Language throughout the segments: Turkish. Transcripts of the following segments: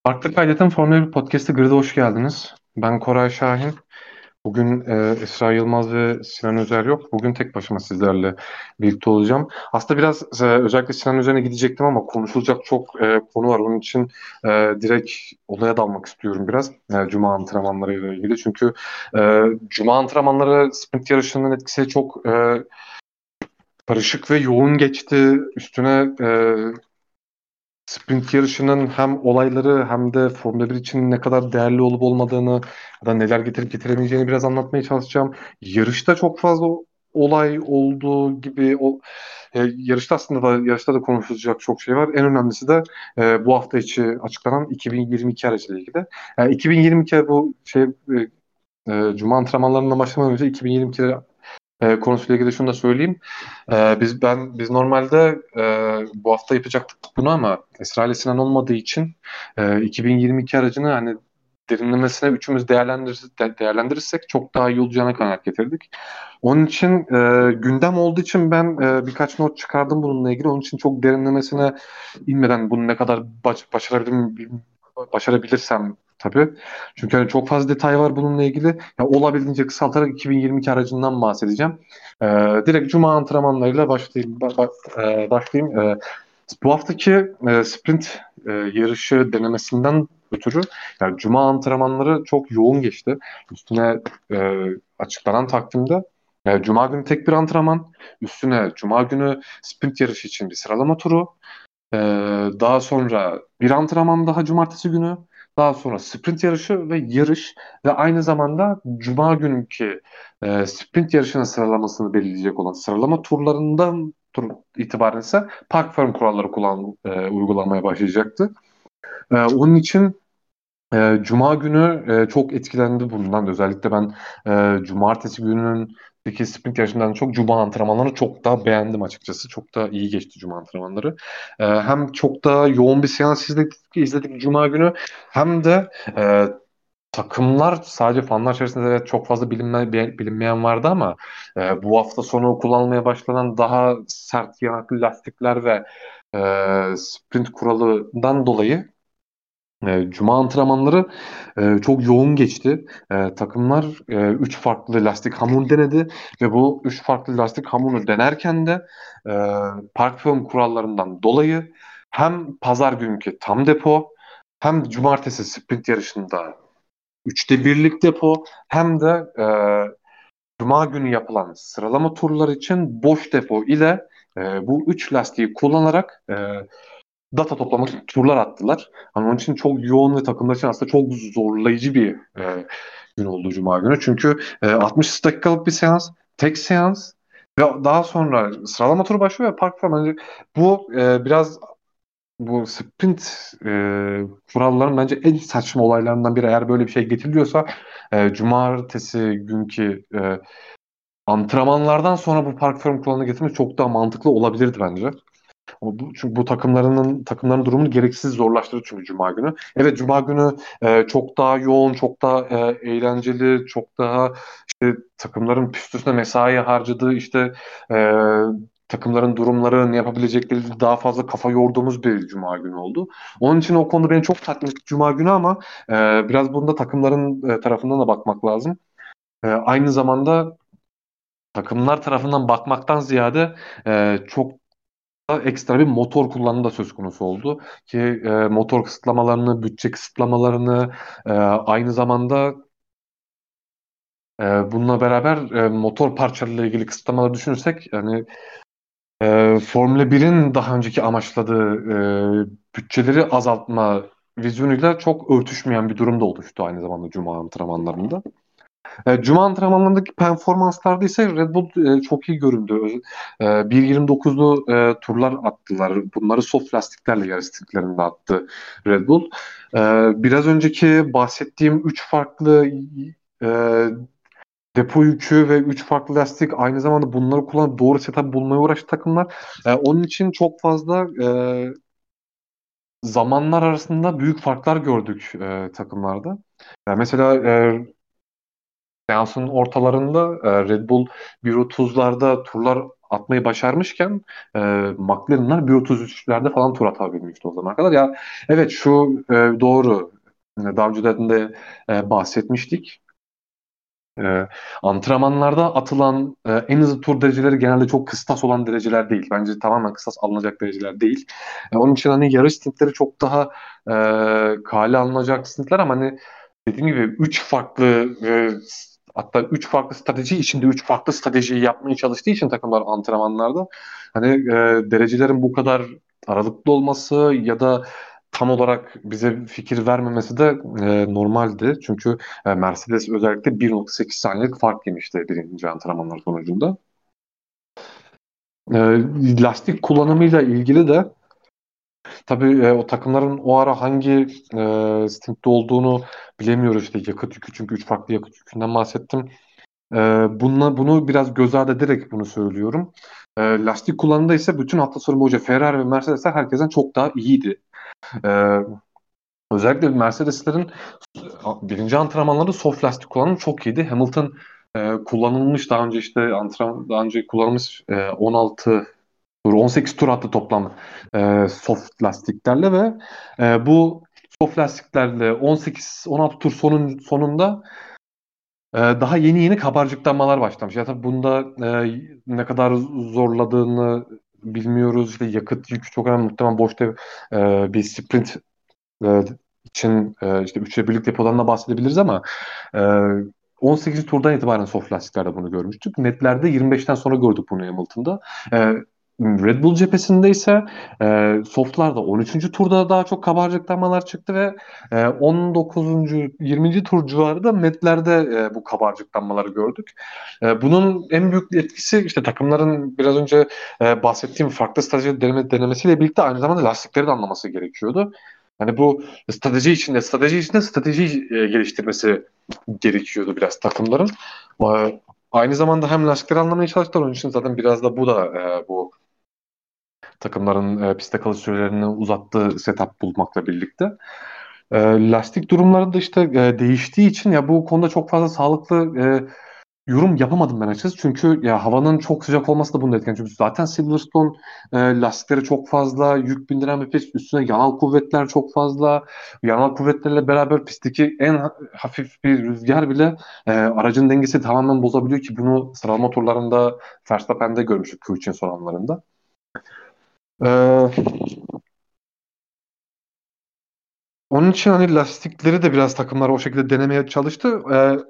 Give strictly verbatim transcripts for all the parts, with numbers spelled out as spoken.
Farklı Kaydet'in Formula bir Podcast'ı Grid'e hoş geldiniz. Ben Koray Şahin. Bugün e, Esra Yılmaz ve Sinan Özer yok. Bugün tek başıma sizlerle birlikte olacağım. Aslında biraz e, özellikle Sinan Özer'e gidecektim ama konuşulacak çok e, konu var. Onun için e, direkt olaya dalmak istiyorum biraz. E, Cuma antrenmanlarıyla ilgili. Çünkü e, Cuma antrenmanları sprint yarışının etkisi çok e, karışık ve yoğun geçti. Üstüne e, sprint yarışının hem olayları hem de Formula bir için ne kadar değerli olup olmadığını ya da neler getirip getiremeyeceğini biraz anlatmaya çalışacağım. Yarışta çok fazla olay olduğu gibi o e, yarışta aslında da yarışta da konuşulacak çok şey var. En önemlisi de e, bu hafta içi açıklanan iki bin yirmi iki aracıyla ilgili. E, iki bin yirmi iki bu şey e, e, Cuma antrenmanlarına başlamadan önce iki bin yirmi iki e, konusuyla ilgili şunu da söyleyeyim. E, biz ben biz normalde e, bu hafta yapacaktık bunu ama Esra ile Sinan olmadığı için e, iki bin yirmi iki aracını hani derinlemesine üçümüz değerlendir, de- değerlendirirsek çok daha iyi olacağına kanaat getirdik. Onun için e, gündem olduğu için ben e, birkaç not çıkardım bununla ilgili. Onun için çok derinlemesine inmeden bunu ne kadar baş, başarabilirim, başarabilirsem tabii. Çünkü hani çok fazla detay var bununla ilgili. Ya olabildiğince kısaltarak iki bin yirmi iki aracından bahsedeceğim. Ee, direkt Cuma antrenmanlarıyla başlayayım. Ba- ba- e, başlayayım. Ee, bu haftaki e, sprint e, yarışı denemesinden ötürü yani Cuma antrenmanları çok yoğun geçti. Üstüne e, açıklanan takvimde e, Cuma günü tek bir antrenman, üstüne Cuma günü sprint yarışı için bir sıralama turu, ee, daha sonra bir antrenman daha cumartesi günü. Daha sonra sprint yarışı ve yarış ve aynı zamanda Cuma günkü e, sprint yarışının sıralamasını belirleyecek olan sıralama turlarından tur itibaren ise park firm kuralları kullan, e, uygulamaya başlayacaktı. E, onun için e, Cuma günü e, çok etkilendi bundan. Özellikle ben e, cumartesi gününün peki sprint yarışından çok Cuma antrenmanlarını çok daha beğendim açıkçası. Çok daha iyi geçti Cuma antrenmanları. E, hem çok daha yoğun bir seans izledik, izledik Cuma günü hem de e, takımlar sadece fanlar içerisinde evet çok fazla bilinme, bilinmeyen vardı ama e, bu hafta sonu kullanılmaya başlanan daha sert yanaklı lastikler ve e, sprint kuralından dolayı e, Cuma antrenmanları e, çok yoğun geçti. E, takımlar üç farklı lastik hamur denedi ve bu üç farklı lastik hamuru denerken de e, park film kurallarından dolayı hem pazar günkü tam depo hem cumartesi sprint yarışında üçte birlik depo hem de e, Cuma günü yapılan sıralama turları için boş depo ile e, bu üç lastiği kullanarak e, data toplamak için turlar attılar. Hani onun için çok yoğun ve takımlar için aslında çok zorlayıcı bir e, gün oldu Cuma günü. Çünkü e, altmış dakikalık bir seans, tek seans ve daha sonra sıralama turu başlıyor ve park falan. Hani bu e, biraz bu sprint e, kuralların bence en saçma olaylarından biri. Eğer böyle bir şey getiriliyorsa e, cumartesi günkü e, antrenmanlardan sonra bu park firm kuralını getirmek çok daha mantıklı olabilirdi bence. Ama bu, çünkü bu takımlarının takımların durumunu gereksiz zorlaştırır çünkü Cuma günü. Evet Cuma günü e, çok daha yoğun, çok daha e, eğlenceli, çok daha işte takımların püst üstüne mesai harcadığı işte e, takımların durumları ne yapabilecekleri daha fazla kafa yorduğumuz bir Cuma günü oldu. Onun için o konuda beni çok tatmin etti Cuma günü ama e, biraz bunda takımların e, tarafından da bakmak lazım. E, aynı zamanda takımlar tarafından bakmaktan ziyade e, çok ekstra bir motor kullanımı da söz konusu oldu ki e, motor kısıtlamalarını, bütçe kısıtlamalarını e, aynı zamanda e, bununla beraber e, motor parçalarıyla ilgili kısıtlamaları düşünürsek yani e, Formula birin daha önceki amaçladığı e, bütçeleri azaltma vizyonuyla çok örtüşmeyen bir durum da oluştu aynı zamanda Cuma antrenmanlarında. E, Cuma antrenmanlarındaki performanslarda ise Red Bull e, çok iyi göründü. E, bir yirmi dokuzlu e, turlar attılar. Bunları soft lastiklerle yarış lastiklerinde attı Red Bull. E, biraz önceki bahsettiğim üç farklı e, depo yükü ve üç farklı lastik aynı zamanda bunları kullanıp doğru setup bulmaya uğraştı takımlar. E, onun için çok fazla e, zamanlar arasında büyük farklar gördük e, takımlarda. Ya mesela e, seansın ortalarında e, Red Bull bir otuzlarda turlar atmayı başarmışken e, McLaren'lar bir otuz üçlerde falan tur atabilmişti o zamana kadar. Ya evet, şu e, doğru. Daha önceden de e, bahsetmiştik. E, Antrenmanlarda atılan e, en hızlı tur dereceleri genelde çok kıstas olan dereceler değil. Bence tamamen kıstas alınacak dereceler değil. E, onun için hani yarış stintleri çok daha e, kale alınacak stintler, ama hani dediğim gibi üç farklı e, hatta üç farklı strateji içinde üç farklı stratejiyi yapmaya çalıştığı için takımlar antrenmanlarda hani e, derecelerin bu kadar aralıklı olması ya da tam olarak bize fikir vermemesi de e, normaldi. Çünkü e, Mercedes özellikle bir nokta sekiz saniyelik fark yemişti birinci antrenmanlar sonucunda. E, Lastik kullanımıyla ilgili de tabii e, o takımların o ara hangi e, stintte olduğunu bilemiyoruz, işte yakıt yükü, çünkü üç farklı yakıt yükünden bahsettim. E, bununla, bunu biraz göz ardı ederek bunu söylüyorum. E, lastik kullanımında ise bütün hafta sonu boyunca Ferrari ve Mercedesler herkesten çok daha iyiydi. E, Özellikle Mercedeslerin birinci antrenmanlarda soft lastik kullanımı çok iyiydi. Hamilton e, kullanılmış daha önce işte antrenman daha önce kullanılmış e, on altı tur on sekiz tur attı toplam e, soft lastiklerle ve e, bu soft lastiklerle on sekiz on altı tur sonun sonunda e, daha yeni yeni kabarcıklanmalar başlamış. Ya tabii bunda e, ne kadar zorladığını bilmiyoruz. İşte yakıt yükü çok önemli. Muhtemelen boşta e, bir sprint e, için e, işte üçe birlik depodan da bahsedebiliriz, ama e, on sekiz turdan itibaren soft lastiklerde bunu görmüştük. Netlerde yirmi beşten sonra gördük bunu Hamilton'da. E, Red Bull cephesinde ise e, softlarda on üçüncü turda daha çok kabarcıklamalar çıktı ve e, on dokuzuncu yirminci tur civarında netlerde e, bu kabarcıklanmaları gördük. E, bunun en büyük etkisi işte takımların biraz önce e, bahsettiğim farklı strateji deneme, denemesiyle birlikte aynı zamanda lastikleri de anlaması gerekiyordu. Hani bu strateji içinde strateji içinde strateji e, geliştirmesi gerekiyordu biraz takımların. E, Aynı zamanda hem lastikleri anlamaya çalıştılar. Onun için zaten biraz da bu da e, bu takımların e, pistte kalış sürelerini uzattığı setup bulmakla birlikte. E, lastik durumları da işte e, değiştiği için ya bu konuda çok fazla sağlıklı e, yorum yapamadım ben açıkçası. Çünkü ya havanın çok sıcak olması da bunu etkiliyor. Çünkü zaten Silverstone e, lastikleri çok fazla, yük bindiren bir pist. Üstüne yanal kuvvetler çok fazla. Yanal kuvvetlerle beraber pistteki en ha- hafif bir rüzgar bile e, aracın dengesi tamamen bozabiliyor, ki bunu sıralama turlarında Verstappen'de görmüştük Q üçün son anlarında. E, Onun için hani lastikleri de biraz takımlar o şekilde denemeye çalıştı. E,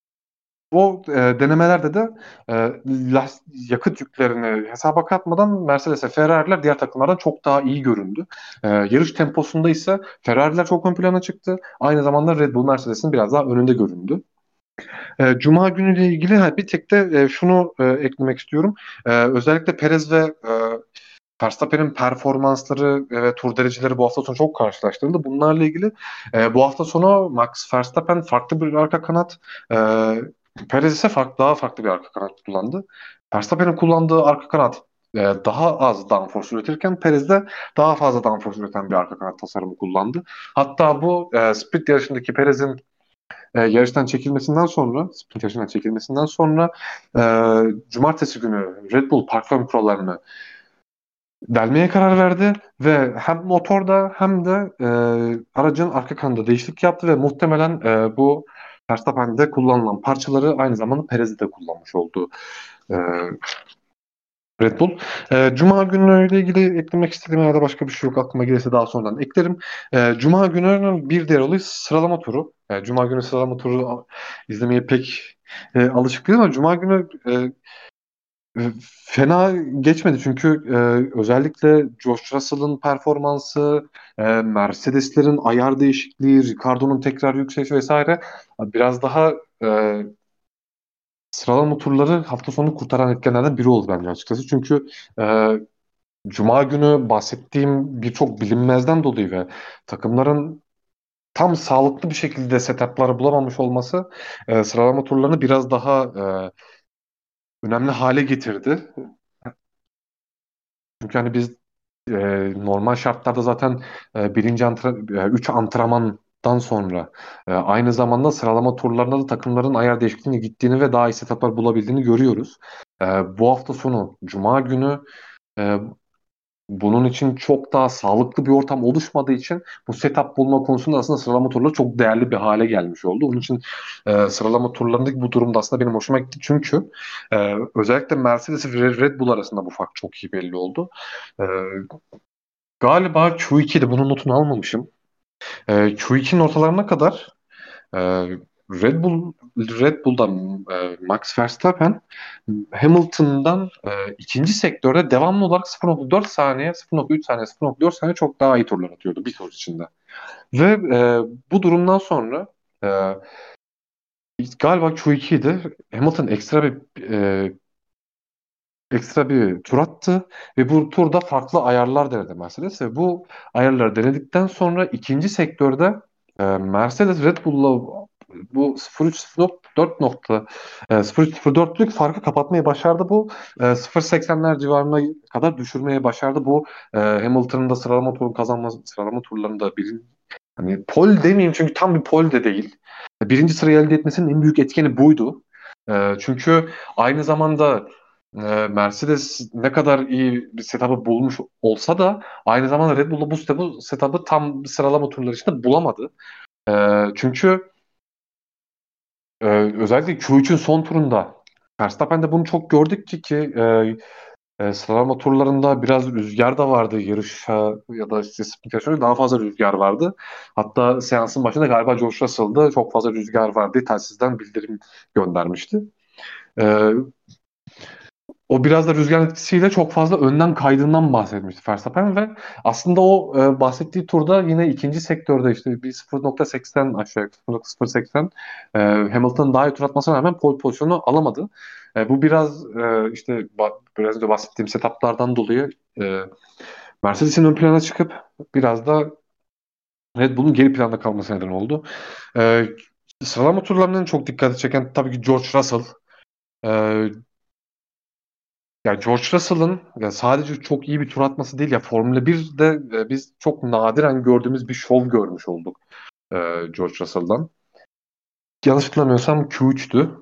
O e, denemelerde de e, las- yakıt yüklerini hesaba katmadan Mercedes ve Ferrari'ler diğer takımlardan çok daha iyi göründü. E, yarış temposunda ise Ferrari'ler çok ön plana çıktı. Aynı zamanda Red Bull Mercedes'in biraz daha önünde göründü. E, Cuma günüyle ilgili ha, bir tek de e, şunu e, eklemek istiyorum. E, özellikle Perez ve e, Verstappen'in performansları e, ve tur dereceleri bu hafta sonu çok karşılaştırıldı. Bunlarla ilgili e, bu hafta sonu Max Verstappen farklı bir arka kanat, e, Perez ise farklı, daha farklı bir arka kanat kullandı. Verstappen'in kullandığı arka kanat e, daha az downforce üretirken Perez de daha fazla downforce üreten bir arka kanat tasarımı kullandı. Hatta bu e, sprint yarışındaki Perez'in e, yarıştan çekilmesinden sonra, sprint yarışından çekilmesinden sonra e, cumartesi günü Red Bull park fön kurallarını delmeye karar verdi ve hem motorda hem de e, aracın arka kanında değişiklik yaptı ve muhtemelen e, bu Verstappen'de kullanılan parçaları aynı zamanda Perez'de de kullanmış oldu e, Red Bull. E, Cuma günüyle ilgili eklemek istediğim ya da başka bir şey yok, aklıma gelirse daha sonradan eklerim. E, Cuma gününün bir diğer olayı sıralama turu. E, Cuma günü sıralama turu izlemeye pek e, alışık değilim, ama Cuma günü e, E, fena geçmedi, çünkü e, özellikle George Russell'ın performansı, e, Mercedes'lerin ayar değişikliği, Ricardo'nun tekrar yükselişi vesaire biraz daha e, sıralama turları hafta sonu kurtaran etkenlerden biri oldu bence açıkçası. Çünkü e, Cuma günü bahsettiğim birçok bilinmezden dolayı ve takımların tam sağlıklı bir şekilde setupları bulamamış olması e, sıralama turlarını biraz daha e, önemli hale getirdi. Çünkü hani biz e, normal şartlarda zaten e, birinci antre, e, üç antrenmandan sonra e, aynı zamanda sıralama turlarında da takımların ayar değişikliğine gittiğini ve daha iyi setuplar bulabildiğini görüyoruz. E, bu hafta sonu Cuma günü e, bunun için çok daha sağlıklı bir ortam oluşmadığı için bu setup bulma konusunda aslında sıralama turları çok değerli bir hale gelmiş oldu. Onun için e, sıralama turlarındaki bu durumda aslında benim hoşuma gitti. Çünkü e, özellikle Mercedes ve Red Bull arasında bu fark çok iyi belli oldu. E, Galiba Q iki'de bunun notunu almamışım. E, Q ikinin ortalarına kadar e, Red Bull Red Bull'dan e, Max Verstappen Hamilton'dan e, ikinci sektörde devamlı olarak sıfır nokta dört saniye, sıfır nokta üç saniye, sıfır nokta dört saniye çok daha iyi turlar atıyordu bir tur içinde. Ve e, bu durumdan sonra e, galiba Q iki'de Hamilton ekstra bir e, ekstra bir tur attı ve bu turda farklı ayarlar denedi Mercedes ve bu ayarları denedikten sonra ikinci sektörde e, Mercedes Red Bull'la bu sıfır nokta üç sıfır nokta dört nokta e, sıfır nokta üç sıfır dörtlük farkı kapatmayı başardı. Bu e, sıfır nokta seksenler civarına kadar düşürmeye başardı. Bu e, Hamilton'ın da sıralama turu kazanması, sıralama turlarında bir hani pole demeyeyim çünkü tam bir pole de değil. Birinci sırayı elde etmesinin en büyük etkeni buydu. E, çünkü aynı zamanda e, Mercedes ne kadar iyi bir setup'ı bulmuş olsa da aynı zamanda Red Bull'da bu setup'ı, setup'ı tam sıralama turları içinde bulamadı. E, çünkü e, özellikle Q üçün son turunda Verstappen'de bunu çok gördük ki ki e, e, sıralama turlarında biraz rüzgar da vardı yarışa ya da işte sprint yarışında daha fazla rüzgar vardı. Hatta seansın başında galiba George Russell'da çok fazla rüzgar vardı diye telsizden bildirim göndermişti. E, O biraz da rüzgar etkisiyle çok fazla önden kaydığından bahsetmişti Verstappen ve aslında o e, bahsettiği turda yine ikinci sektörde işte bir sıfır nokta seksen aşağı sıfır nokta sıfır seksen e, Hamilton'ın daha iyi tur atmasına rağmen pole pozisyonu alamadı. E, bu biraz e, işte ba- biraz önce bahsettiğim setuplardan dolayı e, Mercedes'in ön plana çıkıp biraz da Red Bull'un geri planda kalması neden oldu. E, Sıralama turlarının çok dikkati çeken tabii ki George Russell. E, Ya George Russell'ın ya sadece çok iyi bir tur atması değil ya Formula birde e, biz çok nadiren gördüğümüz bir şov görmüş olduk e, George Russell'dan. Yanlış hatırlamıyorsam Q üç'tü.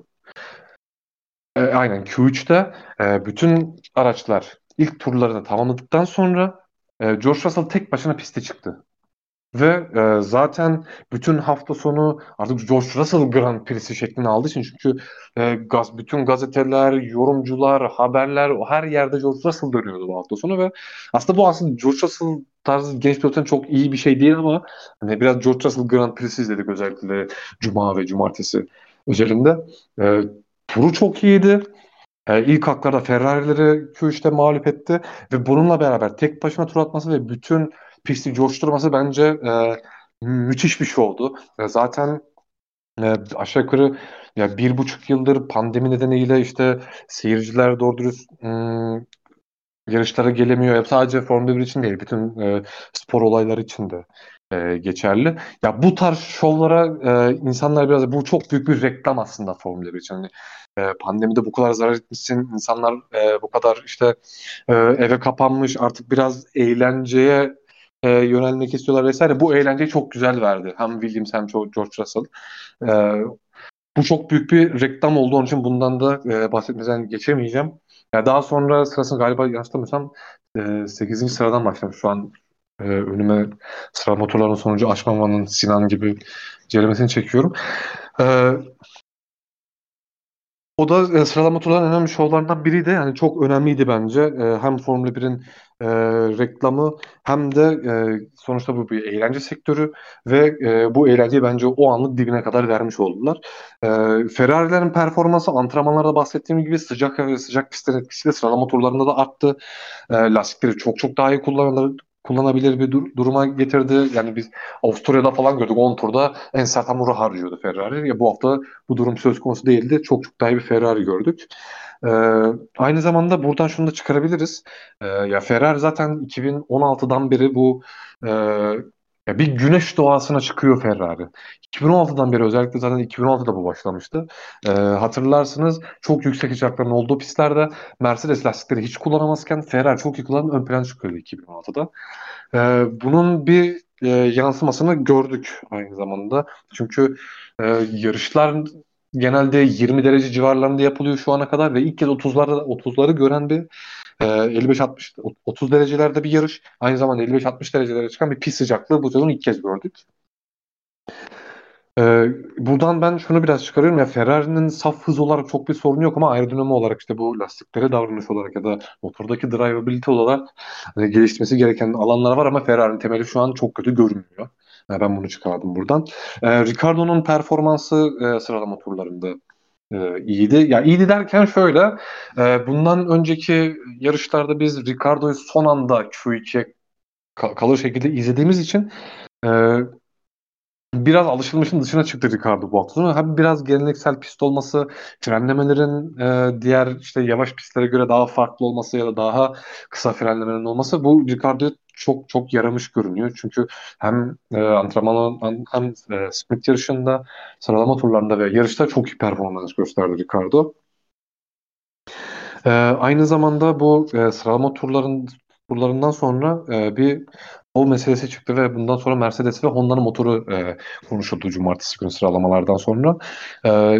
E, aynen Q üç'te e, bütün araçlar ilk turlarını tamamladıktan sonra e, George Russell tek başına piste çıktı. Ve e, zaten bütün hafta sonu artık George Russell Grand Prix'si şeklini aldığı için çünkü e, gaz, bütün gazeteler, yorumcular, haberler o her yerde George Russell dönüyordu bu hafta sonu ve aslında bu aslında George Russell tarzı genç pilotun çok iyi bir şey değil ama hani biraz George Russell Grand Prix'si izledik özellikle Cuma ve Cumartesi özelinde. E, Turu çok iyiydi. E, ilk haklarda Ferrari'leri Q üç'te mağlup etti ve bununla beraber tek başına tur atması ve bütün pisti coşturması bence e, müthiş bir şovdu. E, zaten e, aşağı yukarı ya bir buçuk yıldır pandemi nedeniyle işte seyirciler doğru dürüst ım, yarışlara gelemiyor. Ya sadece Formula bir için değil, bütün e, spor olayları için de e, geçerli. Ya bu tarz şovlara e, insanlar biraz bu çok büyük bir reklam aslında Formula bir için. Hani, e, pandemide bu kadar zarar etmişsin, insanlar e, bu kadar işte e, eve kapanmış, artık biraz eğlenceye e, yönelmek istiyorlar vesaire. Bu eğlenceyi çok güzel verdi. Hem Williams hem George Russell. E, Bu çok büyük bir reklam oldu. Onun için bundan da e, bahsetmeden geçemeyeceğim. Ya daha sonra sırasını galiba yanlış hatırlamıyorsam e, sekizinci sıradan başlamış. Şu an e, önüme sıralama turlarının sonucu açmamanın Sinan gibi ceremesini çekiyorum. E, O da e, sıralama turlarının en önemli şovlarından biriydi. Yani çok önemliydi bence. E, hem Formula birin e, reklamı hem de e, sonuçta bu bir eğlence sektörü ve e, bu eğlenceyi bence o anlık dibine kadar vermiş oldular. E, Ferrari'lerin performansı antrenmanlarda bahsettiğim gibi sıcak ve sıcak pistlerin etkisiyle sıralama turlarında da arttı. E, lastikleri çok çok daha iyi kullanılır, kullanabilir bir dur- duruma getirdi. Yani biz Avusturya'da falan gördük on turda en sert hamuru harcıyordu Ferrari. Ya bu hafta bu durum söz konusu değildi. Çok çok daha iyi bir Ferrari gördük. E, Aynı zamanda buradan şunu da çıkarabiliriz. E, ya Ferrari zaten iki bin on altıdan beri bu e, ya bir güneş doğasına çıkıyor Ferrari. iki bin on altıdan beri özellikle zaten iki bin on altıda bu başlamıştı. E, hatırlarsınız çok yüksek sıcakların olduğu pistlerde Mercedes lastikleri hiç kullanamazken Ferrari çok iyi kullanıp ön plana çıkıyordu iki bin on altıda. Ee, bunun bir e, yansımasını gördük aynı zamanda. Çünkü e, yarışlar genelde yirmi derece civarlarında yapılıyor şu ana kadar ve ilk kez otuzlarda otuzları gören bir e, elli beş altmış otuz derecelerde bir yarış. Aynı zamanda elli beş altmış derecelere çıkan bir pist sıcaklığı bu sezon ilk kez gördük. Ee, buradan ben şunu biraz çıkarıyorum ya, Ferrari'nin saf hız olarak çok bir sorunu yok ama aerodinami olarak, işte bu lastiklere davranış olarak ya da motordaki drivability olarak hani gelişmesi gereken alanlar var ama Ferrari'nin temeli şu an çok kötü görünmüyor. Yani ben bunu çıkardım buradan. Ee, Ricardo'nun performansı e, sıralama turlarında e, iyiydi. Ya iyiydi derken şöyle, e, bundan önceki yarışlarda biz Ricardo'yu son anda Q ikiye ka- kalır şekilde izlediğimiz için e, biraz alışılmışın dışına çıktı Ricardo bu hafta sonu. Hem biraz geleneksel pist olması, frenlemelerin e, diğer işte yavaş pistlere göre daha farklı olması ya da daha kısa frenlemelerin olması bu Ricardo'ya çok çok yaramış görünüyor. Çünkü hem e, antrenman hem e, sprint yarışında, sıralama turlarında ve yarışta çok iyi performans gösterdi Ricardo. E, aynı zamanda bu e, sıralama turların turlarından sonra e, bir o meselesi çıktı ve bundan sonra Mercedes ve Honda'nın motoru e, konuşuldu cumartesi günü sıralamalardan sonra. E,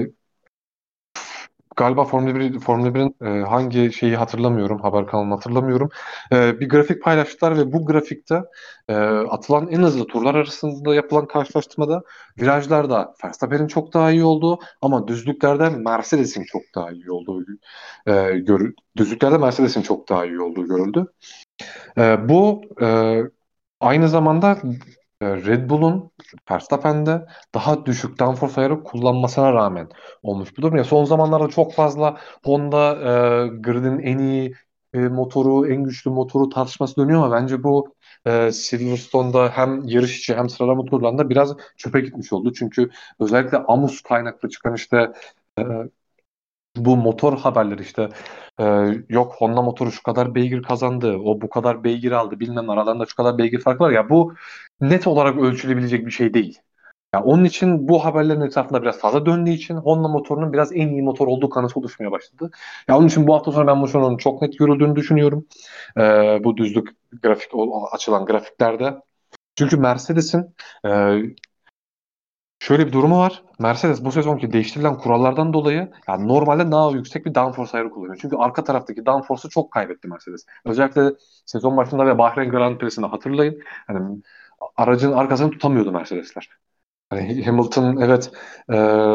Galiba Formula bir, Formula birin e, hangi şeyi hatırlamıyorum, haber kanalını hatırlamıyorum. E, bir grafik paylaştılar ve bu grafikte e, atılan en hızlı turlar arasında yapılan karşılaştırmada virajlarda Verstappen'in çok daha iyi olduğu ama düzlüklerde Mercedes'in çok daha iyi olduğu e, görü düzlüklerde Mercedes'in çok daha iyi olduğu görüldü. E, bu e, aynı zamanda e, Red Bull'un Verstappen'de daha düşük downforce ayarı kullanmasına rağmen olmuş bir durum. Ya son zamanlarda çok fazla Honda e, gridin en iyi e, motoru, en güçlü motoru tartışması dönüyor ama bence bu e, Silverstone'da hem yarış içi hem sıralama turlarında biraz çöpe gitmiş oldu. Çünkü özellikle Amus kaynaklı çıkan işte e, bu motor haberleri işte e, yok Honda motoru şu kadar beygir kazandı, o bu kadar beygir aldı, bilmem aralarında şu kadar beygir fark var ya, bu net olarak ölçülebilecek bir şey değil. Ya onun için bu haberlerin etrafında biraz fazla döndüğü için Honda motorunun biraz en iyi motor olduğu kanısı oluşmaya başladı. Ya onun için bu hafta sonu ben bu sorunun çok net görüldüğünü düşünüyorum. E, bu düzlük grafik o- açılan grafiklerde. Çünkü Mercedes'in e, şöyle bir durumu var. Mercedes bu sezonki değiştirilen kurallardan dolayı yani normalde daha yüksek bir downforce ayarı kullanıyor. Çünkü arka taraftaki downforce'u çok kaybetti Mercedes. Özellikle sezon başında ve Bahreyn Grand Prix'sini hatırlayın. Hani aracın arkasını tutamıyordu Mercedesler. Hani Hamilton, evet, e,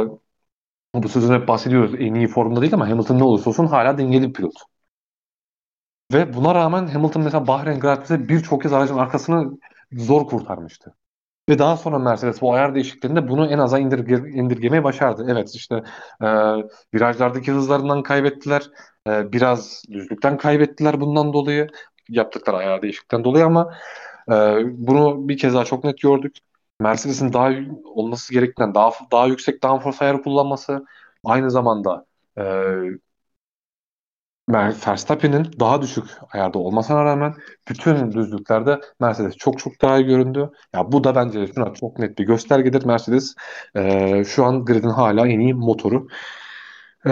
bu sezon hep bahsediyoruz, en iyi formda değil ama Hamilton ne olursa olsun hala dengeli bir pilot. Ve buna rağmen Hamilton mesela Bahreyn Grand Prix'de birçok kez aracın arkasını zor kurtarmıştı. Ve daha sonra Mercedes bu ayar değişikliğinde bunu en aza indirge, indirgemeyi başardı. Evet, işte e, virajlardaki hızlarından kaybettiler. E, biraz düzlükten kaybettiler bundan dolayı. Yaptıkları ayar değişiklikten dolayı ama e, bunu bir kez daha çok net gördük. Mercedes'in daha olması gerektiğinden daha daha yüksek downforce ayarı kullanması, aynı zamanda e, Mer- Verstappen'in daha düşük ayarda olmasına rağmen bütün düzlüklerde Mercedes çok çok daha iyi göründü. Ya bu da bence şuna çok net bir göstergedir. Mercedes e, şu an gridin hala en iyi motoru. E,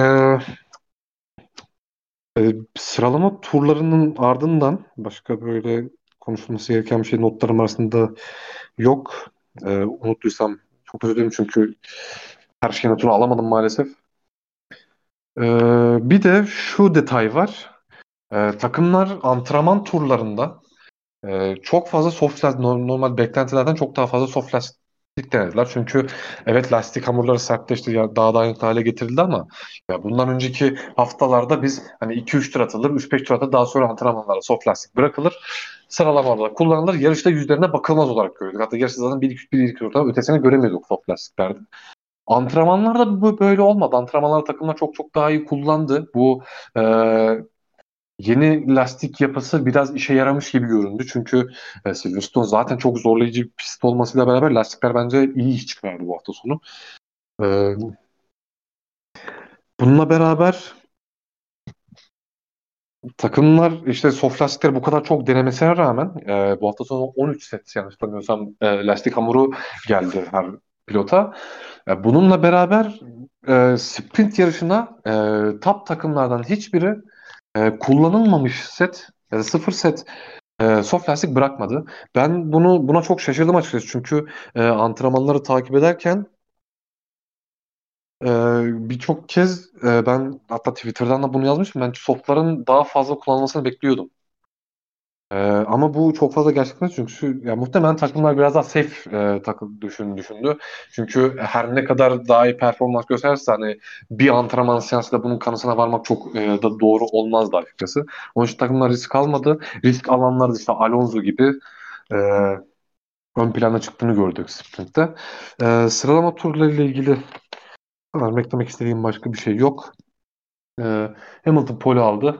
e, Sıralama turlarının ardından başka böyle konuşulması gereken bir şey notlarım arasında yok. E, unuttuysam çok özür dilerim çünkü her şeyin notunu alamadım maalesef. E, Bir de şu detay var. E, takımlar antrenman turlarında Ee, çok fazla soft lastik, normal beklentilerden çok daha fazla soft lastik denediler. Çünkü evet, lastik hamurları sertleşti, ya daha dayanıklı hale getirildi ama ya bundan önceki haftalarda biz hani iki üç tur atılır, üç beş tur atılır, daha sonra antrenmanlara soft lastik bırakılır. Sıralamalarda kullanılır. Yarışta yüzlerine bakılmaz olarak görüyorduk. Hatta yarışta zaten bir iki bir iki turdan ötesini göremiyorduk soft lastiklerde. Antrenmanlarda bu böyle olmadı. Antrenmanlar takımlar çok çok daha iyi kullandı. Bu e, yeni lastik yapısı biraz işe yaramış gibi göründü. Çünkü e, Silverstone zaten çok zorlayıcı bir pist olmasıyla beraber lastikler bence iyi iş çıkardı bu hafta sonu. E, Bununla beraber takımlar işte soft lastikleri bu kadar çok denemesine rağmen e, bu hafta sonu on üç set, yanlış hatırlamıyorsam, e, lastik hamuru geldi her pilota. E, bununla beraber e, sprint yarışına e, top takımlardan hiçbiri e, kullanılmamış set ya da sıfır set e, soft lastik bırakmadı. Ben bunu buna çok şaşırdım açıkçası. Çünkü e, antrenmanları takip ederken Ee, birçok kez e, ben hatta Twitter'dan da bunu yazmışım. Ben softların daha fazla kullanılmasını bekliyordum. Ee, ama bu çok fazla gerçekleşmedi çünkü şu, ya muhtemelen takımlar biraz daha safe e, takım düşün, düşündü. Çünkü her ne kadar daha iyi performans gösterse hani bir antrenman seansında bunun kanısına varmak çok e, da doğru olmazdı açıkçası. Onun için takımlar risk almadı. Risk alanlar da işte Alonso gibi e, ön plana çıktığını gördük sprint'te. E, sıralama turlarıyla ilgili sanırım eklemek istediğim başka bir şey yok. E, Hamilton pole aldı.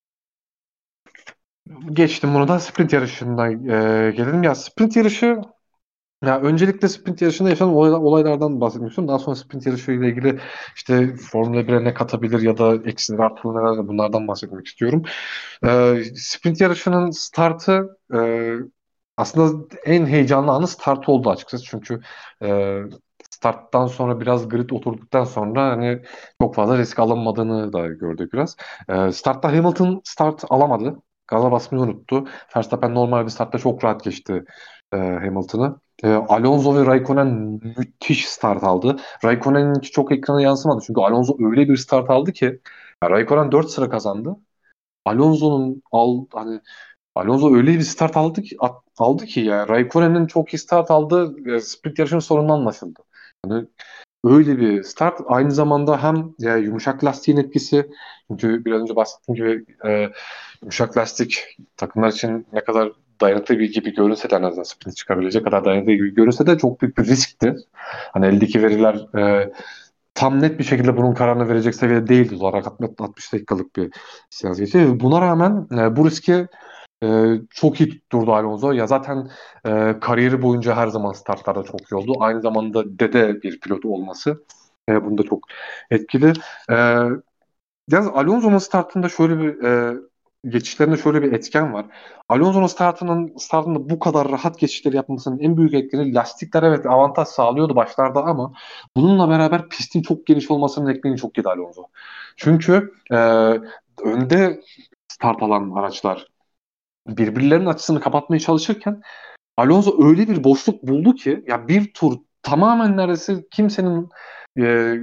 Geçtim bunu da sprint yarışında e, gelelim. Ya sprint yarışı Ya öncelikle sprint yarışında yaşanan olay- olaylardan bahsetmek istiyorum. Daha sonra sprint yarışı ile ilgili işte Formula bire ne katabilir ya da eksileri artıları neler bunlardan bahsetmek istiyorum. Ee, sprint yarışının startı e, aslında en heyecanlı anı start oldu açıkçası. Çünkü e, starttan sonra biraz grid oturduktan sonra hani çok fazla risk alınmadığını da gördük biraz. E, startta Hamilton start alamadı. Gaza basmayı unuttu. Verstappen normal bir startta çok rahat geçti e, Hamilton'ı. E, Alonso ve Raikkonen müthiş start aldı. Raikkonen'in hiç çok ekrana yansımadı. Çünkü Alonso öyle bir start aldı ki ya Raikkonen dört sıra kazandı. Alonso'nun al hani Alonso öyle bir start aldı ki at- aldı ki ya Raikkonen'in çok iyi start aldığı e, sprint yarışının sonunda anlaşıldı. Yani öyle bir start aynı zamanda hem ya, yumuşak lastiğin etkisi çünkü biraz önce bahsettiğim gibi e, yumuşak lastik takımlar için ne kadar dayanıklı bir gibi görünse de en azından sprint çıkabilecek kadar dayanıklı gibi görünse de çok büyük bir riskti. Hani eldeki veriler e, tam net bir şekilde bunun kararını verecek seviyede değildi olarak altmış dakikalık bir seans geçti. Buna rağmen e, bu riski ee, çok iyi tutturdu Alonso. Ya zaten e, kariyeri boyunca her zaman startlarda çok iyi oldu. Aynı zamanda dede bir pilot olması e, bunda çok etkili. E, Yalnız Alonso'nun startında şöyle bir e, geçişlerinde şöyle bir etken var. Alonso'nun startının startında bu kadar rahat geçişleri yapmasının en büyük etkeni lastikler evet avantaj sağlıyordu başlarda ama bununla beraber pistin çok geniş olmasının ekmeğini çok yedi Alonso. Çünkü e, önde start alan araçlar birbirlerinin açısını kapatmaya çalışırken Alonso öyle bir boşluk buldu ki ya bir tur tamamen neredeyse kimsenin e,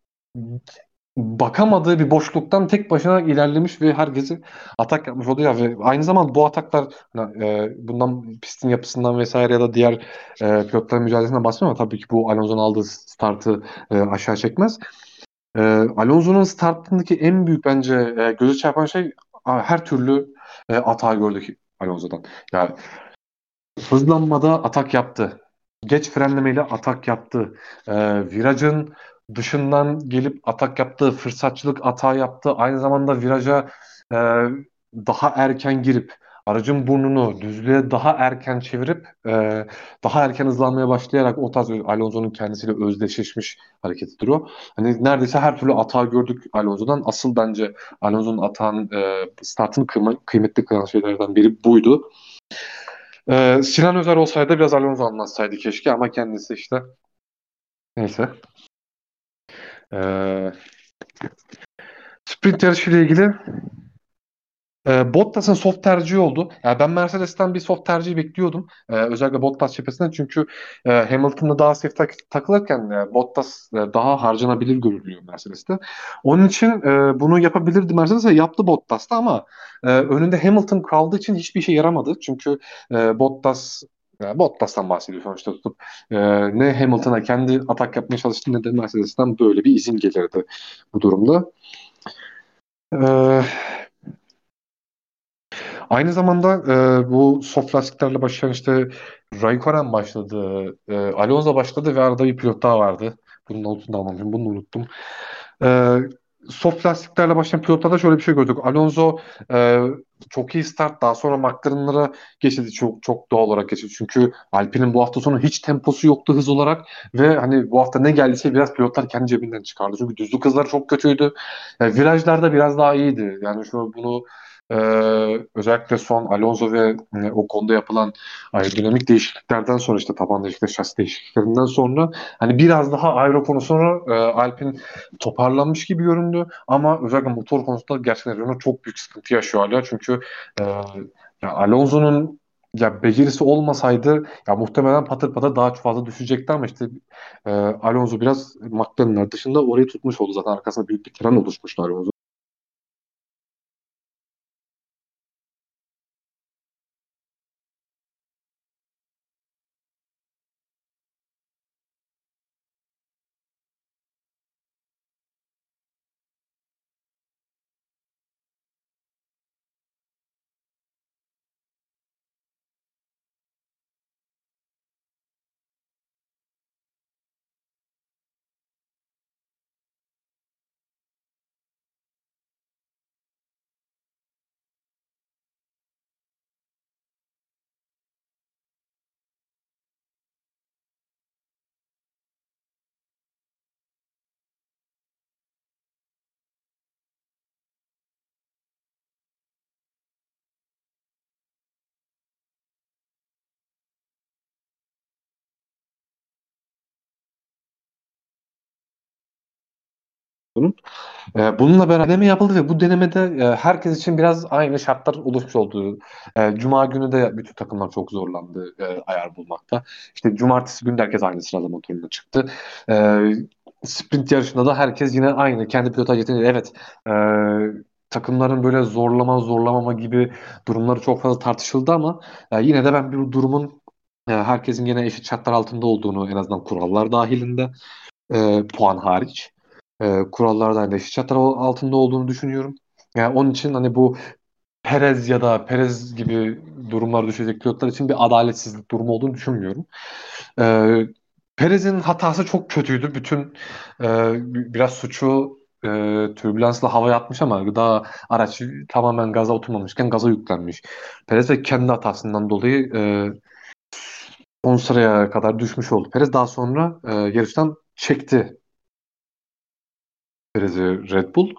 bakamadığı bir boşluktan tek başına ilerlemiş ve herkesi atak yapmış oldu ya ve aynı zamanda bu ataklar e, bundan pistin yapısından vesaire ya da diğer e, pilotların mücadelesinden bahsediyorum ama tabii ki bu Alonso'nun aldığı startı e, aşağı çekmez. E, Alonso'nun startındaki en büyük bence e, göze çarpan şey a, her türlü e, hata gördük Alonso'dan. Yani hızlanmada atak yaptı. Geç frenlemeyle atak yaptı. Ee, virajın dışından gelip atak yaptı. Fırsatçılık hata yaptı. Aynı zamanda viraja e, daha erken girip aracın burnunu düzlüğe daha erken çevirip e, daha erken hızlanmaya başlayarak o tarz Alonso'nun kendisiyle özdeşleşmiş hareketidir o. Hani neredeyse her türlü hata gördük Alonso'dan. Asıl bence Alonso'nun atağın e, startını kıyma, kıymetli kılan şeylerden biri buydu. Ee, Sinan Özer olsaydı biraz Alonso anlatsaydı keşke ama kendisi işte neyse. Ee, Sprint yarışı ile ilgili e, Bottas'ın soft tercihi oldu. Yani ben Mercedes'ten bir soft tercihi bekliyordum. Ee, özellikle Bottas cephesinden çünkü e, Hamilton'la daha safe tak- takılırken e, Bottas e, daha harcanabilir görülüyor Mercedes'te. Onun için e, bunu yapabilirdi Mercedes ve yaptı Bottas'ta ama e, önünde Hamilton kaldığı için hiçbir işe yaramadı. Çünkü e, Bottas yani Bottas'tan bahsediyor sonuçta tutup e, ne Hamilton'a kendi atak yapmaya çalıştı ne de Mercedes'ten böyle bir izin gelirdi bu durumda. E, Aynı zamanda e, bu soft lastiklerle başlayan işte Raikkonen başladı, e, Alonso başladı ve arada bir pilot daha vardı. Bunun notunu da almamışım, bunu da unuttum. E, Soft lastiklerle başlayan pilotlarda şöyle bir şey gördük. Alonso e, çok iyi start, daha sonra McLaren'lara geçildi. Çok çok doğal olarak geçildi. Çünkü Alpine'in bu hafta sonu hiç temposu yoktu hız olarak ve hani bu hafta ne geldiyse biraz pilotlar kendi cebinden çıkardı. Çünkü düzlük hızları çok kötüydü. Yani virajlarda biraz daha iyiydi. Yani şu bunu ee, özellikle son Alonso ve e, o konuda yapılan aerodinamik değişikliklerden sonra işte taban değişiklikleri, şasi değişikliklerinden sonra hani biraz daha aero konusunu e, Alpine toparlanmış gibi göründü ama özellikle motor konusunda gerçekten Renault çok büyük sıkıntı yaşıyor hala çünkü e, ya Alonso'nun ya becerisi olmasaydı ya muhtemelen patır patır daha fazla düşecekti ama işte e, Alonso biraz McLaren'lar dışında orayı tutmuş oldu. Zaten arkasında büyük bir tren oluşmuştu Alonso. E, bununla beraber deneme yapıldı ve bu denemede e, herkes için biraz aynı şartlar oluşmuş oldu. E, Cuma günü de bütün takımlar çok zorlandı e, ayar bulmakta. İşte cumartesi günü de herkes aynı sıralama turuna çıktı. E, Sprint yarışında da herkes yine aynı kendi pilotaj yeteneği. Evet, e, takımların böyle zorlama zorlamama gibi durumları çok fazla tartışıldı ama e, yine de ben bir durumun e, herkesin yine eşit şartlar altında olduğunu en azından kurallar dahilinde e, puan hariç e, kurallardan da eşit şartlar altında olduğunu düşünüyorum. Yani onun için hani bu Perez ya da Perez gibi durumlar düşecek pilotlar için bir adaletsizlik durumu olduğunu düşünmüyorum. E, Perez'in hatası çok kötüydü. Bütün e, biraz suçu e, türbülansla havaya atmış ama daha araç tamamen gaza oturmamışken gaza yüklenmiş. Perez de kendi hatasından dolayı e, son sıraya kadar düşmüş oldu. Perez daha sonra e, yarıştan çekti Perez'i Red Bull.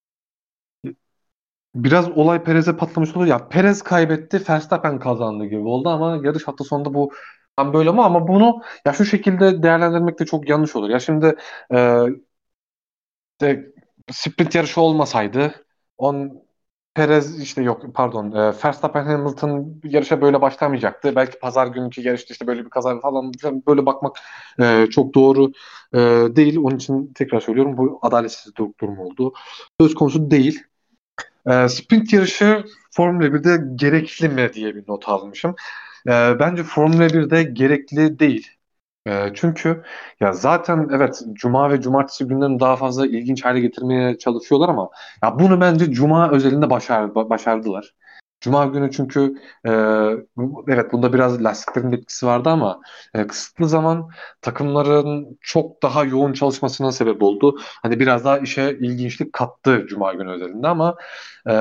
Biraz olay Perez'e patlamış oldu. Ya Perez kaybetti, Verstappen kazandı gibi oldu ama yarış hafta sonunda bu tam böyle mi? Ama bunu ya şu şekilde değerlendirmek de çok yanlış olur. Ya şimdi e, de, sprint yarışı olmasaydı on Perez işte yok pardon e, Verstappen Hamilton yarışa böyle başlamayacaktı. Belki pazar günkü yarışta işte böyle bir kaza falan filan böyle bakmak e, çok doğru e, değil. Onun için tekrar söylüyorum bu adaletsiz dur- durum oldu. Söz konusu değil. E, sprint yarışı Formula birde gerekli mi diye bir not almışım. E, bence Formula birde gerekli değil. E, çünkü ya zaten evet Cuma ve Cumartesi günlerini daha fazla ilginç hale getirmeye çalışıyorlar ama ya bunu bence Cuma özelinde başar, ba- başardılar. Cuma günü çünkü e, bu- evet bunda biraz lastiklerin de etkisi vardı ama e, kısıtlı zaman takımların çok daha yoğun çalışmasına sebep oldu. Hani biraz daha işe ilginçlik kattı Cuma günü özelinde ama e,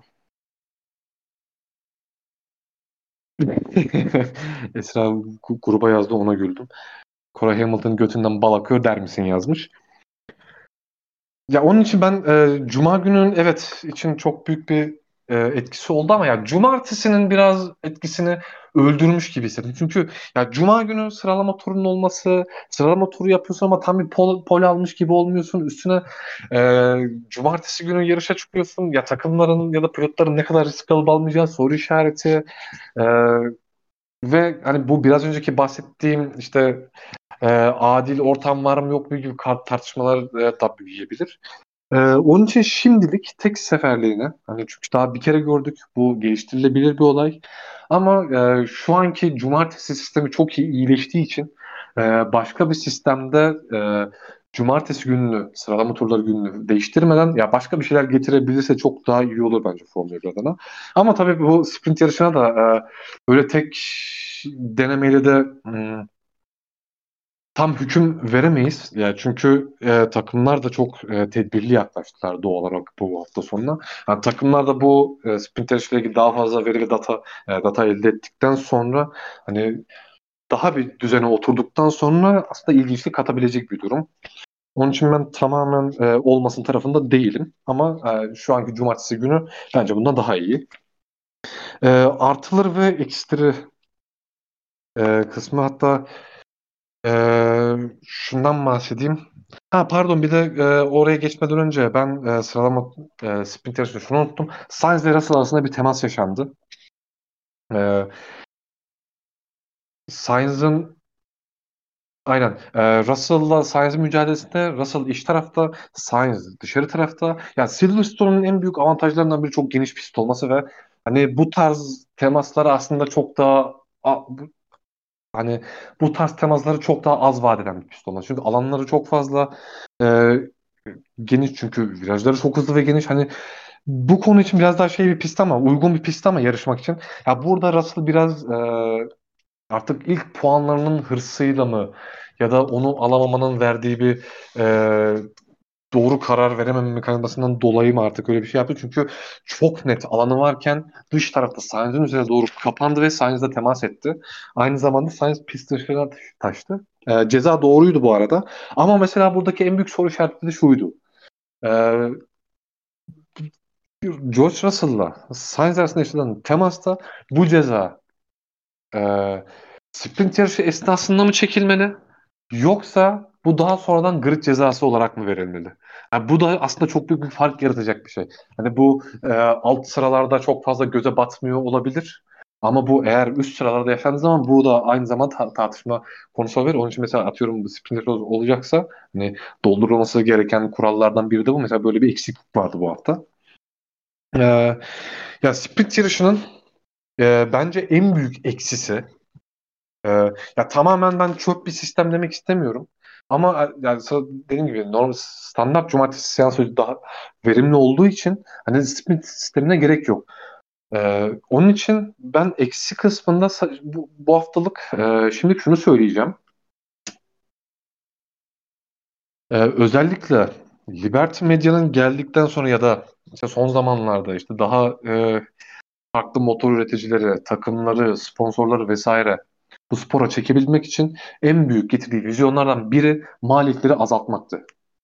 Esra gu- gruba yazdı ona güldüm. Cora Hamilton götünden bal akıyor der misin yazmış. Ya onun için ben e, Cuma günün evet için çok büyük bir e, etkisi oldu ama ya Cumartesinin biraz etkisini öldürmüş gibi hissettim. Çünkü ya Cuma günü sıralama turunun olması, sıralama turu yapıyorsun ama tam bir pol, pol almış gibi olmuyorsun. Üstüne e, Cumartesi günü yarışa çıkıyorsun. Ya takımların ya da pilotların ne kadar risk alıp almayacağı soru işareti. E, Ve hani bu biraz önceki bahsettiğim işte e, adil ortam var mı yok mu gibi kar- tartışmalar e, da büyüyebilir. Ee, onun için şimdilik tek seferliğine hani çünkü daha bir kere gördük bu geliştirilebilir bir olay ama e, şu anki cumartesi sistemi çok iyi iyileştiği için e, başka bir sistemde e, cumartesi gününü sıralama turları gününü değiştirmeden ya başka bir şeyler getirebilirse çok daha iyi olur bence Formula bir adına. Ama tabii bu sprint yarışına da e, böyle tek denemeyle de hmm, tam hüküm veremeyiz. Ya çünkü e, takımlar da çok e, tedbirli yaklaştılar doğal olarak bu hafta sonuna. Yani takımlar da bu e, sprint yarışıyla ilgili daha fazla veri ve data e, data elde ettikten sonra hani daha bir düzene oturduktan sonra aslında ilginçlik katabilecek bir durum. Onun için ben tamamen e, olmasın tarafında değilim. Ama e, şu anki cumartesi günü bence bundan daha iyi. E, artıları ve eksileri e, kısmı hatta Ee, şundan bahsedeyim. Ha pardon bir de e, oraya geçmeden önce ben e, sıralama e, sprint yarışında şunu unuttum. Sainz ve Russell arasında bir temas yaşandı. Sainz'ın aynen. Ee, Russell'la Sainz'in mücadelesinde Russell iç tarafta, Sainz dışarı tarafta. Yani Silverstone'un en büyük avantajlarından biri çok geniş pist olması ve hani bu tarz temasları aslında çok daha a- bu- hani bu tarz temasları çok daha az vaat eden bir pist olması. Çünkü alanları çok fazla e, geniş, çünkü virajları çok hızlı ve geniş. Hani bu konu için biraz daha şey bir pist, ama uygun bir pist ama yarışmak için. Ya burada Russell biraz e, artık ilk puanlarının hırsıyla mı ya da onu alamamanın verdiği bir e, doğru karar verememe mekanizmasından dolayı mı artık öyle bir şey yaptı? Çünkü çok net alanı varken dış tarafta Sainz'in üzerine doğru kapandı ve Sainz'le temas etti. Aynı zamanda Sainz pist dışına taştı. E, ceza doğruydu bu arada. Ama mesela buradaki en büyük soru işareti de şuydu. E, George Russell'la Sainz arasında yaşanan temasta bu ceza e, sprint yarışı esnasında mı çekilmeli, yoksa bu daha sonradan grid cezası olarak mı verilmeli? Yani bu da aslında çok büyük bir fark yaratacak bir şey. Hani bu e, alt sıralarda çok fazla göze batmıyor olabilir. Ama bu eğer üst sıralarda yaşandığı zaman bu da aynı zamanda ta- tartışma konusu olabilir. Onun için mesela atıyorum bu sprint yarışı olacaksa hani doldurulması gereken kurallardan biri de bu. Mesela böyle bir eksiklik vardı bu hafta. E, Ya sprint yarışının e, bence en büyük eksisi, Ee, ya tamamen ben çöp bir sistem demek istemiyorum. Ama e, yani sa- dediğim gibi normal standart cumartesi seansı daha verimli olduğu için hani sprint sistemine gerek yok. Ee, onun için ben eksi kısmında sa- bu, bu haftalık e, şimdi şunu söyleyeceğim. Ee, özellikle Liberty Media'nın geldikten sonra ya da işte son zamanlarda işte daha e, farklı motor üreticileri, takımları, sponsorları vesaire bu spora çekebilmek için en büyük getirdiği vizyonlardan biri maliyetleri azaltmaktı.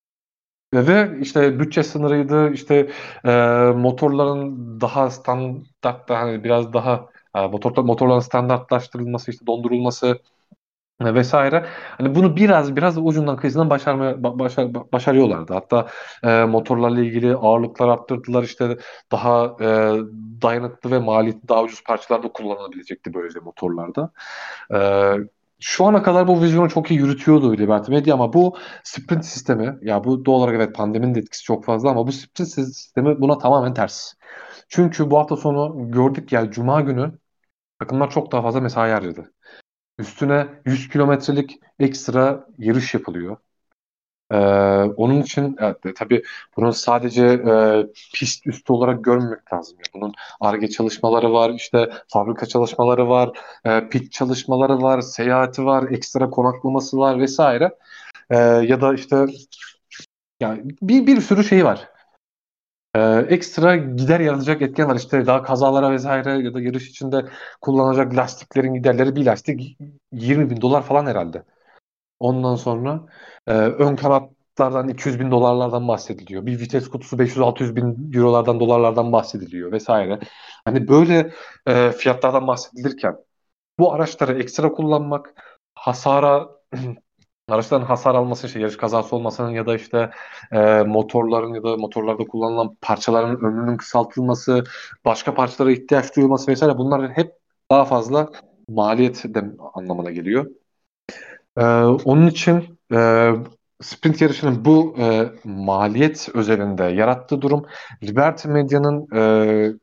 Ve ve işte bütçe sınırıydı, işte e, motorların daha standart, hani biraz daha e, motor, motorların standartlaştırılması, işte dondurulması e, vesaire. Hani bunu biraz biraz da ucundan kıyısından başarmaya ba- başar, ba- başarıyorlardı. Hatta e, motorlarla ilgili ağırlıklar arttırdılar. İşte daha e, dayanıklı ve maliyeti daha ucuz parçalarda kullanılabilecekti böylece motorlarda. E, Şu ana kadar bu vizyonu çok iyi yürütüyordu Liberty Media, ama bu sprint sistemi, ya bu doğal olarak evet pandeminin de etkisi çok fazla, ama bu sprint sistemi buna tamamen ters. Çünkü bu hafta sonu gördük ya, Cuma günü takımlar çok daha fazla mesai harcadı. Üstüne yüz kilometrelik ekstra yarış yapılıyor. Ee, Onun için evet, e, tabii bunun sadece e, pist üstü olarak görmemek lazım. Yani bunun Ar-Ge çalışmaları var, işte fabrika çalışmaları var, e, pit çalışmaları var, seyahati var, ekstra konaklaması var vesaire. E, ya da işte yani bir, bir sürü şey var. E, ekstra gider yaratacak etken var. İşte daha kazalara vesaire ya da yarış içinde kullanacak lastiklerin giderleri, bir lastik yirmi bin dolar falan herhalde. Ondan sonra e, ön kanatlardan iki yüz bin dolarlardan bahsediliyor. Bir vites kutusu beş yüz altı yüz bin eurolardan, dolarlardan bahsediliyor vesaire. Hani böyle e, fiyatlardan bahsedilirken bu araçları ekstra kullanmak, hasara araçların hasar alması, işte yarış kazası olmasının ya da işte e, motorların ya da motorlarda kullanılan parçaların ömrünün kısaltılması, başka parçalara ihtiyaç duyulması vesaire, bunlar hep daha fazla maliyet de anlamına geliyor. Ee, Onun için e, sprint yarışının bu e, maliyet özelinde yarattığı durum Liberty Media'nın e,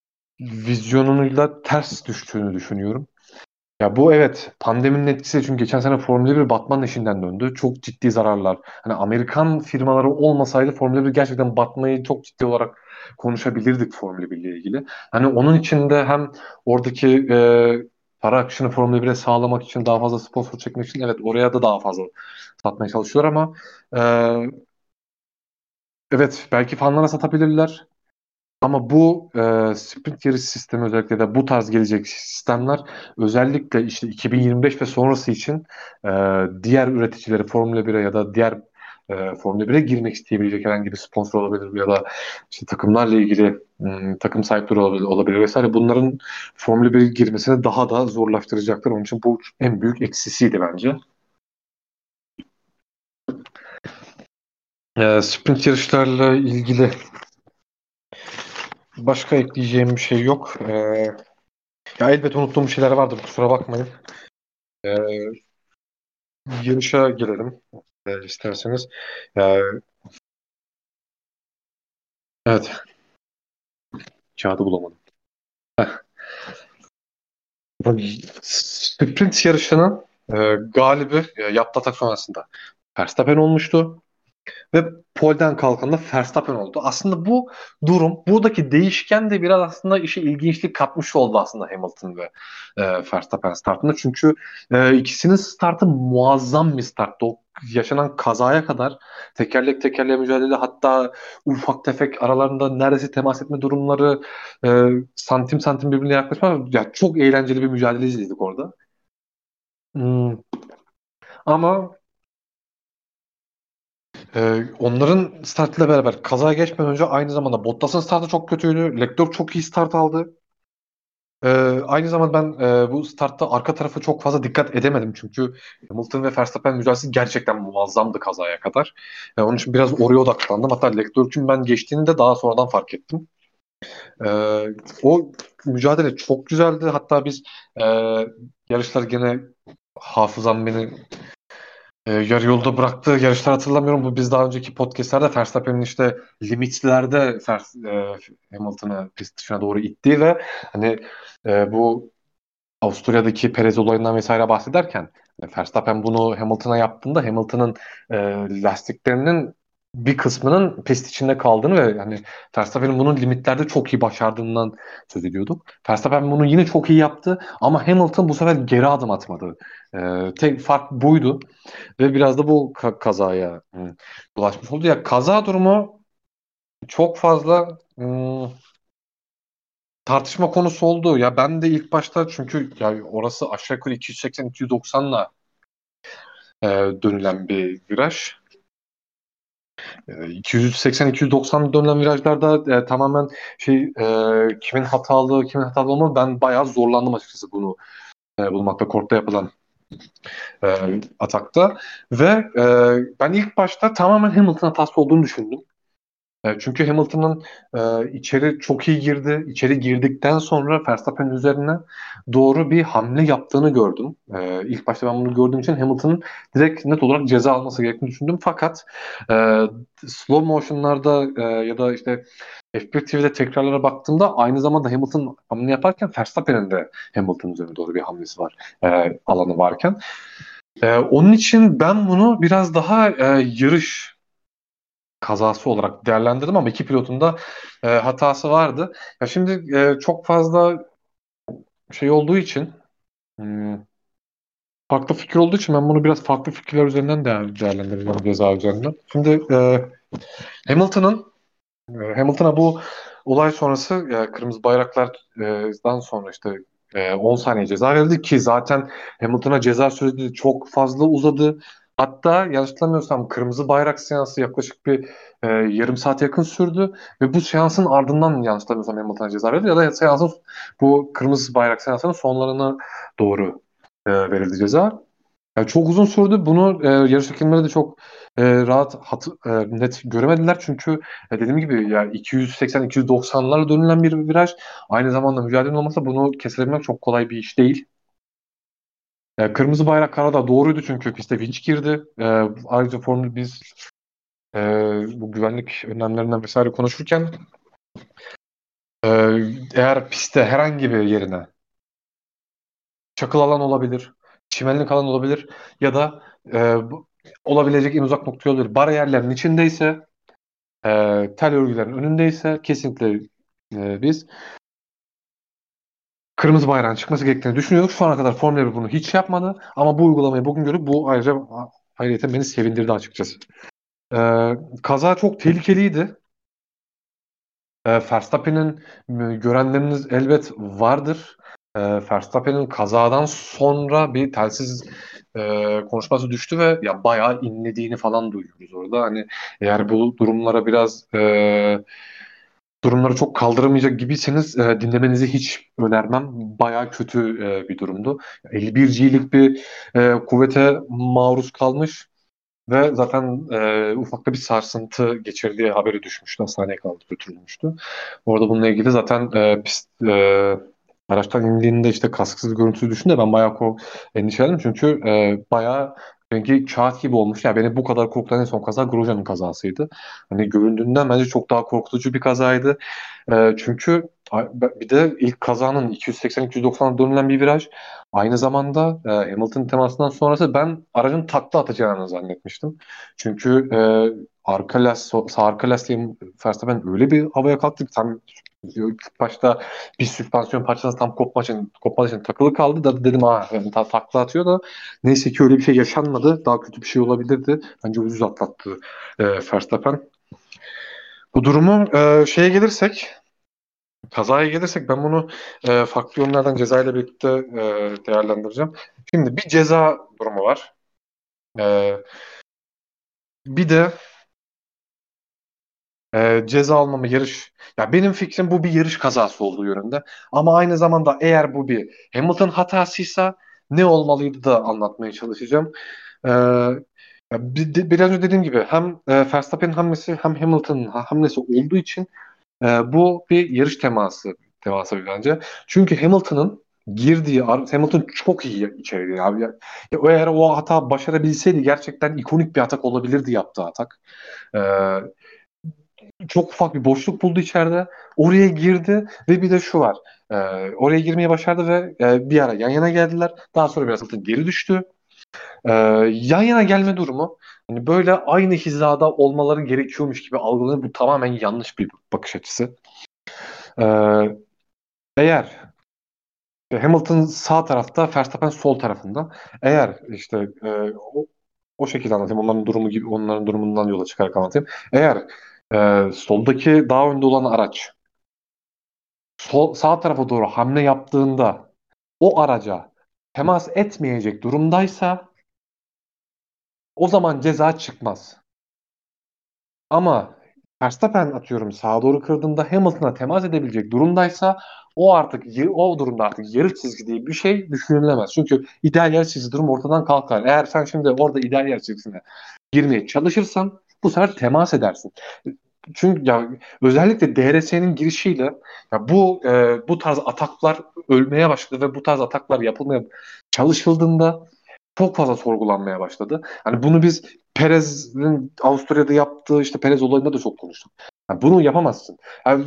vizyonuyla ters düştüğünü düşünüyorum. Ya bu evet pandeminin etkisi, çünkü geçen sene Formula bir batmanın eşiğinden döndü. Çok ciddi zararlar. Hani Amerikan firmaları olmasaydı Formula bir gerçekten batmayı çok ciddi olarak konuşabilirdik Formula bir ile ilgili. Hani onun için de hem oradaki e, para akışını Formula bire sağlamak için, daha fazla sponsor çekmek için evet oraya da daha fazla satmaya çalışıyorlar, ama e, evet belki fanlara satabilirler. Ama bu e, sprint yarış sistemi, özellikle de bu tarz gelecek sistemler, özellikle işte iki bin yirmi beş ve sonrası için e, diğer üreticileri Formula bire ya da diğer e, Formula bire girmek isteyebilecek herhangi bir sponsor olabilir ya da işte takımlarla ilgili m, takım sahipleri olabilir, olabilir vesaire. Bunların Formula bire girmesini daha da zorlaştıracaktır. Onun için bu en büyük eksisiydi bence. E, sprint yarışlarla ilgili başka ekleyeceğim bir şey yok. E, ya elbet unuttuğum bir şeyler vardır, kusura bakmayın. Ee, Yarışa gelelim e, isterseniz. Ee, evet, kağıdı bulamadım. Heh. Bu Sprint yarışının e, galibi e, yaptığı atak sonrasında Verstappen olmuştu. Ve pole'den kalkan da Verstappen oldu. Aslında bu durum, buradaki değişken de biraz aslında işe ilginçlik katmış oldu aslında Hamilton ve e, Verstappen startında. Çünkü e, ikisinin startı muazzam bir starttı. O yaşanan kazaya kadar tekerlek tekerleğe mücadele, hatta ufak tefek aralarında neredeyse temas etme durumları, e, santim santim birbirine yaklaşma. Ya çok eğlenceli bir mücadele izledik orada. Hmm. Ama Ee, onların startıyla beraber kazaya geçmeden önce aynı zamanda Bottas'ın startı çok kötüydü. Leclerc çok iyi start aldı. Ee, Aynı zamanda ben e, bu startta arka tarafı çok fazla dikkat edemedim. Çünkü Hamilton ve Verstappen mücadelesi gerçekten muazzamdı kazaya kadar. Ee, onun için biraz oraya odaklandım. Hatta Leclerc'ün ben geçtiğini de daha sonradan fark ettim. Ee, O mücadele çok güzeldi. Hatta biz e, yarışlar gene hafızam beni E, yarı yolda bıraktığı yarışlar hatırlamıyorum. Bu biz daha önceki podcastlerde Verstappen'in işte limitlerde Fer- e, Hamilton'ı pist dışına doğru ittiği ve hani e, bu Avusturya'daki Perez olayından vesaire bahsederken e, Verstappen bunu Hamilton'a yaptığında Hamilton'ın e, lastiklerinin bir kısmının pist içinde kaldığını ve yani Verstappen'in bunun limitlerde çok iyi başardığından söz ediyorduk. Verstappen bunu yine çok iyi yaptı ama Hamilton bu sefer geri adım atmadı. E, tek fark buydu. Ve biraz da bu ka- kazaya hı, bulaşmış oldu. Ya kaza durumu çok fazla ım, tartışma konusu oldu. Ya ben de ilk başta, çünkü ya orası aşağı yukarı iki yüz seksen iki yüz doksanla e, dönülen bir viraj. E, iki yüz seksen iki yüz doksan dönülen virajlarda e, tamamen şey e, kimin hatalı kimin hatalı olmadı, ben bayağı zorlandım açıkçası bunu e, bulmakta, kortta yapılan e, atakta. Ve e, ben ilk başta tamamen Hamilton hatası olduğunu düşündüm. E, Çünkü Hamilton'ın e, içeri çok iyi girdi. İçeri girdikten sonra Verstappen üzerine doğru bir hamle yaptığını gördüm. E, ilk başta ben bunu gördüğüm için Hamilton'ın direkt net olarak ceza alması gerektiğini düşündüm. Fakat e, slow motion'larda e, ya da işte F bir T V'de tekrarlara baktığımda aynı zamanda Hamilton hamle yaparken Verstappen'in de Hamilton üzerine doğru bir hamlesi var. E, alanı varken. E, onun için ben bunu biraz daha e, yarış kazası olarak değerlendirdim ama iki pilotun da e, hatası vardı. Ya şimdi e, çok fazla şey olduğu için, hmm, farklı fikir olduğu için ben bunu biraz farklı fikirler üzerinden değer, değerlendireceğim, ceza üzerinden. Şimdi e, Hamilton'ın e, Hamilton'a bu olay sonrası e, kırmızı bayraklardan sonra işte e, on saniye ceza verildi ki zaten Hamilton'a ceza süresi çok fazla uzadı. Hatta yanlış hatırlamıyorsam kırmızı bayrak seansı yaklaşık bir e, yarım saate yakın sürdü ve bu seansın ardından yanlış hatırlamıyorsam Hamilton'a ceza verildi ya da seansın bu kırmızı bayrak seansının sonlarına doğru e, verildi ceza. Yani çok uzun sürdü. Bunu e, yarış hakemleri de çok e, rahat hat, e, net göremediler. Çünkü e, dediğim gibi yani iki yüz seksen iki yüz doksanlarla dönülen bir viraj. Aynı zamanda mücadele olmasa bunu kesebilmek çok kolay bir iş değil. E, kırmızı bayrak karada doğruydu çünkü piste vinç girdi. E, ayrıca Formül biz e, bu güvenlik önlemlerinden vesaire konuşurken e, eğer pistte herhangi bir yerine çakıl alan olabilir, çimenlik alan olabilir ya da e, bu- olabilecek en uzak nokta olabilir. Bariyerlerin içindeyse, e, tel örgülerin önündeyse kesinlikle e, biz kırmızı bayrağın çıkması gerektiğini düşünüyorduk. Şu ana kadar Formula bir bunu hiç yapmadı. Ama bu uygulamayı bugün gördük. Bu ayrıca ayrıyeten beni sevindirdi açıkçası. E, Kaza çok tehlikeliydi. E, Verstappen'in e, görenleriniz elbet vardır. E, Verstappen'in kazadan sonra bir telsiz e, konuşması düştü ve ya bayağı inlediğini falan duyuyoruz orada. Hani eğer bu durumlara biraz e, durumları çok kaldıramayacak gibiyseniz e, dinlemenizi hiç önermem. Bayağı kötü e, bir durumdu. elli bir G'lik bir e, kuvvete maruz kalmış ve zaten e, ufakta bir sarsıntı geçirdiği haberi düşmüştü. Hastaneye kaldı, götürülmüştü. Orada bununla ilgili zaten e, pist, e, Araçtan indiğinde işte kasksız görüntüsü düşünde ben bayağı kork endişelendim çünkü e, bayağı rengi kağıt gibi olmuş. Ya beni bu kadar korkutan en son kaza Grosjean'ın kazasıydı. Hani göründüğünden bence çok daha korkutucu bir kazaydı. E, çünkü a- bir de ilk kazanın iki yüz seksen iki yüz doksan dönülen bir viraj. Aynı zamanda e, Hamilton temasından sonrası ben aracın takla atacağını zannetmiştim. Çünkü e, arka las, sağ arka lastiğim Verstappen öyle bir havaya kalktı ki tam ilk başta bir süspansiyon parçası tam kopmak için, kopmak için takılı kaldı da dedim ha yani ta, takla atıyor da neyse ki öyle bir şey yaşanmadı. Daha kötü bir şey olabilirdi. Bence ucuz atlattı e, Verstappen. Bu durumu e, şeye gelirsek kazaya gelirsek ben bunu e, farklı yönlerden cezayla birlikte e, değerlendireceğim. Şimdi bir ceza durumu var. E, bir de e, ceza almama yarış. Ya benim fikrim bu bir yarış kazası olduğu yönünde. Ama aynı zamanda eğer bu bir Hamilton hatasıysa ne olmalıydı da anlatmaya çalışacağım. E, ya bir- de- biraz önce dediğim gibi hem e, Verstappen'in hamlesi hem Hamilton'ın ha- hamlesi olduğu için e, bu bir yarış teması teması bir bence. Çünkü Hamilton'ın girdiği ar- Hamilton çok iyi içeride abi. Ya, ya eğer o hata başarabilseydi gerçekten ikonik bir atak olabilirdi yaptığı atak. E, çok ufak bir boşluk buldu içeride. Oraya girdi ve bir de şu var. E, oraya girmeyi başardı ve e, bir ara yan yana geldiler. Daha sonra biraz Hamilton geri düştü. E, yan yana gelme durumu hani böyle aynı hizada olmaları gerekiyormuş gibi algılanır. Bu tamamen yanlış bir bakış açısı. E, eğer Hamilton sağ tarafta, Verstappen sol tarafında. Eğer işte e, o, o şekilde anlatayım. Onların durumu gibi, onların durumundan yola çıkarak anlatayım. Eğer e, soldaki daha önde olan araç sol, sağ tarafa doğru hamle yaptığında o araca temas etmeyecek durumdaysa o zaman ceza çıkmaz. Ama Verstappen atıyorum sağa doğru kırdığında Hamilton'a temas edebilecek durumdaysa o artık y- o durumda artık yarış çizgi diye bir şey düşünülemez. Çünkü ideal yarış çizgi durum ortadan kalkar. Eğer sen şimdi orada ideal yarış çizgisine girmeye çalışırsan bu sefer temas edersin. Çünkü ya özellikle D R S'nin girişiyle ya bu e, bu tarz ataklar ölmeye başladı ve bu tarz ataklar yapılmaya çalışıldığında çok fazla sorgulanmaya başladı. Hani bunu biz Perez'in Avusturya'da yaptığı işte Perez olayında da çok konuştuk. Yani bunu yapamazsın. Yani,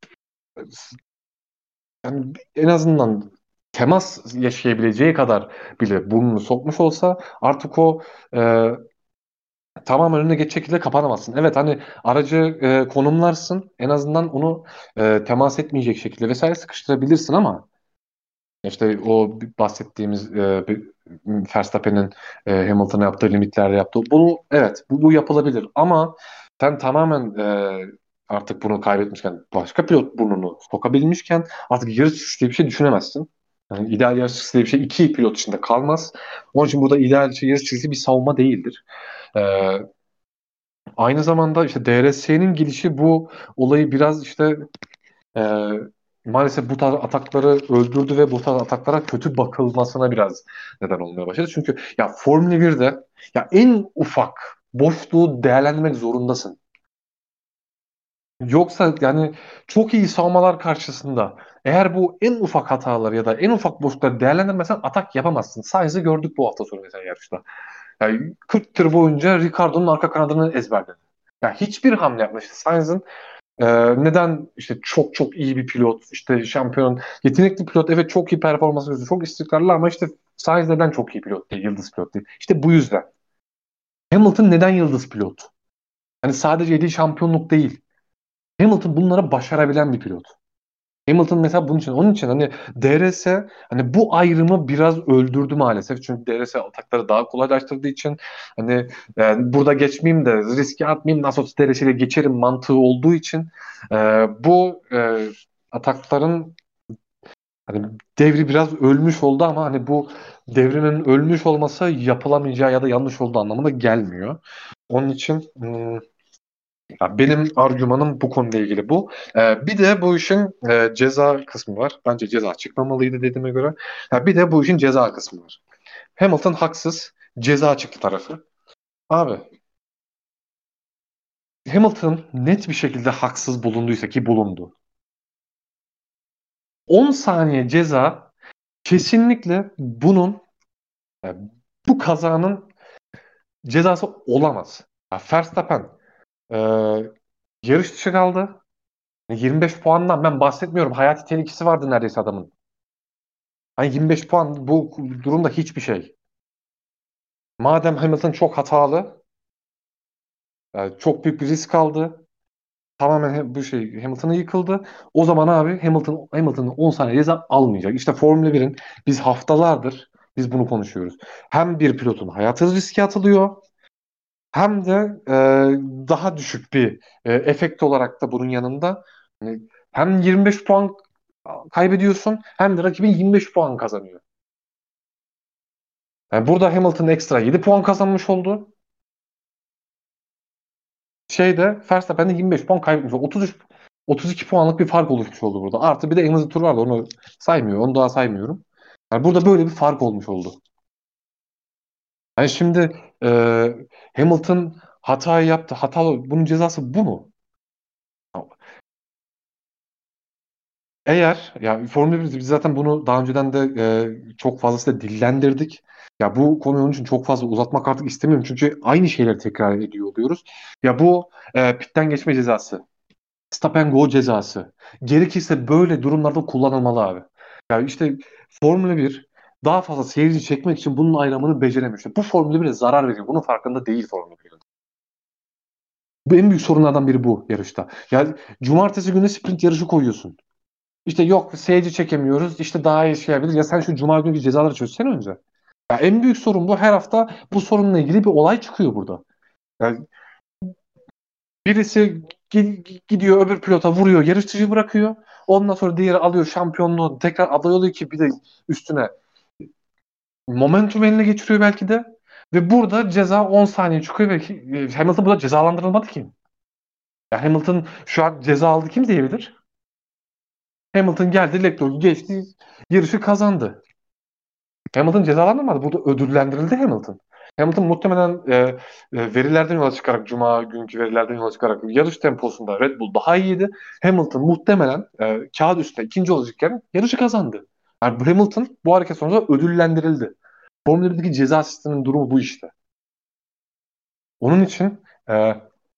yani en azından temas yaşayabileceği kadar bile burnunu sokmuş olsa artık o e, tamamen önüne geçecek şekilde kapanamazsın. Evet hani aracı e, konumlarsın en azından onu e, temas etmeyecek şekilde vesaire sıkıştırabilirsin ama İşte o bahsettiğimiz e, bir- Verstappen'in e, Hamilton'a yaptığı limitlerde yaptığı. Bunu evet bu, bu yapılabilir ama sen tamamen e, artık bunu kaybetmişken başka pilot burnunu sokabilmişken artık yarış çizgisi diye bir şey düşünemezsin. Yani ideal yarış çizgisi diye bir şey iki pilot içinde kalmaz. Onun için burada ideal şey, yarış çizgisi bir savunma değildir. E, aynı zamanda işte D R S'nin gelişi bu olayı biraz işte ee, maalesef bu tarz atakları öldürdü ve bu tarz ataklara kötü bakılmasına biraz neden olmaya başladı. Çünkü ya Formula birde ya en ufak boşluğu değerlendirmek zorundasın. Yoksa yani çok iyi savunmalar karşısında eğer bu en ufak hataları ya da en ufak boşlukları değerlendirmesen atak yapamazsın. Sainz'i gördük bu hafta sonu mesela yarışta. Yani kırk tur boyunca Ricardo'nun arka kanadını ezberledi. Ya hiçbir hamle yapmamıştı. Sainz'in ee, neden işte çok çok iyi bir pilot, işte şampiyon, yetenekli pilot, evet çok iyi performans gösteriyor, çok istikrarlı ama işte Sainz neden çok iyi pilot değil, yıldız pilot değil? İşte bu yüzden. Hamilton neden yıldız pilot? Hani sadece yediği şampiyonluk değil. Hamilton bunları başarabilen bir pilot. Hamilton mesela bunun için, onun için hani D R S hani bu ayrımı biraz öldürdü maalesef. Çünkü D R S atakları daha kolaylaştırdığı için hani yani burada geçmeyeyim de riske atmayayım nasıl olsa D R S ile geçerim mantığı olduğu için e, bu e, atakların hani devri biraz ölmüş oldu ama hani bu devrinin ölmüş olması yapılamayacağı ya da yanlış olduğu anlamına gelmiyor. Onun için hmm, ya benim argümanım bu konuyla ilgili bu. Ee, bir de bu işin e, ceza kısmı var. Bence ceza çıkmamalıydı dediğime göre. Ha, bir de bu işin ceza kısmı var. Hamilton haksız. Ceza çıktı tarafı. Abi Hamilton net bir şekilde haksız bulunduysa ki bulundu. on saniye ceza kesinlikle bunun yani bu kazanın cezası olamaz. Ya Verstappen e, yarış dışı kaldı. yirmi beş puandan ben bahsetmiyorum. Hayati tehlikesi vardı neredeyse adamın. Hani yirmi beş puan bu durumda hiçbir şey. Madem Hamilton çok hatalı, yani çok büyük bir risk aldı. Tamamen he- bu şey Hamilton'a yıkıldı. O zaman abi Hamilton Hamilton'ın on saniye ceza almayacak. İşte Formula birin biz haftalardır biz bunu konuşuyoruz. Hem bir pilotun hayatı riske atılıyor hem de e, daha düşük bir e, efekt olarak da bunun yanında hani hem yirmi beş puan kaybediyorsun hem de rakibin yirmi beş puan kazanıyor. Yani burada Hamilton ekstra yedi puan kazanmış oldu. Şeyde Verstappen de yirmi beş puan kaybetmiş oldu. otuz üç otuz iki puanlık bir fark oluşmuş oldu burada. Artı bir de Hamilton tur vardı. Onu saymıyor. Onu daha saymıyorum. Yani burada böyle bir fark olmuş oldu. Yani şimdi e, Hamilton hatayı yaptı. Hatalı. Bunun cezası bu mu? Eğer ya Formula bir biz zaten bunu daha önceden de e, çok fazlasıyla dillendirdik. Ya bu konuyu onun için çok fazla uzatmak artık istemiyorum. Çünkü aynı şeyleri tekrar ediyor oluyoruz. Ya bu e, pitten geçme cezası. Stop and go cezası. Gerekirse böyle durumlarda kullanılmalı abi. Yani işte Formula bir daha fazla seyirci çekmek için bunun ayrımını beceremiyor. İşte bu Formula bire zarar veriyor. Bunun farkında değil Formula bir. Bu en büyük sorunlardan biri bu yarışta. Yani cumartesi günü sprint yarışı koyuyorsun. İşte yok seyirci çekemiyoruz. İşte daha iyi şey yapabiliriz. Ya sen şu cuma günkü cezaları çözsene önce. Ya en büyük sorun bu. Her hafta bu sorunla ilgili bir olay çıkıyor burada. Yani birisi gi- gidiyor öbür pilota vuruyor, yarış dışı bırakıyor. Ondan sonra diğeri alıyor şampiyonluğu tekrar aday oluyor ki bir de üstüne momentum eline geçiriyor belki de. Ve burada ceza on saniye çıkıyor ve ki- e, Hamilton burada cezalandırılmadı ki. Ya Hamilton şu an ceza aldı kim diyebilir? Hamilton geldi, Leclerc'i geçti, yarışı kazandı. Hamilton cezalandırılmadı. Burada ödüllendirildi Hamilton. Hamilton muhtemelen e, e, verilerden yola çıkarak, Cuma günkü verilerden yola çıkarak yarış temposunda Red Bull daha iyiydi. Hamilton muhtemelen e, kağıt üstünde ikinci olacakken yarışı kazandı. Yani bu Hamilton bu hareket sonucu ödüllendirildi. Formula birdeki ceza sisteminin durumu bu işte. Onun için e,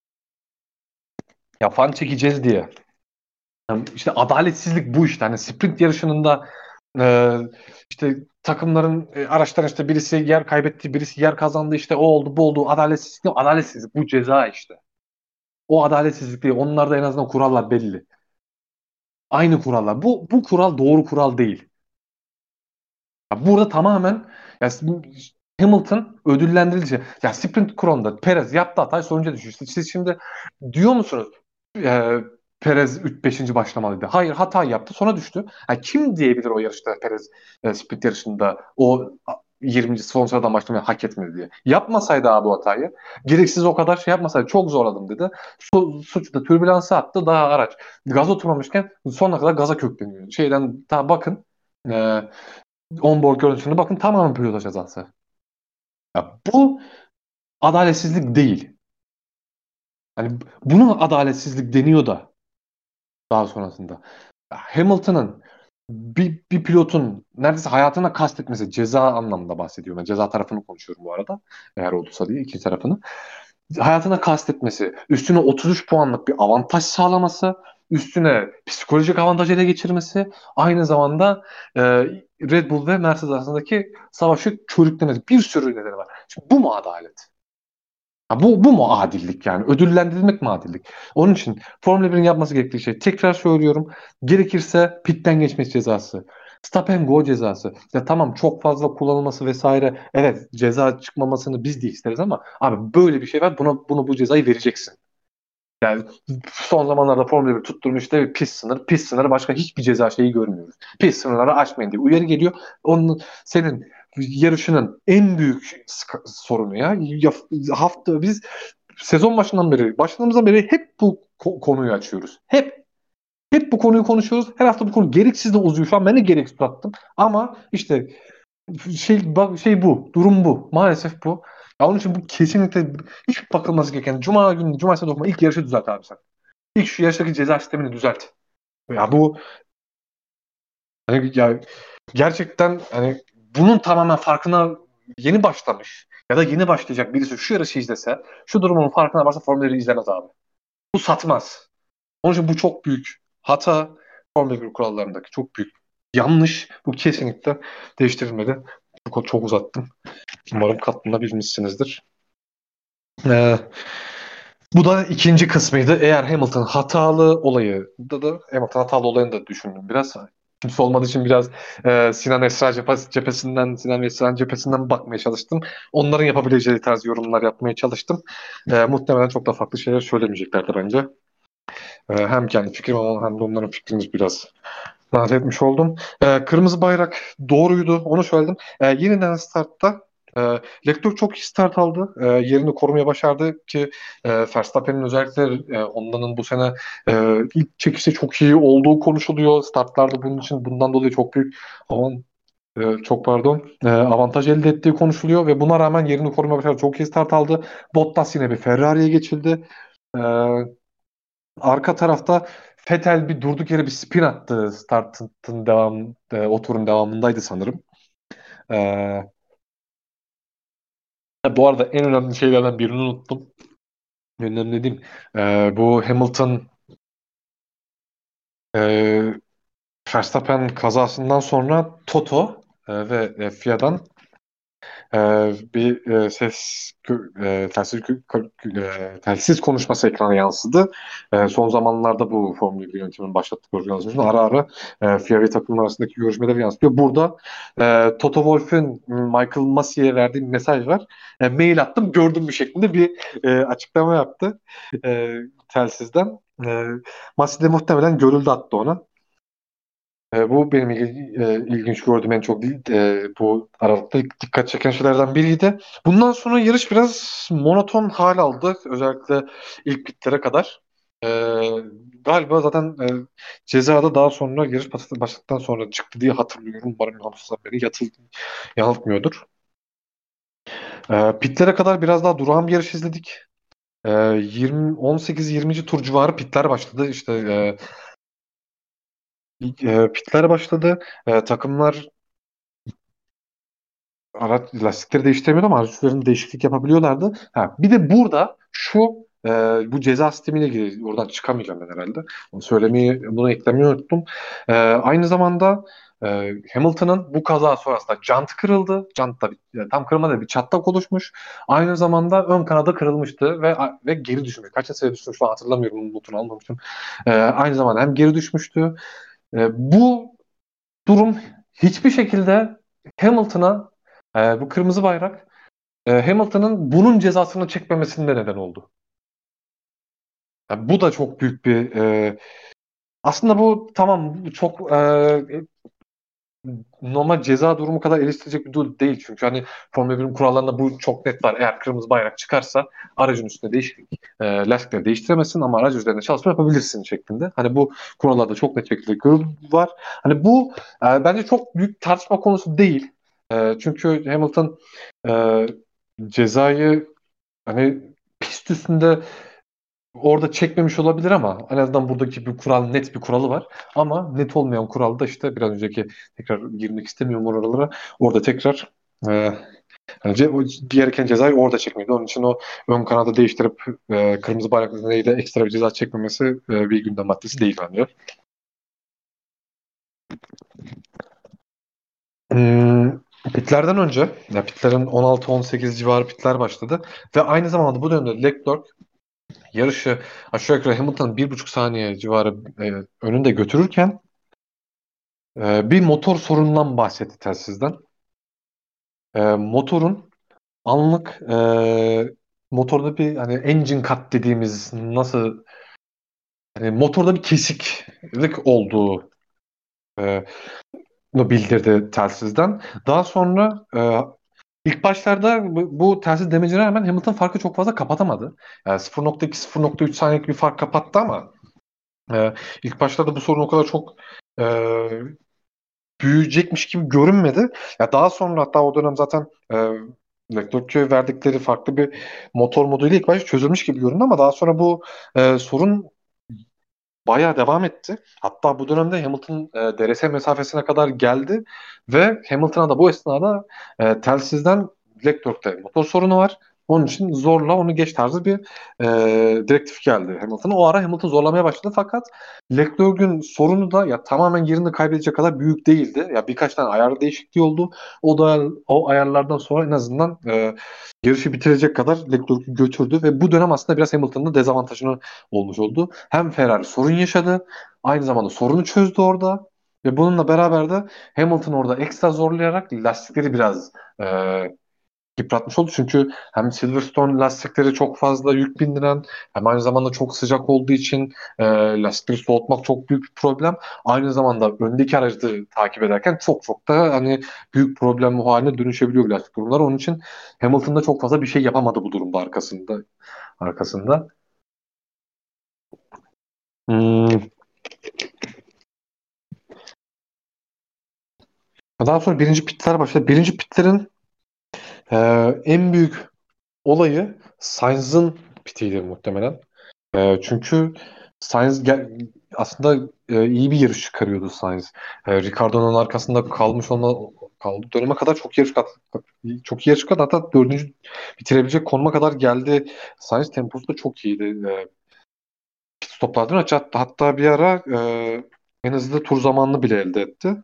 ya fan çekeceğiz diye. Yani işte adaletsizlik bu işte. Hani sprint yarışının da e, işte takımların e, araçların işte birisi yer kaybetti, birisi yer kazandı işte o oldu, bu oldu. Adaletsizlik, değil, adaletsizlik bu ceza işte. O adaletsizlik değil. Onlarda en azından kurallar belli. Aynı kurallar. Bu bu kural doğru kural değil. Ya burada tamamen ya Hamilton ödüllendirici. Ya sprint kuralında Perez yaptı hatayı sonuca düşüyor. İşte siz şimdi diyor musunuz e, Perez üç beşinci başlamalıydı. Hayır hata yaptı sonra düştü. Ha, kim diyebilir o yarışta Perez e, sprint yarışında o yirminci son sıradan başlamayı hak etmedi diye. Yapmasaydı abi o hatayı gereksiz o kadar şey yapmasaydı çok zorladım dedi. Su, suçu da türbülansa attı daha araç. Gaz oturmamışken sonuna kadar gaza kökleniyor. Şeyden ta bakın e, onboard görüntüsüne bakın tamamen pilot cezası. Ya bu adaletsizlik değil. Hani buna adaletsizlik deniyor da daha sonrasında. Hamilton'ın bir, bir pilotun neredeyse hayatına kastetmesi ceza anlamında bahsediyorum. Ben ceza tarafını konuşuyorum bu arada. Eğer olursa diye iki tarafını. Hayatına kastetmesi, üstüne otuz üç puanlık bir avantaj sağlaması, üstüne psikolojik avantaj ele geçirmesi, aynı zamanda e, Red Bull ve Mercedes arasındaki savaşı körüklemesi. Bir sürü nedeni var. Şimdi bu mu adalet? Ha, bu, bu mu adillik yani? Ödüllendirilmek mi adillik? Onun için Formula birin yapması gerektiği şey tekrar söylüyorum. Gerekirse pitten geçme cezası. Stop and go cezası. Ya tamam çok fazla kullanılması vesaire. Evet ceza çıkmamasını biz de isteriz ama abi böyle bir şey var. Buna, bunu bu cezayı vereceksin. Yani son zamanlarda Formula bir tutturmuş işte pis sınır. Pis sınırı başka hiçbir ceza şeyi görmüyoruz. Pis sınırları aşmayın diye uyarı geliyor. Onun senin yarışının en büyük sık- sorunu ya. Ya- Hafta biz sezon başından beri, başladığımızdan beri hep bu ko- konuyu açıyoruz. Hep hep bu konuyu konuşuyoruz. Her hafta bu konu gereksiz de uzuyor. Şu an ben de gereksiz attım. Ama işte şey bak şey bu. Durum bu. Maalesef bu. Ya onun için bu kesinlikle hiç bakılması gereken. Cuma günü, cumartesi dokuma ilk yarışı düzelt abi sen. İlk şu yarıştaki ceza sistemini düzelt. Ya bu Hani ya gerçekten hani bunun tamamen farkına yeni başlamış ya da yeni başlayacak birisi şu yarışı izlese, şu durumun farkına varsa Formula biri izlemez abi. Bu satmaz. Onun için bu çok büyük hata. Formula bir kurallarındaki çok büyük yanlış. Bu kesinlikle değiştirilmedi. Bu konu çok uzattım. Umarım katlığında bilmişsinizdir. Ee, Bu da ikinci kısmıydı. Eğer Hamilton hatalı olayı da da Hamilton hatalı olayını da düşündüm biraz. Kimse olmadığı için biraz e, Sinan Esra cephe- cephesinden, Sinan ve Esra'nın cephesinden bakmaya çalıştım. Onların yapabileceği tarz yorumlar yapmaya çalıştım. E, muhtemelen çok da farklı şeyler söylemeyeceklerdi bence. E, hem kendi fikrim ama hem de onların fikrini biraz lanse etmiş oldum. E, kırmızı bayrak doğruydu. Onu söyledim. E, yeniden startta e, Leclerc çok iyi start aldı. E, yerini korumaya başardı ki e, Verstappen'in özellikle e, Honda'nın bu sene e, ilk çekişi çok iyi olduğu konuşuluyor. Startlarda bunun için bundan dolayı çok büyük avan, e, çok pardon e, avantaj elde ettiği konuşuluyor ve buna rağmen yerini korumaya başardı. Çok iyi start aldı. Bottas yine bir Ferrari'ye geçildi. E, Arka tarafta Vettel bir durduk yere bir spin attı. Startın devam, e, o turun devamındaydı sanırım. Ee, Bu arada en önemli şeylerden birini unuttum. En önemli dediğim e, bu Hamilton e, Verstappen kazasından sonra Toto e, ve e, F I A'dan Ee, bir e, ses kö- e, telsiz, kö- kö- e, telsiz konuşması ekrana yansıdı. E, son zamanlarda bu Formula bir yönetiminin başlattığı organizasyonun ara ara e, F I A ve takımlar arasındaki görüşmeleri yansıtıyor. Burada e, Toto Wolff'ün Michael Massey'e verdiği bir mesaj var. E, mail attım gördüm bir şeklinde bir e, açıklama yaptı e, telsizden. E, Massey de muhtemelen görüldü attı ona. E, bu benim il- e, ilginç gördüğüm en çok değil, e, bu aralıkta dikkat çeken şeylerden biriydi. Bundan sonra yarış biraz monoton hal aldı. Özellikle ilk pitlere kadar. E, Galiba zaten e, cezada daha sonra yarış başladı- başladıktan sonra çıktı diye hatırlıyorum. Umarım yanılmıyorsam beni yatıl, yanıltmıyordur. E, pitlere kadar biraz daha durağan bir yarış izledik. E, yirmi, on sekiz yirminci tur civarı pitler başladı. İşte e, e, pitler başladı. E, takımlar araç lastikleri değiştiremiyordu ama araç üzerinde değişiklik yapabiliyorlardı. Ha, bir de burada şu e, bu ceza sistemiyle ilgili oradan çıkamayacağım ben herhalde. Onu söylemeyi, bunu eklemeyi unuttum. E, aynı zamanda e, Hamilton'ın bu kaza sonrasında jant kırıldı. Jantta bir, yani tam kırılmadı bir çatlak oluşmuş. Aynı zamanda ön kanadı kırılmıştı ve ve geri düşmüş. Kaç sene düşmüş falan hatırlamıyorum. Onun notunu almamıştım. E, aynı zamanda hem geri düşmüştü. E, bu durum hiçbir şekilde Hamilton'a e, bu kırmızı bayrak e, Hamilton'ın bunun cezasını çekmemesinde neden oldu. Yani bu da çok büyük bir e, aslında bu tamam bu çok e, normal ceza durumu kadar eleştirecek bir durum değil. Çünkü hani Formula birin kurallarında bu çok net var. Eğer kırmızı bayrak çıkarsa aracın üstünde değişiklik, e, lastikleri değiştiremezsin ama aracı üzerinde çalışma yapabilirsin şeklinde. Hani bu kurallarda çok net şekilde görül var. Hani bu e, bence çok büyük tartışma konusu değil. E, çünkü Hamilton e, cezayı hani pist üstünde orada çekmemiş olabilir ama en azından buradaki bir kural net bir kuralı var. Ama net olmayan kural da işte biraz önceki tekrar girmek istemiyorum oralara. Orada tekrar e, yani ce- o gereken cezayı orada çekmedi. Onun için o ön kanadı değiştirip e, kırmızı bayrak nedeniyle ekstra bir ceza çekmemesi e, bir gündem maddesi değil bence. Hmm, Pitlerden önce ya pitlerin on altı on sekiz civarı pitler başladı ve aynı zamanda bu dönemde Leclerc yarışı aşağı yukarı Hamilton'ın bir buçuk saniye civarı e, önünde götürürken e, bir motor sorunundan bahsetti telsizden. E, motorun anlık e, motorda bir hani engine cut dediğimiz nasıl hani motorda bir kesiklik olduğu e, bunu bildirdi telsizden. Daha sonra e, ilk başlarda bu, bu telsiz demecine rağmen Hamilton farkı çok fazla kapatamadı. Yani sıfır nokta iki sıfır nokta üç saniyelik bir fark kapattı ama e, ilk başlarda bu sorun o kadar çok e, büyüyecekmiş gibi görünmedi. Ya daha sonra hatta o dönem zaten e, Leclerc'e verdikleri farklı bir motor moduyla ilk başta çözülmüş gibi göründü ama daha sonra bu e, sorun bayağı devam etti. Hatta bu dönemde Hamilton e, D R S mesafesine kadar geldi ve Hamilton'a da bu esnada e, telsizden Leclerc'te motor sorunu var. Onun için zorla onu geç tarzı bir e, direktif geldi Hamilton'a. O ara Hamilton zorlamaya başladı fakat Leclerc'ün sorunu da ya tamamen yerini kaybedecek kadar büyük değildi. Ya birkaç tane ayar değişikliği oldu. O da o ayarlardan sonra en azından e, yarışı bitirecek kadar Leclerc'ü götürdü ve bu dönem aslında biraz Hamilton'ın dezavantajını olmuş oldu. Hem Ferrari sorun yaşadı, aynı zamanda sorunu çözdü orada ve bununla beraber de Hamilton orada ekstra zorlayarak lastikleri biraz e, yıpratmış oldu. Çünkü hem Silverstone lastikleri çok fazla yük bindiren hem aynı zamanda çok sıcak olduğu için e, lastikleri soğutmak çok büyük bir problem. Aynı zamanda öndeki aracı takip ederken çok çok da hani büyük problem haline dönüşebiliyor bu lastik durumları. Onun için Hamilton da çok fazla bir şey yapamadı bu durumda arkasında. arkasında. Hmm. Daha sonra birinci pitler başladı. Birinci pitlerin e, en büyük olayı Sainz'ın pitiydi muhtemelen. E, çünkü Sainz gel- aslında e, iyi bir yarış çıkarıyordu Sainz. E, Ricardo'nun arkasında kalmış olma kaldı döneme kadar çok yarış kat, çok iyi yarış kat hatta dördüncü bitirebilecek konuma kadar geldi. Sainz temposu da çok iyiydi. E, pit stoplardan hatta, hatta bir ara e, en hızlı tur zamanını bile elde etti.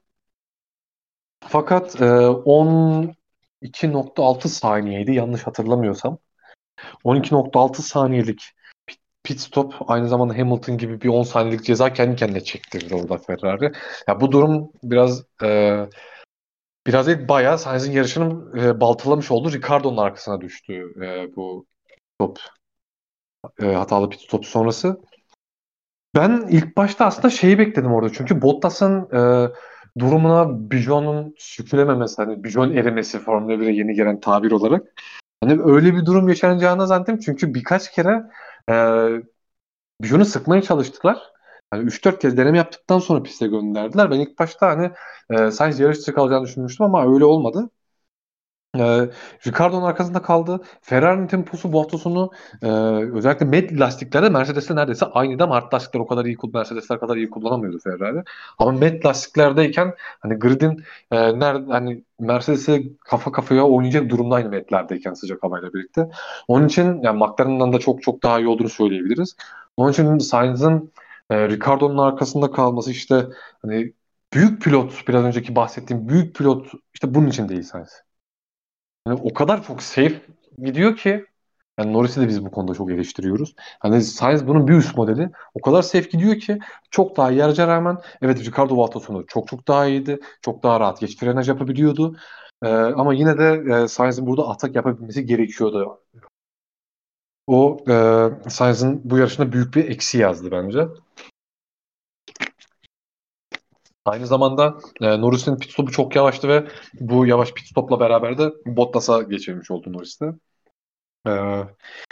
Fakat e, on iki nokta altı saniyeydi yanlış hatırlamıyorsam. on iki nokta altı saniyelik pit stop aynı zamanda Hamilton gibi bir on saniyelik ceza kendi kendine çektirdi orada Ferrari. Ya bu durum biraz e, biraz değil bayağı Sainz'in yarışını e, baltalamış oldu. Ricardo'nun arkasına düştü e, bu stop e, hatalı pit stop sonrası. Ben ilk başta aslında şeyi bekledim orada. Çünkü Bottas'ın e, durumuna Bijon'un sükülememesi, hani Bijon erimesi Formula bire yeni gelen tabir olarak. Hani öyle bir durum yaşanacağını zannettim. Çünkü birkaç kere e, Bijon'u sıkmaya çalıştılar. Hani üç dört kez deneme yaptıktan sonra piste gönderdiler. Ben ilk başta hani e, Sainz yarış dışı kalacağını düşünmüştüm ama öyle olmadı. Ee, Ricardo'nun arkasında kaldı. Ferrari'nin temposu bu hafta sonu e, özellikle med lastiklerde Mercedes'le neredeyse aynıydı ama hard lastikler o kadar iyi Mercedesler kadar iyi kullanamıyordu Ferrari. Ama med lastiklerdeyken hani gridin e, nerede hani Mercedes'e kafa kafaya oynayacak durumdaydı medlerdeyken sıcak havayla birlikte. Onun için yani McLaren'dan da çok çok daha iyi olduğunu söyleyebiliriz. Onun için Sainz'ın e, Ricardo'nun arkasında kalması işte hani büyük pilot biraz önceki bahsettiğim büyük pilot işte bunun için değil Sainz. Yani o kadar çok safe gidiyor ki yani Norris'i de biz bu konuda çok eleştiriyoruz. Hani Sainz bunun bir üst modeli. O kadar safe gidiyor ki çok daha iyi yarışa rağmen evet Ricardo bu hafta sonu çok çok daha iyiydi. Çok daha rahat geç frenaj yapabiliyordu. Ee, ama yine de e, Sainz'in burada atak yapabilmesi gerekiyordu. O e, Sainz'in bu yarışında büyük bir eksi yazdı bence. Aynı zamanda e, Norris'in pit stopu çok yavaştı ve bu yavaş pit stopla beraber de Bottas'a geçirmiş oldu Norris'te. Ee,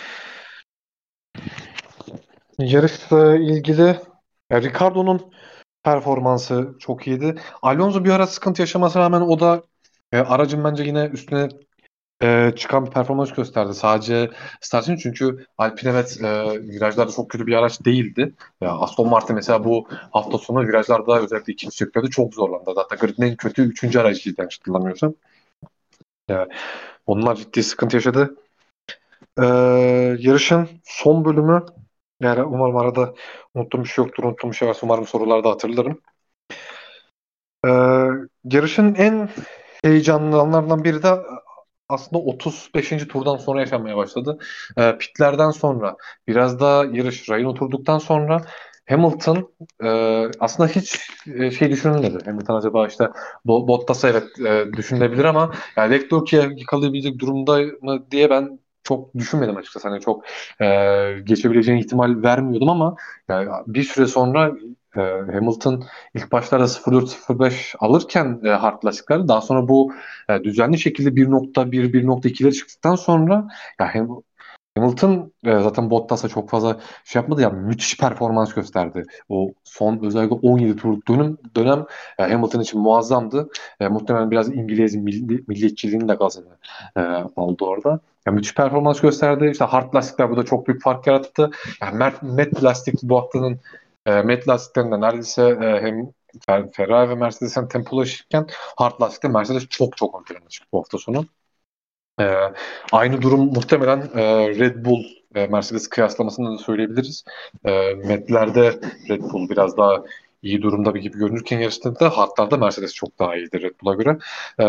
Yarışla ilgili ya Ricardo'nun performansı çok iyiydi. Alonso bir ara sıkıntı yaşamasına rağmen o da e, aracın bence yine üstüne e, çıkan bir performans gösterdi. Sadece Starting çünkü Alpine evet e, virajlarda çok kötü bir araç değildi. Ya Aston Martin mesela bu hafta sonu virajlarda özellikle ikinci çekiyordu çok zorlandı. Hatta gridin en kötü üçüncü aracıydı yanlış hatırlamıyorsam. Ya, onlar ciddi sıkıntı yaşadı. E, Yarışın son bölümü yani umarım arada unuttuğum bir şey yoktur. Unuttuğum bir şey varsa umarım sorularda hatırlarım. Ee, Yarışın en heyecanlı anlarından biri de aslında otuz beşinci turdan sonra yaşanmaya başladı. Ee, pitlerden sonra biraz da yarış rayına oturduktan sonra Hamilton e, aslında hiç e, şey düşünülmedi. Hamilton acaba işte Bo- Bottas'a evet e, düşünülebilir ama yani Leclerc'e yakalayabilecek durumda mı diye ben çok düşünmedim açıkçası. Hani çok e, geçebileceğine ihtimal vermiyordum ama yani bir süre sonra e, Hamilton İlk başlarda sıfır dört sıfır beş alırken e, hard lastikleri daha sonra bu e, düzenli şekilde bir nokta bir bir nokta ikileri çıktıktan sonra ya Ham- Hamilton e, zaten Bottas'a çok fazla şey yapmadı ya müthiş performans gösterdi. O son özellikle on yedi tur dönüm, dönem e, Hamilton için muazzamdı. E, muhtemelen biraz İngiliz milli, milliyetçiliğini de gazını e, aldı orada. Ya, müthiş performans gösterdi. İşte hard lastikler burada çok büyük fark yarattı. Yani Mert, Met lastik bu haftanın e, Met lastiklerinde neredeyse e, hem Fer- Ferrari ve Mercedes'in tempolaşırken hard lastikte Mercedes çok çok ön plana çıktı bu hafta sonu. E, Aynı durum muhtemelen e, Red Bull ve Mercedes kıyaslamasında da söyleyebiliriz. E, Met'lerde Red Bull biraz daha iyi durumda bir gibi görünürken yarışta da hardlarda Mercedes çok daha iyidir Red Bull'a göre. E,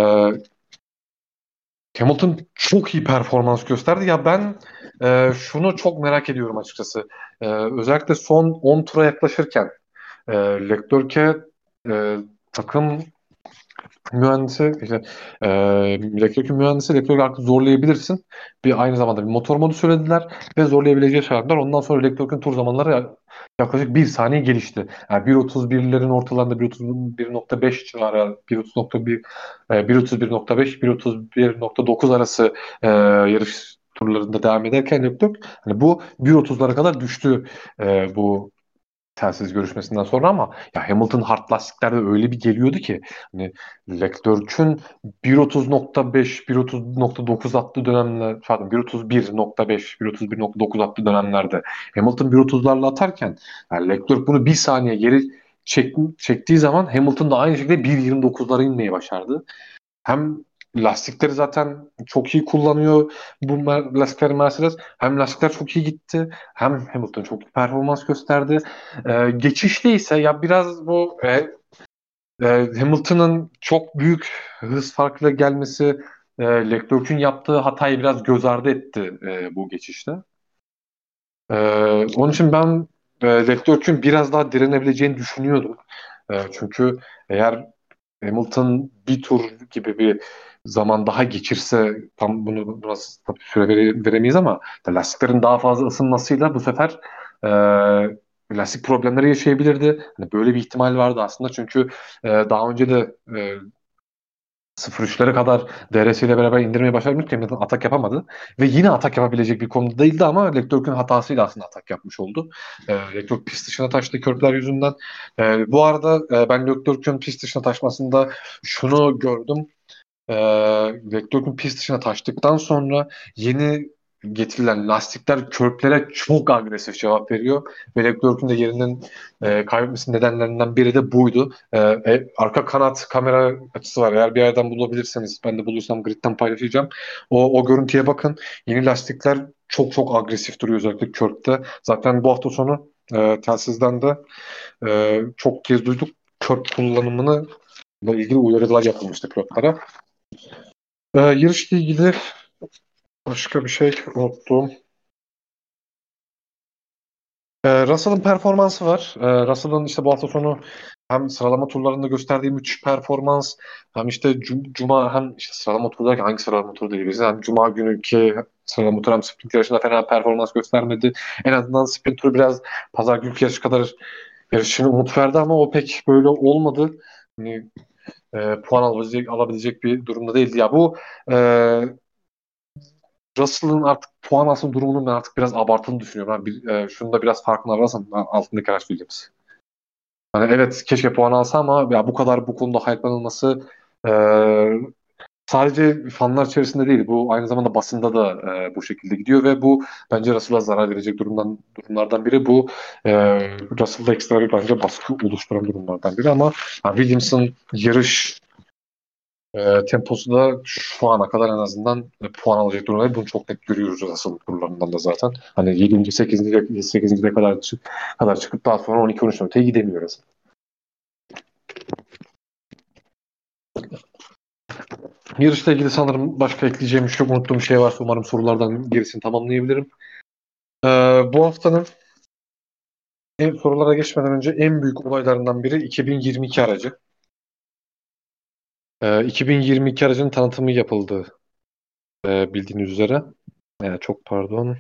Hamilton çok iyi performans gösterdi. Ya ben e, şunu çok merak ediyorum açıkçası. E, özellikle son on tura yaklaşırken e, Leclerc'e e, takım mühendisi işte, e, Leclerc'in mühendisi Leclerc'i artık zorlayabilirsin. Bir aynı zamanda bir motor modu söylediler ve zorlayabileceği şartlar. Ondan sonra Leclerc'in tur zamanları yaklaşık bir saniye gelişti. Yani bir otuz birlerin ortalarında bir otuz bir nokta beş civarı, bir otuz nokta bir, e, bir otuz bir nokta beş, bir otuz bir nokta dokuz arası e, yarış turlarında devam ederken Leclerc hani bu bir otuzlara kadar düştü e, bu telsiz görüşmesinden sonra ama ya Hamilton hard lastiklerde öyle bir geliyordu ki hani Leclerc'ün bir otuz nokta beş, bir otuz nokta dokuz attığı dönemler, pardon bir otuz bir nokta beş, bir otuz bir nokta dokuz attığı dönemlerde Hamilton bir otuzlarla atarken yani Leclerc bunu bir saniye geri çek, çektiği zaman Hamilton da aynı şekilde bir yirmi dokuzlara inmeyi başardı. Hem lastikleri zaten çok iyi kullanıyor bu mer- lastikleri Mercedes. Hem lastikler çok iyi gitti. Hem Hamilton çok iyi performans gösterdi. Ee, geçişte ise ya biraz bu e, e, Hamilton'ın çok büyük hız farkıyla gelmesi e, Leclerc'in yaptığı hatayı biraz göz ardı etti e, bu geçişte. Ee, onun için ben e, Leclerc'in biraz daha direnebileceğini düşünüyordum. E, çünkü eğer Hamilton bir tur gibi bir zaman daha geçirse tam bunu biraz tabii süre vere- veremeyiz ama lastiklerin daha fazla ısınmasıyla bu sefer e, lastik problemleri yaşayabilirdi. Hani böyle bir ihtimal vardı aslında çünkü e, daha önce de e, sıfır üçlere kadar D R S ile beraber indirmeyi başarmıştı. Hamilton atak yapamadı. Ve yine atak yapabilecek bir konumda değildi ama Leclerc'in hatasıyla aslında atak yapmış oldu. E, Leclerc pist dışına taştı körpler yüzünden. E, bu arada e, ben Leclerc'in pist dışına taşmasında şunu gördüm. E, Leclerc'in pist dışına taştıktan sonra yeni getirilen lastikler körplere çok agresif cevap veriyor. Ve Leclerc'in de yerinin e, kaybetmesinin nedenlerinden biri de buydu. E, e, arka kanat kamera açısı var. Eğer bir yerden bulabilirseniz ben de bulursam gridden paylaşacağım. O, o görüntüye bakın. Yeni lastikler çok çok agresif duruyor özellikle körpte. Zaten bu hafta sonu e, telsizden de e, çok kez duyduk. Körp kullanımını ile ilgili uyarılar yapılmıştı pilotlara. Ee, yarışla ilgili başka bir şey unuttum. Ee, Russell'ın performansı var. Ee, Russell'ın işte bu hafta sonu hem sıralama turlarında gösterdiği müthiş performans hem işte cum- Cuma hem işte sıralama turu derken hangi sıralama turu diyebiliriz? Hem Cuma günkü sıralama turu hem sprint yarışında fena performans göstermedi. En azından sprint turu biraz pazar günkü yarış kadar yarışını umut verdi ama o pek böyle olmadı. Hani, e, puan alabilecek, alabilecek bir durumda değildi. Ya bu e, Russell'ın artık puan alma durumunun ben artık biraz abartıldığını düşünüyorum. Ben bir, e, şunu da biraz farkına varsam ben altındaki araç Williams. Hani evet keşke puan alsa ama ya bu kadar bu konuda hype'lanılması e, sadece fanlar içerisinde değil. Bu aynı zamanda basında da e, bu şekilde gidiyor ve bu bence Russell'a zarar verecek durumdan durumlardan biri. Bu e, Russell'da ekstra bir bence baskı oluşturan durumlardan biri ama ha, Williams'ın yarış E, temposu da şu ana kadar en azından e, puan alacak durumda. Bunu çok net görüyoruz asıl turlarından da zaten. Hani yedinci. sekizinci. sekizinci kadar, çık kadar çıkıp daha sonra on iki on üç öteye gidemiyoruz. Yarışla ilgili sanırım başka ekleyeceğim bir şey yok. Unuttuğum bir şey varsa umarım sorulardan gerisini tamamlayabilirim. E, Bu haftanın en, sorulara geçmeden önce en büyük olaylarından biri iki bin yirmi iki aracı. E, iki bin yirmi iki aracının tanıtımı yapıldı e, bildiğiniz üzere. E, çok pardon.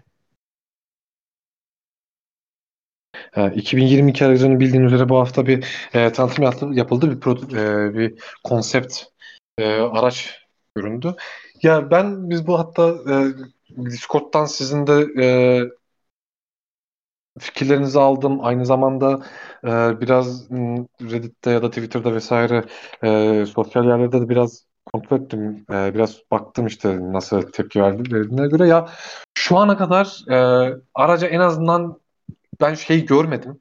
Ha, iki bin yirmi iki aracının bildiğin üzere bu hafta bir e, tanıtım yaptı- yapıldı. Bir proto, e, bir konsept e, araç göründü. Ya ben biz bu hatta e, Discord'dan sizin de e, fikirlerinizi aldım. Aynı zamanda e, biraz m, Reddit'te ya da Twitter'da vesaire e, sosyal yerlerde de biraz kontrol ettim. E, biraz baktım işte nasıl tepki verdi, verdiğine göre ya şu ana kadar e, araca en azından ben şey görmedim.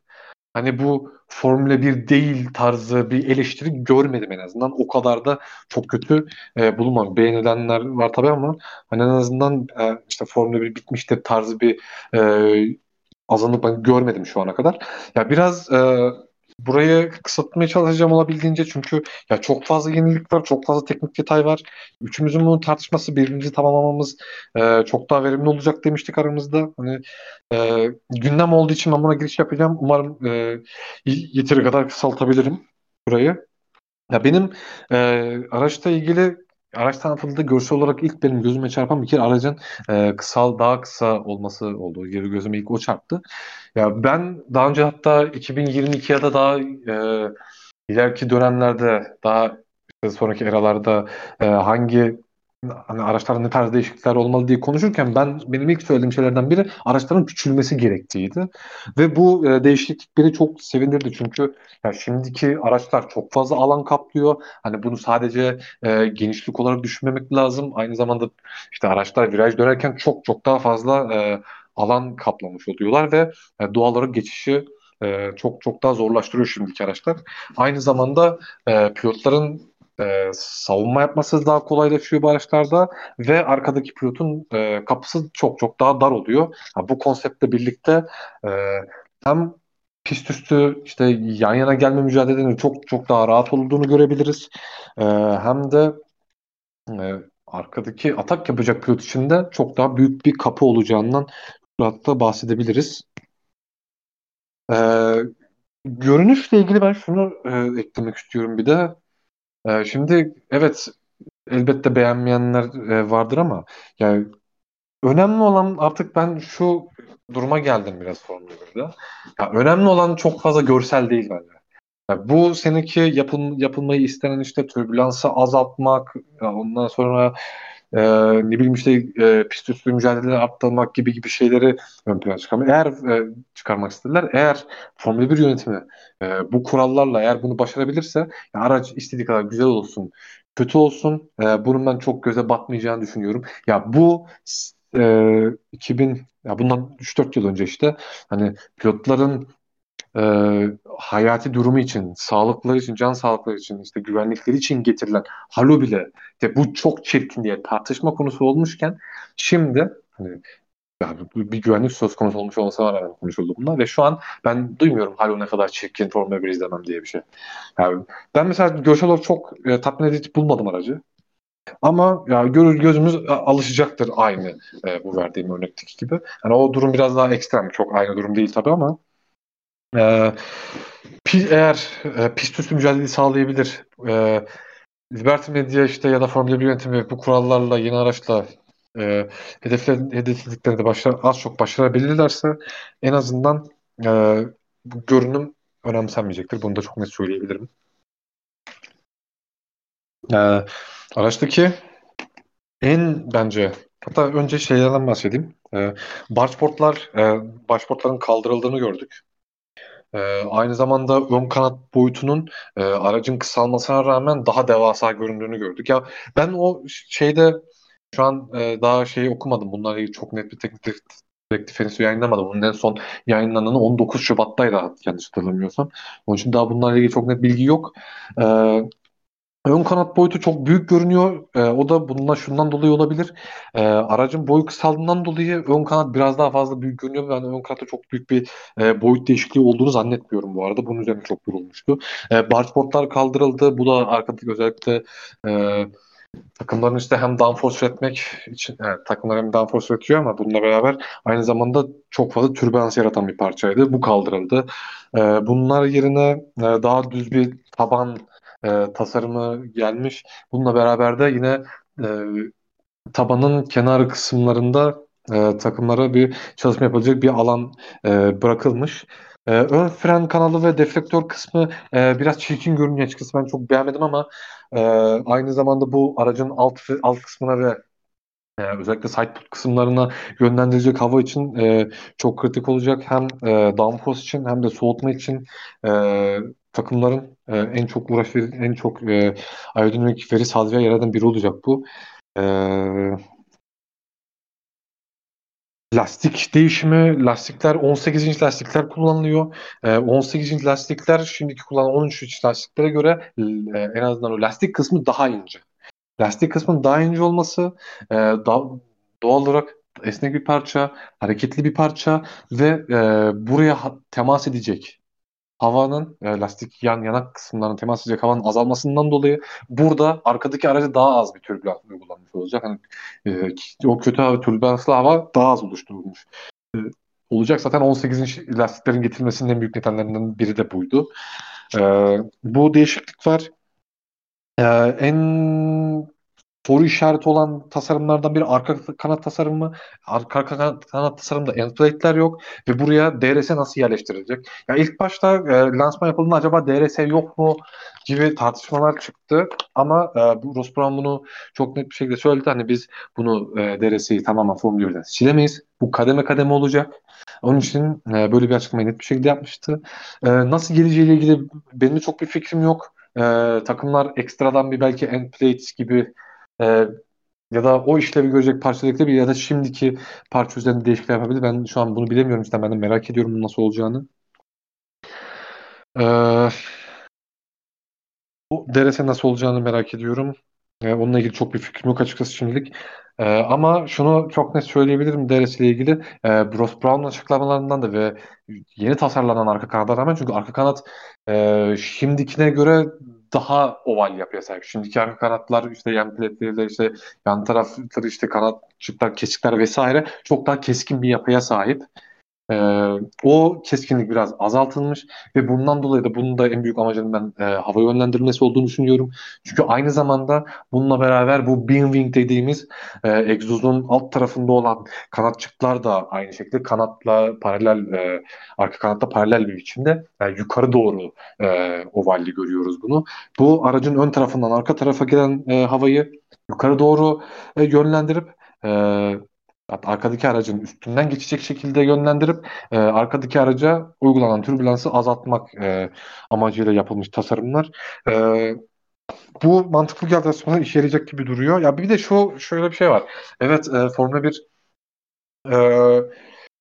hani bu Formula bir değil tarzı bir eleştiri görmedim en azından. O kadar da çok kötü e, bulunmadım. Beğenilenler var tabii ama hani en azından e, işte Formula bir bitmiştir tarzı bir e, azınlık ben görmedim şu ana kadar. Ya biraz e, burayı kısaltmaya çalışacağım olabildiğince çünkü ya çok fazla yenilik var, çok fazla teknik detay var. Üçümüzün bunu tartışması, birbirimizi tamamlamamız e, çok daha verimli olacak demiştik aramızda. Hani e, gündem olduğu için ben buna giriş yapacağım. Umarım e, y- yeteri kadar kısaltabilirim burayı. Ya benim e, araçla ilgili araç tanıtımında görsel olarak ilk benim gözüme çarpan bir kere aracın e, kısa daha kısa olması oldu. Geri gözüme ilk o çarptı. Ya ben daha önce hatta iki bin yirmi iki ya da daha e, ileriki dönemlerde daha işte sonraki eralarda e, hangi hani araçlarda ne tarz değişiklikler olmalı diye konuşurken ben benim ilk söylediğim şeylerden biri araçların küçülmesi gerektiğiydi. Ve bu e, değişiklik beni çok sevindirdi çünkü ya şimdiki araçlar çok fazla alan kaplıyor. Hani bunu sadece e, genişlik olarak düşünmemek lazım. Aynı zamanda işte araçlar viraj dönerken çok çok daha fazla e, alan kaplamış oluyorlar ve e, doğal olarak geçişi e, çok çok daha zorlaştırıyor şimdiki araçlar. Aynı zamanda e, pilotların e, savunma yapması daha kolaylaşıyor bu araçlarda ve arkadaki pilotun e, kapısı çok çok daha dar oluyor. Ha, bu konseptle birlikte e, hem pist üstü işte yan yana gelme mücadelelerinin çok çok daha rahat olduğunu görebiliriz. E, hem de e, arkadaki atak yapacak pilot için de çok daha büyük bir kapı olacağından rahatlıkla bahsedebiliriz. E, Görünüşle ilgili ben şunu e, eklemek istiyorum bir de. E, şimdi evet elbette beğenmeyenler e, vardır ama yani önemli olan artık ben şu duruma geldim biraz Formula birde. Ya önemli olan çok fazla görsel değil bence. Ya bu seneki yapın, yapılmayı istenen işte türbülansı azaltmak, ya ondan sonra e, ne bileyim işte e, pist üstü mücadeleleri arttırmak gibi gibi şeyleri ön plana çıkarmak. Eğer e, çıkarmak istediler, eğer Formula bir yönetimi e, bu kurallarla eğer bunu başarabilirse ya araç istediği kadar güzel olsun, kötü olsun, e, bunun ben çok göze batmayacağını düşünüyorum. Ya bu e, iki bin ya bundan üç dört yıl önce işte hani pilotların e, hayati durumu için, sağlıkları için, can sağlıkları için, işte güvenlikleri için getirilen halo bile işte bu çok çirkin diye tartışma konusu olmuşken şimdi hani yani bir bir güvenlik söz konusu olmuş olmasına rağmen konuşuldu bunlar ve şu an ben duymuyorum halo ne kadar çirkin Formula bir izlemem diye bir şey. Yani ben mesela görsel olarak çok e, tatmin edici bulmadım aracı. Ama ya görür gözümüz a- alışacaktır aynı e, bu verdiğim örnekteki gibi. Yani o durum biraz daha ekstrem. Çok aynı durum değil tabii ama e, pi- eğer e, pist üstü mücadeleyi sağlayabilir, e, Liberty Media işte ya da Formula bir yönetimi bu kurallarla yeni araçla e, hedefler, hedeflediklerini de başar, az çok başarabilirlerse en azından e, bu görünüm önemsenmeyecektir. Bunu da çok net söyleyebilirim. E, Araçtaki en bence hatta önce şeylerden bahsedeyim. E, bargeportlar, e, bargeportların kaldırıldığını gördük. E, aynı zamanda ön kanat boyutunun e, aracın kısalmasına rağmen daha devasa göründüğünü gördük. Ya ben o şeyde şu an e, daha şeyi okumadım. Bunlarla ilgili çok net bir teknik direktif henüz yayınlamadım. Bunun en son yayınlananı on dokuz Şubat'taydı yanlış hatırlamıyorsam. Onun için daha bunlarla ilgili çok net bilgi yok. E, Ön kanat boyutu çok büyük görünüyor. Ee, o da bundan şundan dolayı olabilir. Ee, aracın boyu kısaldığından dolayı ön kanat biraz daha fazla büyük görünüyor. Ben ön kanatta çok büyük bir e, boyut değişikliği olduğunu zannetmiyorum bu arada. Bunun üzerine çok durulmuştu. E, bargeboardlar kaldırıldı. Bu da arkadaki özellikle e, takımların işte hem downforce üretmek için evet, takımlar hem downforce üretiyor ama bununla beraber aynı zamanda çok fazla türbülans yaratan bir parçaydı. Bu kaldırıldı. E, bunlar yerine e, daha düz bir taban e, tasarımı gelmiş. Bununla beraber de yine e, tabanın kenar kısımlarında e, takımlara bir çalışma yapılacak bir alan e, bırakılmış. E, ön fren kanalı ve deflektör kısmı e, biraz çirkin görünüyor açıkçası. Ben çok beğenmedim ama e, aynı zamanda bu aracın alt alt kısmına ve e, özellikle side pod kısımlarına yönlendirecek hava için e, çok kritik olacak. Hem e, downforce için hem de soğutma için e, takımların e, en çok uğraş en çok e, aerodinamik veri sağlayacağı yerlerden biri olacak bu. E, Lastik değişimi, lastikler on sekiz inç lastikler kullanılıyor. Ee, on sekiz inç lastikler şimdiki kullanılan on üç inç lastiklere göre e, en azından o lastik kısmı daha ince. Lastik kısmının daha ince olması e, da- doğal olarak esnek bir parça, hareketli bir parça ve e, buraya ha- temas edecek havanın e, lastik yan yanak kısımlarına temas edecek havanın azalmasından dolayı burada arkadaki araca daha az bir türbülans uygulanmış olacak. Hani e, o kötü hava, türbülanslı hava daha az oluşturulmuş. E, olacak zaten on sekiz inç lastiklerin getirilmesinin en büyük nedenlerinden biri de buydu. E, bu değişiklik var. E, en soru işareti olan tasarımlardan biri arka kanat tasarımı. Arka kanat, kanat tasarımında end plate'ler yok ve buraya D R S nasıl yerleştirilecek? Ya ilk başta e, lansman yapıldığında acaba D R S yok mu gibi tartışmalar çıktı. Ama e, bu Ross Brown bunu çok net bir şekilde söyledi. Hani biz bunu e, D R S'yi tamamen Formula birden silemeyiz. Bu kademe kademe olacak. Onun için e, böyle bir açıklamayı net bir şekilde yapmıştı. E, nasıl geleceğiyle ilgili benim de çok bir fikrim yok. E, takımlar ekstradan bir belki end plates gibi e, ya da o işlevi görecek parçalıkta bir ya da şimdiki parça üzerinde değişiklik yapabilir. Ben şu an bunu bilemiyorum işte ben de merak ediyorum bunun nasıl olacağını. Ee, bu D R S nasıl olacağını merak ediyorum. Ee, onunla ilgili çok bir fikrim yok açıkçası şimdilik. Ee, ama şunu çok net söyleyebilirim D R S ile ilgili. Ee, Bruce Brown'un açıklamalarından da ve yeni tasarlanan arka kanada rağmen çünkü arka kanat e, şimdikine göre daha oval yapıya sahip. Şimdiki arka kanatlar işte yan biletleriyle işte yan tarafları işte kanatçıklar, kesikler vesaire çok daha keskin bir yapıya sahip. Ee, o keskinlik biraz azaltılmış ve bundan dolayı da bunun da en büyük amacının ben e, hava yönlendirilmesi olduğunu düşünüyorum. Çünkü aynı zamanda bununla beraber bu beam wing dediğimiz e, egzozun alt tarafında olan kanatçıklar da aynı şekilde kanatla paralel e, arka kanatla paralel bir biçimde yani yukarı doğru e, ovalli görüyoruz bunu. Bu aracın ön tarafından arka tarafa gelen e, havayı yukarı doğru e, yönlendirip e, Hatta arkadaki aracın üstünden geçecek şekilde yönlendirip e, arkadaki araca uygulanan türbülansı azaltmak e, amacıyla yapılmış tasarımlar. E, bu mantıklı geldi aslında işe yarayacak gibi duruyor. Ya bir de şu şöyle bir şey var. Evet e, Formula bir e,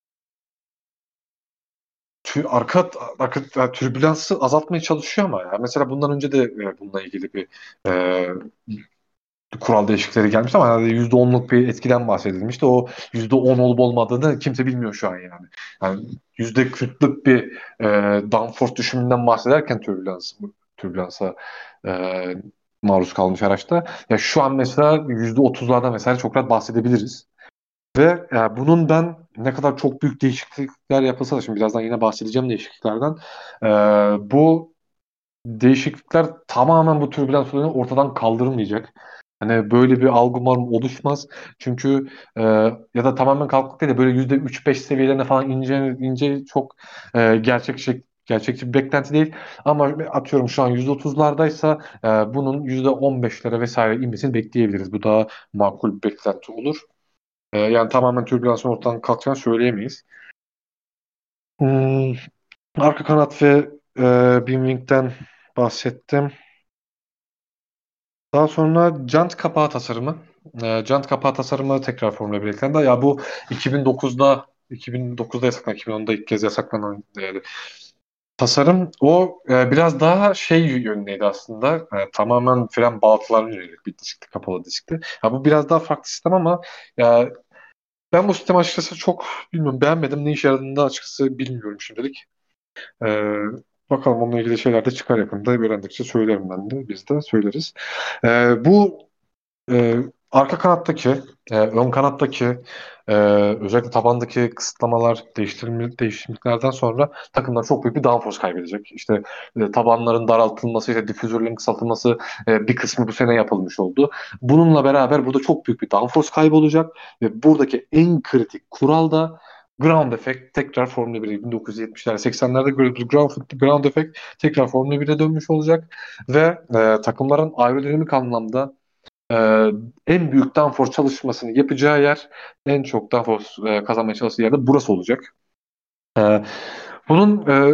tü- arka, arka türbülansı azaltmaya çalışıyor ama ya mesela bundan önce de e, bununla ilgili bir e, kural değişiklikleri gelmiş ama yani yüzde onluk bir etkiden bahsedilmişti. O yüzde on olup olmadığını kimse bilmiyor şu an yani. Yani yüzde kırklık bir e, downforce düşümünden bahsederken türbülans, türbülansa e, maruz kalmış araçta. Ya şu an mesela yüzde otuzlardan mesela çok rahat bahsedebiliriz. Ve e, bunun ben ne kadar çok büyük değişiklikler yapılsa da şimdi birazdan yine bahsedeceğim değişikliklerden. E, bu değişiklikler tamamen bu türbülans olayını ortadan kaldırmayacak. Hani böyle bir algı umarım oluşmaz. Çünkü e, ya da tamamen kalkıp değil de böyle yüzde üç beş seviyelerine falan ince ince çok e, gerçekçi gerçekçi bir beklenti değil. Ama atıyorum şu an yüzde otuzlardaysa e, bunun yüzde on beşlere vesaire inmesini bekleyebiliriz. Bu daha makul bir beklenti olur. E, yani tamamen türbülansın ortadan kalkacağını söyleyemeyiz. Hmm, arka kanat ve e, Beamwing'den bahsettim. Daha sonra jant kapağı tasarımı. E, jant kapağı tasarımı tekrar Formula bir eklendi. Ya bu iki bin dokuzda iki bin dokuzda yasaklanan, iki bin onda ilk kez yasaklanan yani tasarım. O e, biraz daha şey yönündeydi aslında. E, tamamen fren balatalarına yönelik bir diskti, kapalı diskti. Ya bu biraz daha farklı sistem ama ya, ben bu sistemi açıkçası çok bilmiyorum, beğenmedim. Ne işe yaradığını da açıkçası bilmiyorum şimdilik. E, bakalım onunla ilgili şeyler de çıkar yakında. Öğrendikçe söylerim ben de. Biz de söyleriz. E, bu Ee, arka kanattaki, e, ön kanattaki e, özellikle tabandaki kısıtlamalar, değiştirme, değişikliklerden sonra takımlar çok büyük bir downforce kaybedecek. İşte e, tabanların daraltılması, işte difüzörlerin kısaltılması e, bir kısmı bu sene yapılmış oldu. Bununla beraber burada çok büyük bir downforce kaybı olacak ve buradaki en kritik kural da ground effect tekrar Formula bire bin dokuz yüz yetmişlerde seksenlerde gördüğümüz ground, ground effect tekrar Formula bire dönmüş olacak ve e, takımların aerodinamik anlamda ee, en büyük downforce çalışmasını yapacağı yer, en çok downforce e, kazanmaya çalıştığı yerde burası olacak. Ee, bunun e,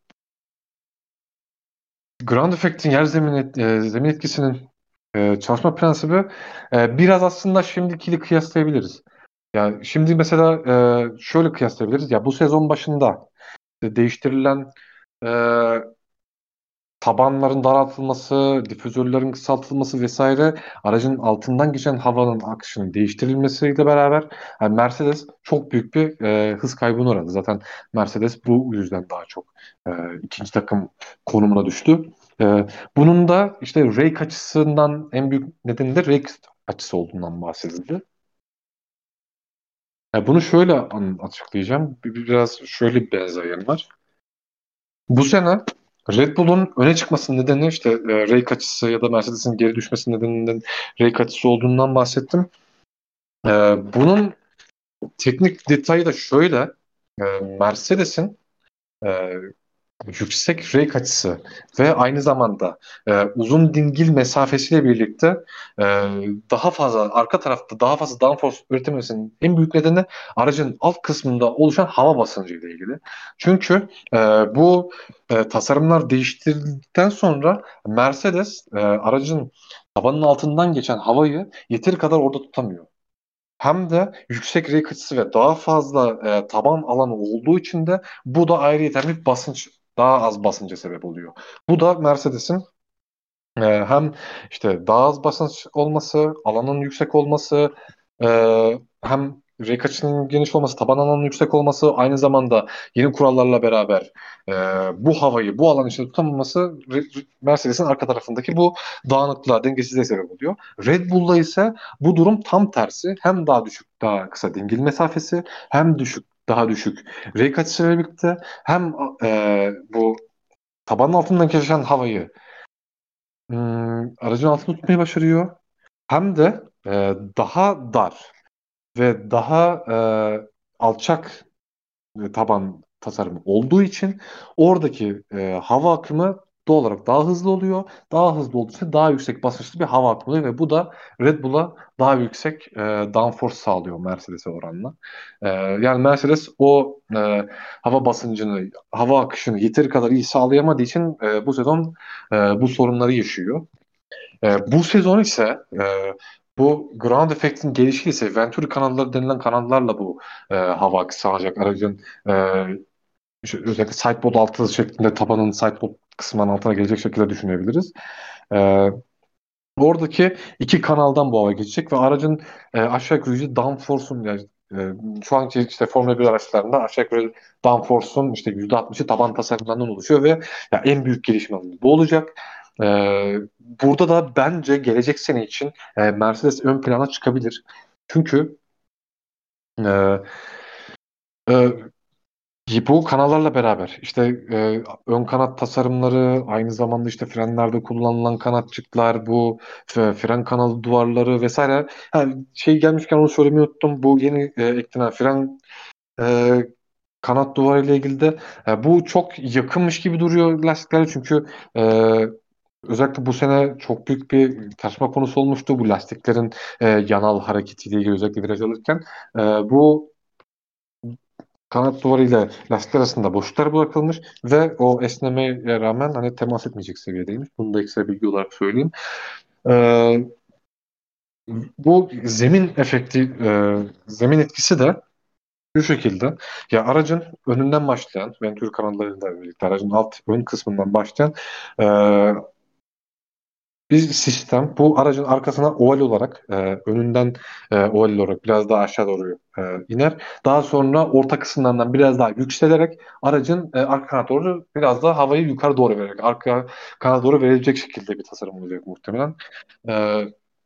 ground effect'in yer zemin, et- e, zemin etkisinin e, çalışma prensibi e, biraz aslında şimdikiyle kıyaslayabiliriz. Ya şimdi mesela e, şöyle kıyaslayabiliriz. Ya bu sezon başında değiştirilen e, tabanların daraltılması, difüzörlerin kısaltılması vesaire aracın altından geçen havanın akışının değiştirilmesiyle beraber yani Mercedes çok büyük bir e, hız kaybına uğradı. Zaten Mercedes bu yüzden daha çok e, ikinci takım konumuna düştü. E, bunun da işte rake açısından en büyük nedeni de rake açısı olduğundan bahsedildi. E, bunu şöyle an- açıklayacağım. Bir- Biraz şöyle bir benzer var. Bu sene Red Bull'un öne çıkmasının nedeni işte e, rake açısı ya da Mercedes'in geri düşmesinin nedeninden rake açısı olduğundan bahsettim. E, bunun teknik detayı da şöyle. E, Mercedes'in e, yüksek rake açısı ve aynı zamanda e, uzun dingil mesafesiyle birlikte e, daha fazla arka tarafta daha fazla downforce üretememesinin en büyük nedeni aracın alt kısmında oluşan hava basıncı ile ilgili. Çünkü e, bu e, tasarımlar değiştirildikten sonra Mercedes e, aracın tabanın altından geçen havayı yeteri kadar orada tutamıyor. Hem de yüksek rake açısı ve daha fazla e, taban alanı olduğu için de bu da ayrıyeten bir basınç, daha az basınca sebep oluyor. Bu da Mercedes'in e, hem işte daha az basınç olması, alanın yüksek olması, e, hem rake açısının geniş olması, taban alanının yüksek olması, aynı zamanda yeni kurallarla beraber e, bu havayı bu alan içinde tutamaması Re- Mercedes'in arka tarafındaki bu dağınıklığa, dengesizliğe sebep oluyor. Red Bull'da ise bu durum tam tersi. Hem daha düşük, daha kısa dingil mesafesi, hem düşük, daha düşük rake açısıyla birlikte hem e, bu tabanın altından geçen havayı Hmm, aracın altında tutmayı başarıyor. Hem de e, daha dar ve daha e, alçak e, taban tasarımı olduğu için oradaki e, hava akımı doğal olarak daha hızlı oluyor. Daha hızlı olduğu için daha yüksek basınçlı bir hava akımı oluyor ve bu da Red Bull'a daha yüksek e, downforce sağlıyor Mercedes'e oranla. E, yani Mercedes o e, hava basıncını, hava akışını yeteri kadar iyi sağlayamadığı için e, bu sezon e, bu sorunları yaşıyor. E, bu sezon ise e, bu ground effect'in gelişiyle ise Venturi kanalları denilen kanallarla bu e, hava akışı sağlayacak aracın e, işte özellikle sidepod altı şeklinde tabanın sidepod kısmının altına gelecek şekilde düşünebiliriz. E, Oradaki iki kanaldan bu hava geçecek ve aracın e, aşağı yukarı downforce'un yani, e, şu anki işte Formula bir araçlarında aşağı yukarı downforce'un işte yüzde altmışı taban tasarımlarından oluşuyor ve ya en büyük gelişme bu olacak. E, Burada da bence gelecek sene için e, Mercedes ön plana çıkabilir. Çünkü e, e, bu kanallarla beraber işte e, ön kanat tasarımları, aynı zamanda işte frenlerde kullanılan kanatçıklar, bu f- fren kanalı duvarları vesaire. Ha, şey gelmişken onu söylemeyi unuttum. Bu yeni e, eklenen fren e, kanat duvarı ile ilgili de e, bu çok yakınmış gibi duruyor lastiklere çünkü e, özellikle bu sene çok büyük bir tartışma konusu olmuştu bu lastiklerin e, yanal hareketiyle ilgili özellikle viraj alırken. E, bu kanat duvarıyla lastik arasında boşluklar bırakılmış ve o esnemeye rağmen hani temas etmeyecek seviyedeymiş. Bunu da ekstra bilgi olarak söyleyeyim. Ee, Bu zemin efekti, e, zemin etkisi de şu şekilde. Ya aracın önünden başlayan, Venturi kanallarıyla birlikte aracın alt ön kısmından başlayan e, bir sistem bu aracın arkasına oval olarak e, önünden e, oval olarak biraz daha aşağı doğru e, iner. Daha sonra orta kısımlarından biraz daha yükselerek aracın e, arka kanat doğru biraz daha havayı yukarı doğru vererek arka kanat doğru verilecek şekilde bir tasarım olacak muhtemelen. E,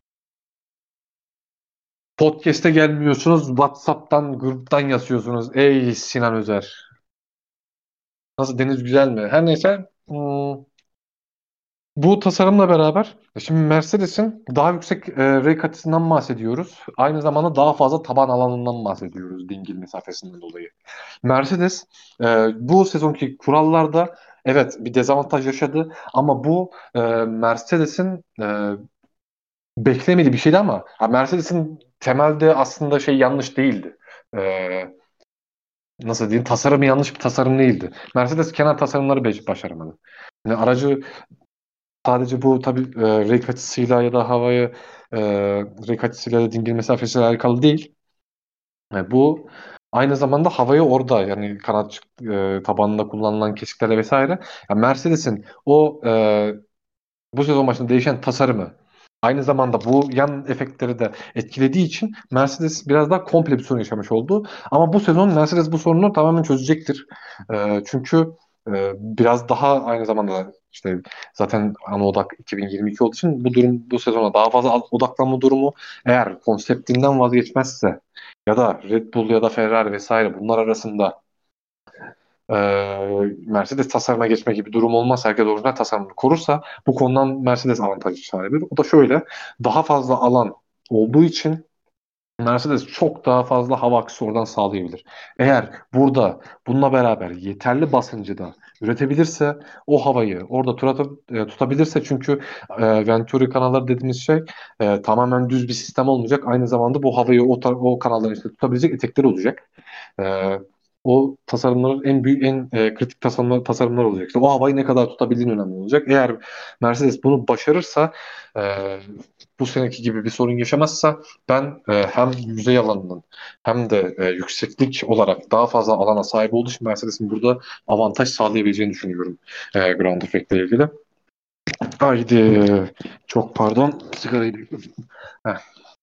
Podcast'e gelmiyorsunuz. WhatsApp'tan, gruptan yazıyorsunuz. Ey Sinan Özer. Nasıl deniz güzel mi? Her neyse. hmm, Bu tasarımla beraber e, şimdi Mercedes'in daha yüksek e, rake açısından bahsediyoruz. Aynı zamanda daha fazla taban alanından bahsediyoruz dingil mesafesinden dolayı. Mercedes e, bu sezonki kurallarda evet bir dezavantaj yaşadı ama bu e, Mercedes'in e, beklemediği bir şeydi ama ha, Mercedes'in temelde aslında şey yanlış değildi. E, Nasıl diyeyim tasarımı yanlış bir tasarım değildi. Mercedes kenar tasarımları beş- başaramadı. Yani aracı sadece bu tabii e, rek açısıyla ya da havayı e, rek açısıyla ya da dingil mesafesiyle alakalı değil. Ve bu aynı zamanda havayı orada, yani kanat e, tabanında kullanılan kesiklerle vesaire. Yani Mercedes'in o e, bu sezon başında değişen tasarımı aynı zamanda bu yan efektleri de etkilediği için Mercedes biraz daha komple bir sorun yaşamış oldu. Ama bu sezon Mercedes bu sorunu tamamen çözecektir. Ee, çünkü e, biraz daha aynı zamanda işte zaten ana odak iki bin yirmi iki olduğu için bu durum bu sezona daha fazla odaklanma durumu, eğer konseptinden vazgeçmezse ya da Red Bull ya da Ferrari vesaire bunlar arasında e, Mercedes tasarıma geçme gibi durum olmaz. Herkes orijinal tasarımını korursa bu konudan Mercedes avantajı sağlayabilir. O da şöyle: daha fazla alan olduğu için Mercedes çok daha fazla hava akışı oradan sağlayabilir. Eğer burada bununla beraber yeterli basıncı da üretebilirse, o havayı orada tuta- e, tutabilirse, çünkü e, Venturi kanalları dediğimiz şey e, tamamen düz bir sistem olmayacak. Aynı zamanda bu havayı o, tar- o kanalların içinde tutabilecek etekler olacak. Ee, o tasarımların en büyük, en e, kritik tasarımlar, tasarımlar olacak. İşte o havayı ne kadar tutabildiğin önemli olacak. Eğer Mercedes bunu başarırsa, e, bu seneki gibi bir sorun yaşamazsa, ben e, hem yüzey alanının hem de e, yükseklik olarak daha fazla alana sahip olduğu için Mercedes'in burada avantaj sağlayabileceğini düşünüyorum e, ground effect ile ilgili. Haydi, çok pardon, sigarayı döktüm. Heh.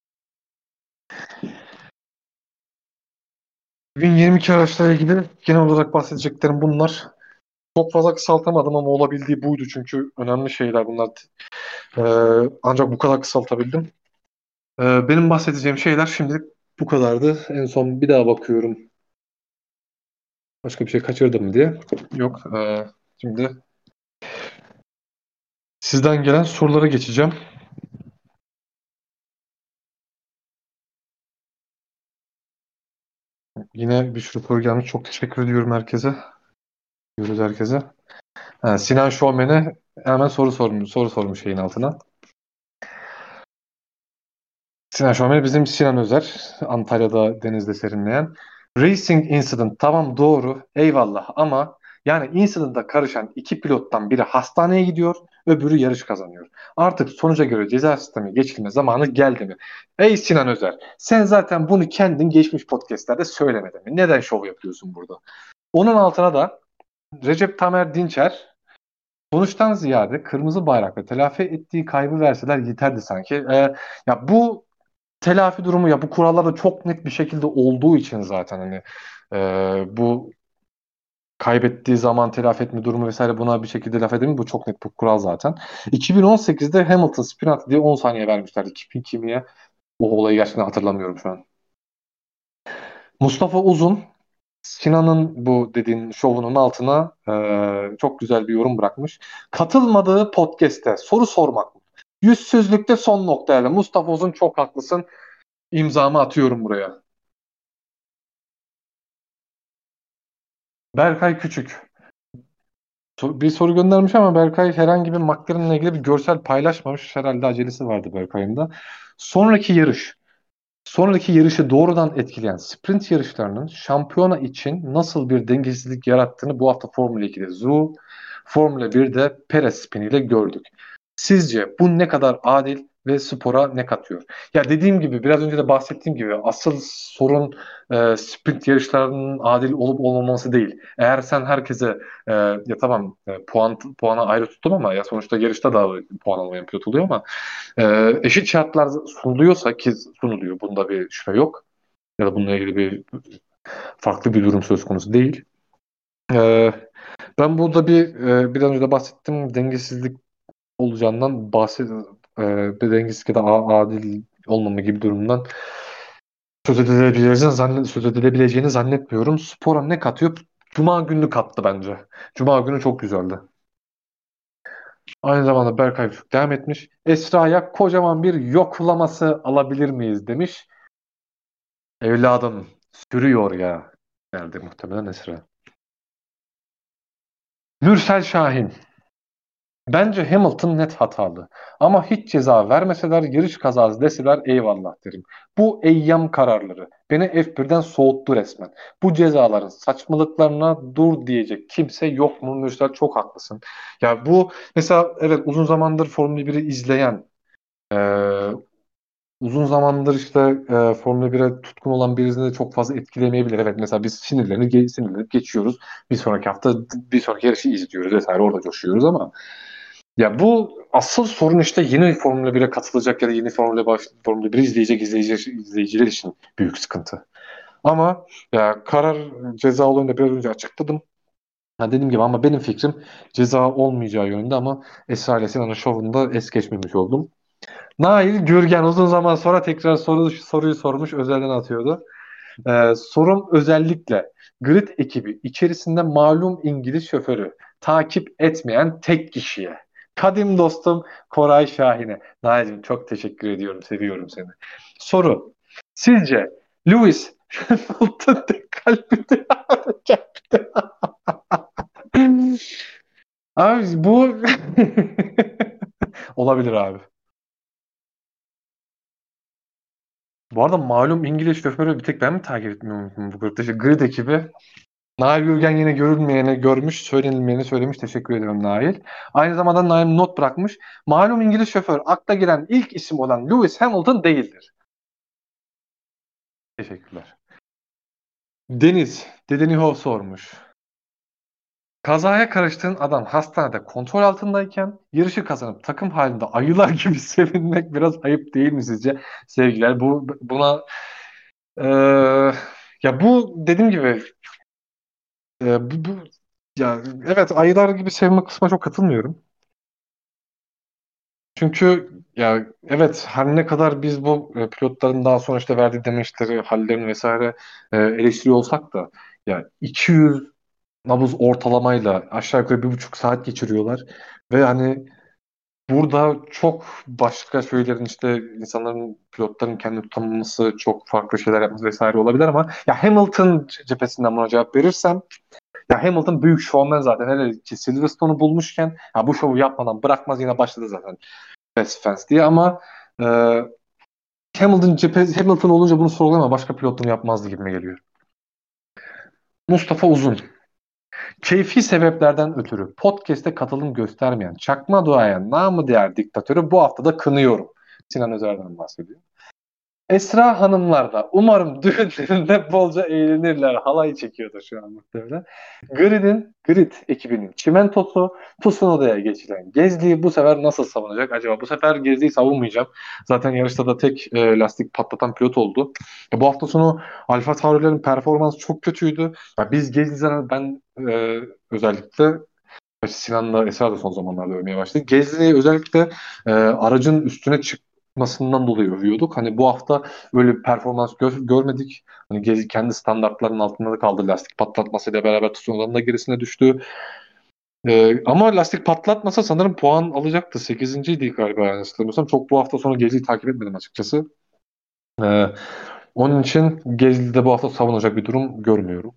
iki bin yirmi iki araçlarla ilgili genel olarak bahsedeceklerim bunlar. Çok fazla kısaltamadım ama olabildiği buydu, çünkü önemli şeyler bunlar. Ee, ancak bu kadar kısaltabildim. Ee, benim bahsedeceğim şeyler şimdilik bu kadardı. En son bir daha bakıyorum, başka bir şey kaçırdım mı diye. Yok. Ee, şimdi sizden gelen sorulara geçeceğim. Yine bir sürü soru gelmiş. Çok teşekkür ediyorum herkese. Diyoruz herkese. Ha, Sinan Şovmen'e hemen soru sormuş, soru sormuş şeyin altına. Sinan Şomer bizim Sinan Özer. Antalya'da denizde serinleyen. Racing Incident, tamam, doğru, eyvallah, ama yani incident'a karışan iki pilottan biri hastaneye gidiyor, öbürü yarış kazanıyor. Artık sonuca göre ceza sistemi geçilme zamanı geldi mi? Ey Sinan Özer, sen zaten bunu kendin geçmiş podcastlerde söylemedin mi? Neden şov yapıyorsun burada? Onun altına da Recep Tamer Dinçer, sonuçtan ziyade kırmızı bayrakla telafi ettiği kaybı verseler yeterdi sanki. Ee, ya bu telafi durumu, ya bu kurallarda çok net bir şekilde olduğu için zaten hani e, bu kaybettiği zaman telafi etme durumu vesaire, buna bir şekilde laf edeyim, bu çok net bir kural zaten. iki bin on sekizde Hamilton spin attı diye on saniye vermişlerdi. Kimi kimiye, o olayı gerçekten hatırlamıyorum şu an. Mustafa Uzun, Sinan'ın bu dediğin şovunun altına e, çok güzel bir yorum bırakmış. Katılmadığı podcast'te soru sormak mı? Yüzsüzlükte son noktayla. Mustafa Uzun, çok haklısın. İmzamı atıyorum buraya. Berkay Küçük. So- Bir soru göndermiş ama Berkay herhangi bir McLaren'la ilgili bir görsel paylaşmamış. Herhalde acelesi vardı Berkay'ın da. Sonraki yarış. Sonraki yarışı doğrudan etkileyen sprint yarışlarının şampiyona için nasıl bir dengesizlik yarattığını bu hafta Formula ikide Zhou, Formula birde Perez spiniyle gördük. Sizce bu ne kadar adil ve spora ne katıyor? Ya dediğim gibi, biraz önce de bahsettiğim gibi, asıl sorun e, sprint yarışlarının adil olup olmaması değil. Eğer sen herkese e, ya tamam, e, puan puana ayrı tuttum ama ya sonuçta yarışta da puan almayan pilot oluyor, ama e, eşit şartlar sunuluyorsa, ki sunuluyor, bunda bir şüphe yok, ya da bununla ilgili bir farklı bir durum söz konusu değil. E, ben burada bir e, biraz önce de bahsettim, dengesizlik olacağından bahset e, bir dengesizlik ya da a- adil olmama gibi durumdan söz edilebileceğini, zannet, söz edilebileceğini zannetmiyorum. Spora ne katıyor? Cuma günü kattı bence. Cuma günü çok güzeldi. Aynı zamanda Berkay Küçük devam etmiş. Esra'ya kocaman bir yoklaması alabilir miyiz demiş. Evladım sürüyor ya, derdi muhtemelen Esra. Mürsel Şahin. Bence Hamilton net hatalı. Ama hiç ceza vermeseler, yarış kazası deseler eyvallah derim. Bu eyyam kararları beni F birden soğuttu resmen. Bu cezaların saçmalıklarına dur diyecek kimse yok mu? Mürsel, çok haklısın. Ya bu mesela, evet, uzun zamandır Formula biri izleyen, uzun zamandır işte e, Formula bire tutkun olan birisini de çok fazla etkilemeyebilir. Evet, mesela biz sinirlerini ge- sinirlenip geçiyoruz. Bir sonraki hafta bir sonraki yarışı izliyoruz vesaire, orada coşuyoruz ama ya bu asıl sorun işte yeni Formula bire katılacak ya da yeni Formula, baş, Formula bir izleyecek izleyici, izleyiciler için büyük sıkıntı. Ama ya karar ceza olayını da biraz önce açıkladım. Ha, dediğim gibi ama benim fikrim ceza olmayacağı yönünde ama Esra ile Sinan'ın şovunda es geçmemiş oldum. Nail Gürgen uzun zaman sonra tekrar soru, soruyu sormuş, özelden atıyordu. Ee, sorum özellikle grid ekibi içerisinde malum İngiliz şoförü takip etmeyen tek kişiye. Kadim dostum Koray Şahin'e. Nail'cim çok teşekkür ediyorum, seviyorum seni. Soru. Sizce Lewis Hamilton tek kalbini çarptı. Abi bu olabilir abi. Bu arada malum İngiliz şoförü bir tek ben mi takip etmiyorum bu grupta? İşte Grid ekibi. Nail Gürgen yine görülmeyeni görmüş, söylenilmeyeni söylemiş. Teşekkür ediyorum Nail. Aynı zamanda Nail not bırakmış. Malum İngiliz şoför akla giren ilk isim olan Lewis Hamilton değildir. Teşekkürler. Deniz, Dedeniho sormuş. Kazaya karıştığın adam hastanede kontrol altındayken yarışı kazanıp takım halinde ayılar gibi sevinmek biraz ayıp değil mi sizce? Sevgiler, bu buna eee, ya bu dediğim gibi e, bu, bu ya evet, ayılar gibi sevme kısmına çok katılmıyorum. Çünkü ya evet, her ne kadar biz bu e, pilotların daha sonra işte verdiği demeçleri, hallerini vesaire e, eleştiriyor olsak da ya iki yüz nabız ortalamayla aşağı yukarı bir buçuk saat geçiriyorlar ve hani burada çok başka şeylerin işte insanların, pilotların kendini tutamaması, çok farklı şeyler yapması vesaire olabilir ama ya Hamilton cephesinden buna cevap verirsem, ya Hamilton büyük şovmen zaten. Hele ki Silverstone'u bulmuşken ya bu şovu yapmadan bırakmaz, yine başladı zaten Fast Fans diye ama e, Hamilton cephe, Hamilton olunca bunu sorgulama, başka pilot bunu yapmazdı gibime geliyor. Mustafa Uzun. Keyfi sebeplerden ötürü podcast'e katılım göstermeyen çakma duayen namı diğer diktatörü bu hafta da kınıyorum. Sinan Özer'den bahsediyor. Esra Hanımlar da umarım düğünlerinde bolca eğlenirler. Halay çekiyordu şu an muhtemelen. Grid'in, Grid ekibinin çimentosu Tsunoda'ya geçilen Gezli'yi bu sefer nasıl savunacak acaba? Bu sefer Gezli'yi savunmayacağım. Zaten yarışta da tek e, lastik patlatan pilot oldu. E, bu hafta sonu Alfa Tauri'lerin performansı çok kötüydü. Ya biz Gezli'den ben e, özellikle Sinan'la Esra da son zamanlarda övmeye başladı. Gezli'yi özellikle e, aracın üstüne çıkmasından dolayı övüyorduk. Hani bu hafta öyle bir performans gö- görmedik. Hani Gezli kendi standartlarının altında da kaldı. Lastik patlatmasıyla beraber Tsunodanın da gerisine düştü. E, ama lastik patlatmasa sanırım puan alacaktı. sekizinciydi galiba, yani hatırlamıyorsam. Çok bu hafta sonu Gezli'yi takip etmedim açıkçası. E, onun için Gezli'de bu hafta savunacak bir durum görmüyorum.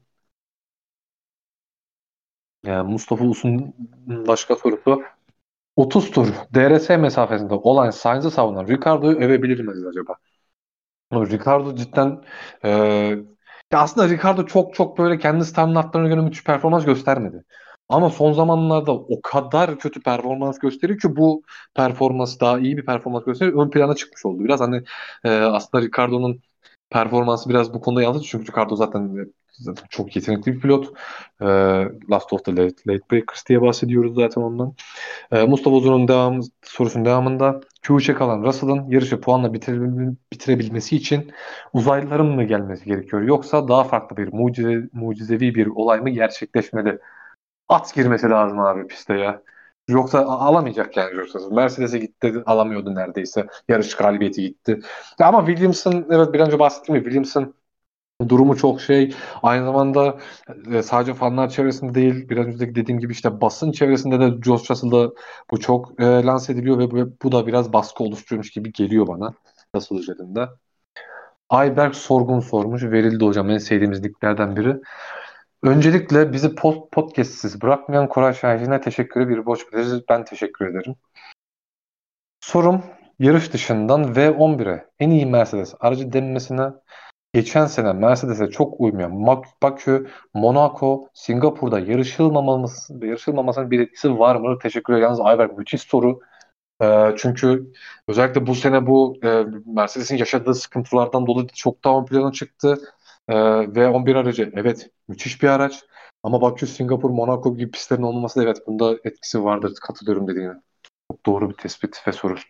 Yani Mustafa Us'un başka sorusu: otuz tur D R S mesafesinde olan Sainz'ı savunan Ricardo'yu övebilir miyiz acaba? Ama Ricardo cidden e, ya aslında Ricardo çok çok böyle kendi standartlarına göre müthiş performans göstermedi. Ama son zamanlarda o kadar kötü performans gösteriyor ki bu performans daha iyi bir performans gösteriyor. Ön plana çıkmış oldu. Biraz hani e, aslında Ricardo'nun performansı biraz bu konuda yansıdı. Çünkü Ricardo zaten, zaten çok yetenekli bir pilot. E, Last of the Late, Late Breakers diye bahsediyoruz zaten ondan. Ee, Mustafa Uzun'un devam, sorusunun devamında Q üçe kalan Russell'ın yarışı puanla bitire- bitirebilmesi için uzaylıların mı gelmesi gerekiyor? Yoksa daha farklı bir mucize, mucizevi bir olay mı gerçekleşmeli? At girmesi lazım abi piste ya. Yoksa a- alamayacak yani Russell. Mercedes'e gitti, alamıyordu neredeyse. Yarış galibiyeti gitti. Ya ama Williamson, evet, bir önce bahsettiğim gibi Williamson durumu çok şey. Aynı zamanda e, sadece fanlar çevresinde değil, biraz önceki dediğim gibi işte basın çevresinde de George Russell'da bu çok e, lanse ediliyor ve bu, bu da biraz baskı oluşturuyormuş gibi geliyor bana Russell üzerinde. Ayberk Sorgun sormuş. Verildi hocam, en sevdiğimiz nicklerden biri. Öncelikle bizi post podcastsiz bırakmayan Koray Şahin'e teşekkürü bir borç biliriz. Ben teşekkür ederim. Sorum, yarış dışından V on bire en iyi Mercedes aracı denmesine geçen sene Mercedes'e çok uymayan Mak- Bakü, Monaco, Singapur'da yarışılmaması, yarışılmamasının bir etkisi var mı? Teşekkür ederim. Yalnız Ayberk, müthiş soru. E, çünkü özellikle bu sene bu e, Mercedes'in yaşadığı sıkıntılardan dolayı çok daha ön plana çıktı. E, ve on bir aracı evet müthiş bir araç. Ama Bakü, Singapur, Monaco gibi pistlerin olmaması da evet bunda etkisi vardır. Katılıyorum dediğine. Çok doğru bir tespit ve soru.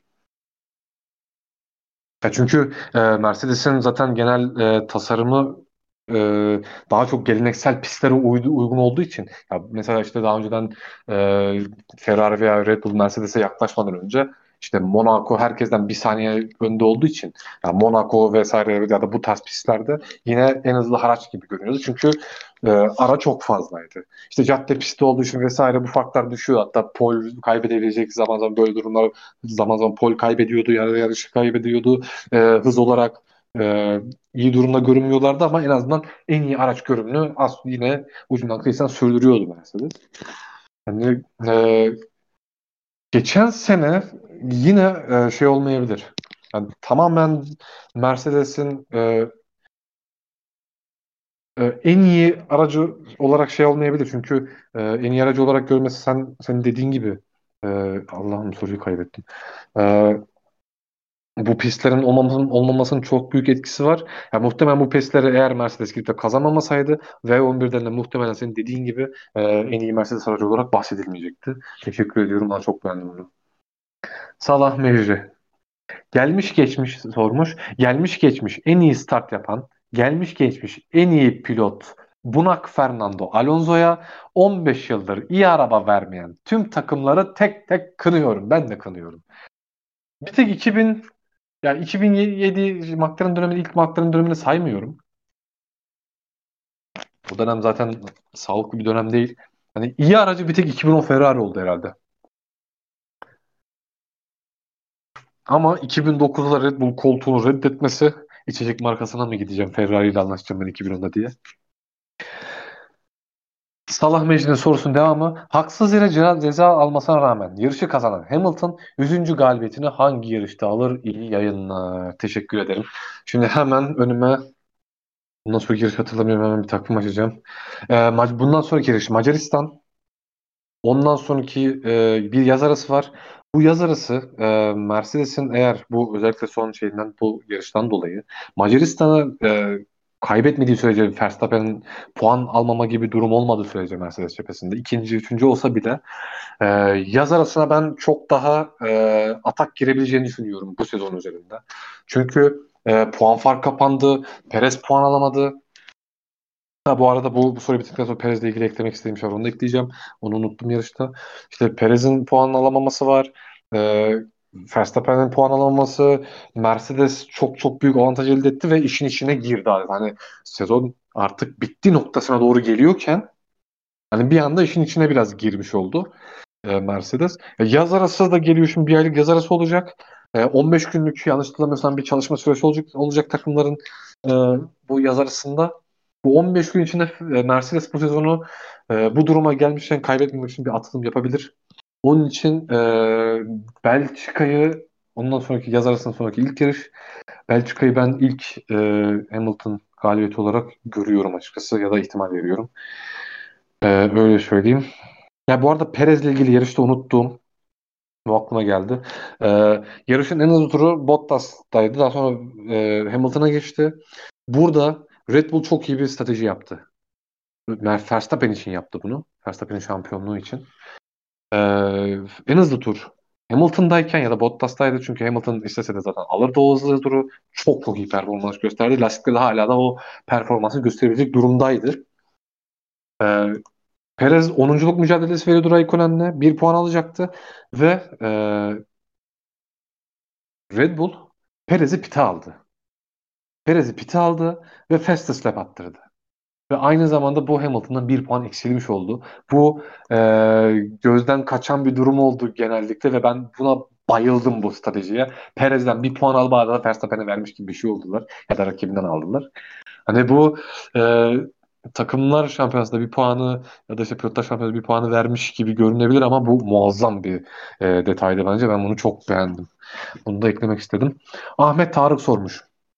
Ya çünkü e, Mercedes'in zaten genel e, tasarımı e, daha çok geleneksel pistlere uydu, uygun olduğu için ya mesela işte daha önceden e, Ferrari veya Red Bull Mercedes'e yaklaşmadan önce işte Monaco herkesten bir saniye önde olduğu için ya Monaco vesaire ya da bu tarz pistlerde yine en hızlı araç gibi görünüyordu. Çünkü e, ara çok fazlaydı. İşte cadde pisti olduğu için vesaire bu farklar düşüyor. Hatta pol kaybedebilecek zaman zaman böyle durumlar zaman zaman pol kaybediyordu, yarı yarışı kaybediyordu e, hız olarak e, iyi durumda görünmüyorlardı ama en azından en iyi araç görünümünü az yine ucundan kıyısından sürdürüyordu Mercedes. Yani e, geçen sene yine e, şey olmayabilir. Yani tamamen Mercedes'in e, e, en iyi aracı olarak şey olmayabilir. Çünkü e, en iyi aracı olarak görmesi sen senin dediğin gibi e, Allah'ım soruyu kaybettim. E, Bu pistlerin olmamasının, olmamasının çok büyük etkisi var. Ya muhtemelen bu pistleri eğer Mercedes gidip de kazanmamasaydı V on birden de muhtemelen senin dediğin gibi e, en iyi Mercedes aracı olarak bahsedilmeyecekti. Teşekkür ediyorum. Ben çok beğendim bunu. Salah Mecri. Gelmiş geçmiş sormuş. Gelmiş geçmiş en iyi start yapan, gelmiş geçmiş en iyi pilot Bunak Fernando Alonso'ya on beş yıldır iyi araba vermeyen tüm takımları tek tek kınıyorum. Ben de kınıyorum. Bir tek iki bin Yani iki bin yedi McLaren dönemini ilk McLaren dönemini saymıyorum. O dönem zaten sağlıklı bir dönem değil. Hani iyi aracı bir tek iki bin on Ferrari oldu herhalde. Ama iki bin dokuzda Red Bull koltuğunu reddetmesi içecek markasına mı gideceğim Ferrari ile anlaşacağım ben iki bin onda diye. Salah Mecli'nin sorusunun devamı. Haksız yere ceza, ceza almasına rağmen yarışı kazanan Hamilton yüzüncü galibiyetini hangi yarışta alır? İyi yayınlar. Teşekkür ederim. Şimdi hemen önüme bundan sonraki yarış hatırlamıyorum hemen bir takvim açacağım. Ee, Ma- bundan sonraki yarış Macaristan. Ondan sonraki e, bir yaz arası var. Bu yaz arası e, Mercedes'in eğer bu özellikle son şeyinden bu yarıştan dolayı Macaristan'a e, kaybetmediği sürece Verstappen'in puan almama gibi durum olmadığı sürece Mercedes cephesinde ikinci, üçüncü olsa bile e, yaz arasına ben çok daha e, atak girebileceğini düşünüyorum bu sezon üzerinde. Çünkü e, puan fark kapandı. Perez puan alamadı. Ha, bu arada bu, bu soru bittikten sonra Perez'le ilgili eklemek istediğim şey var. Onu da ekleyeceğim. Onu unuttum yarışta. İşte Perez'in puan alamaması var. Ee, Verstappen'in puan alamaması. Mercedes çok çok büyük avantaj elde etti ve işin içine girdi adeta. Hani sezon artık bitti noktasına doğru geliyorken hani bir anda işin içine biraz girmiş oldu e, Mercedes. E, yaz arası da geliyor şimdi bir aylık yaz arası olacak. E, on beş günlük yanlış hatırlamıyorsam bir çalışma süresi olacak, olacak takımların e, bu yaz arasında. Bu on beş gün içinde e, Mercedes bu sezonu e, bu duruma gelmişken kaybetmemek için bir atılım yapabilir. Onun için e, Belçika'yı ondan sonraki yaz arasından sonraki ilk yarış Belçika'yı ben ilk e, Hamilton galibiyeti olarak görüyorum açıkçası ya da ihtimal veriyorum. E, öyle söyleyeyim. Ya bu arada Perez'le ilgili yarışta unuttuğum bu aklıma geldi. Ee, yarışın en hızlı turu Bottas'taydı. Daha sonra e, Hamilton'a geçti. Burada Red Bull çok iyi bir strateji yaptı. Mer- Verstappen için yaptı bunu. Verstappen'in şampiyonluğu için. Ee, En hızlı tur Hamilton'dayken ya da Bottas'taydı. Çünkü Hamilton istese de zaten alırdı o hızlı turu. Çok çok iyi performans gösterdi. Lastikleri hala da o performansı gösterebilecek durumdaydı. Ee, Perez onunculuk mücadelesi veriyordu Raikkonen'le. Bir puan alacaktı. Ve e, Red Bull Perez'i pite aldı. Perez'i pite aldı ve fastest lap attırdı. Ve aynı zamanda bu Hamilton'dan bir puan eksilmiş oldu. Bu e, gözden kaçan bir durum oldu genellikle ve ben buna bayıldım bu stratejiye. Perez'den bir puan alıp arada Verstappen'e vermiş gibi bir şey oldular. Ya da rakibinden aldılar. Hani bu e, takımlar şampiyonasında bir puanı ya da işte pilotlar şampiyonasında bir puanı vermiş gibi görünebilir ama bu muazzam bir e, detaydı bence. Ben bunu çok beğendim. Bunu da eklemek istedim. Ahmet Tarık sormuş.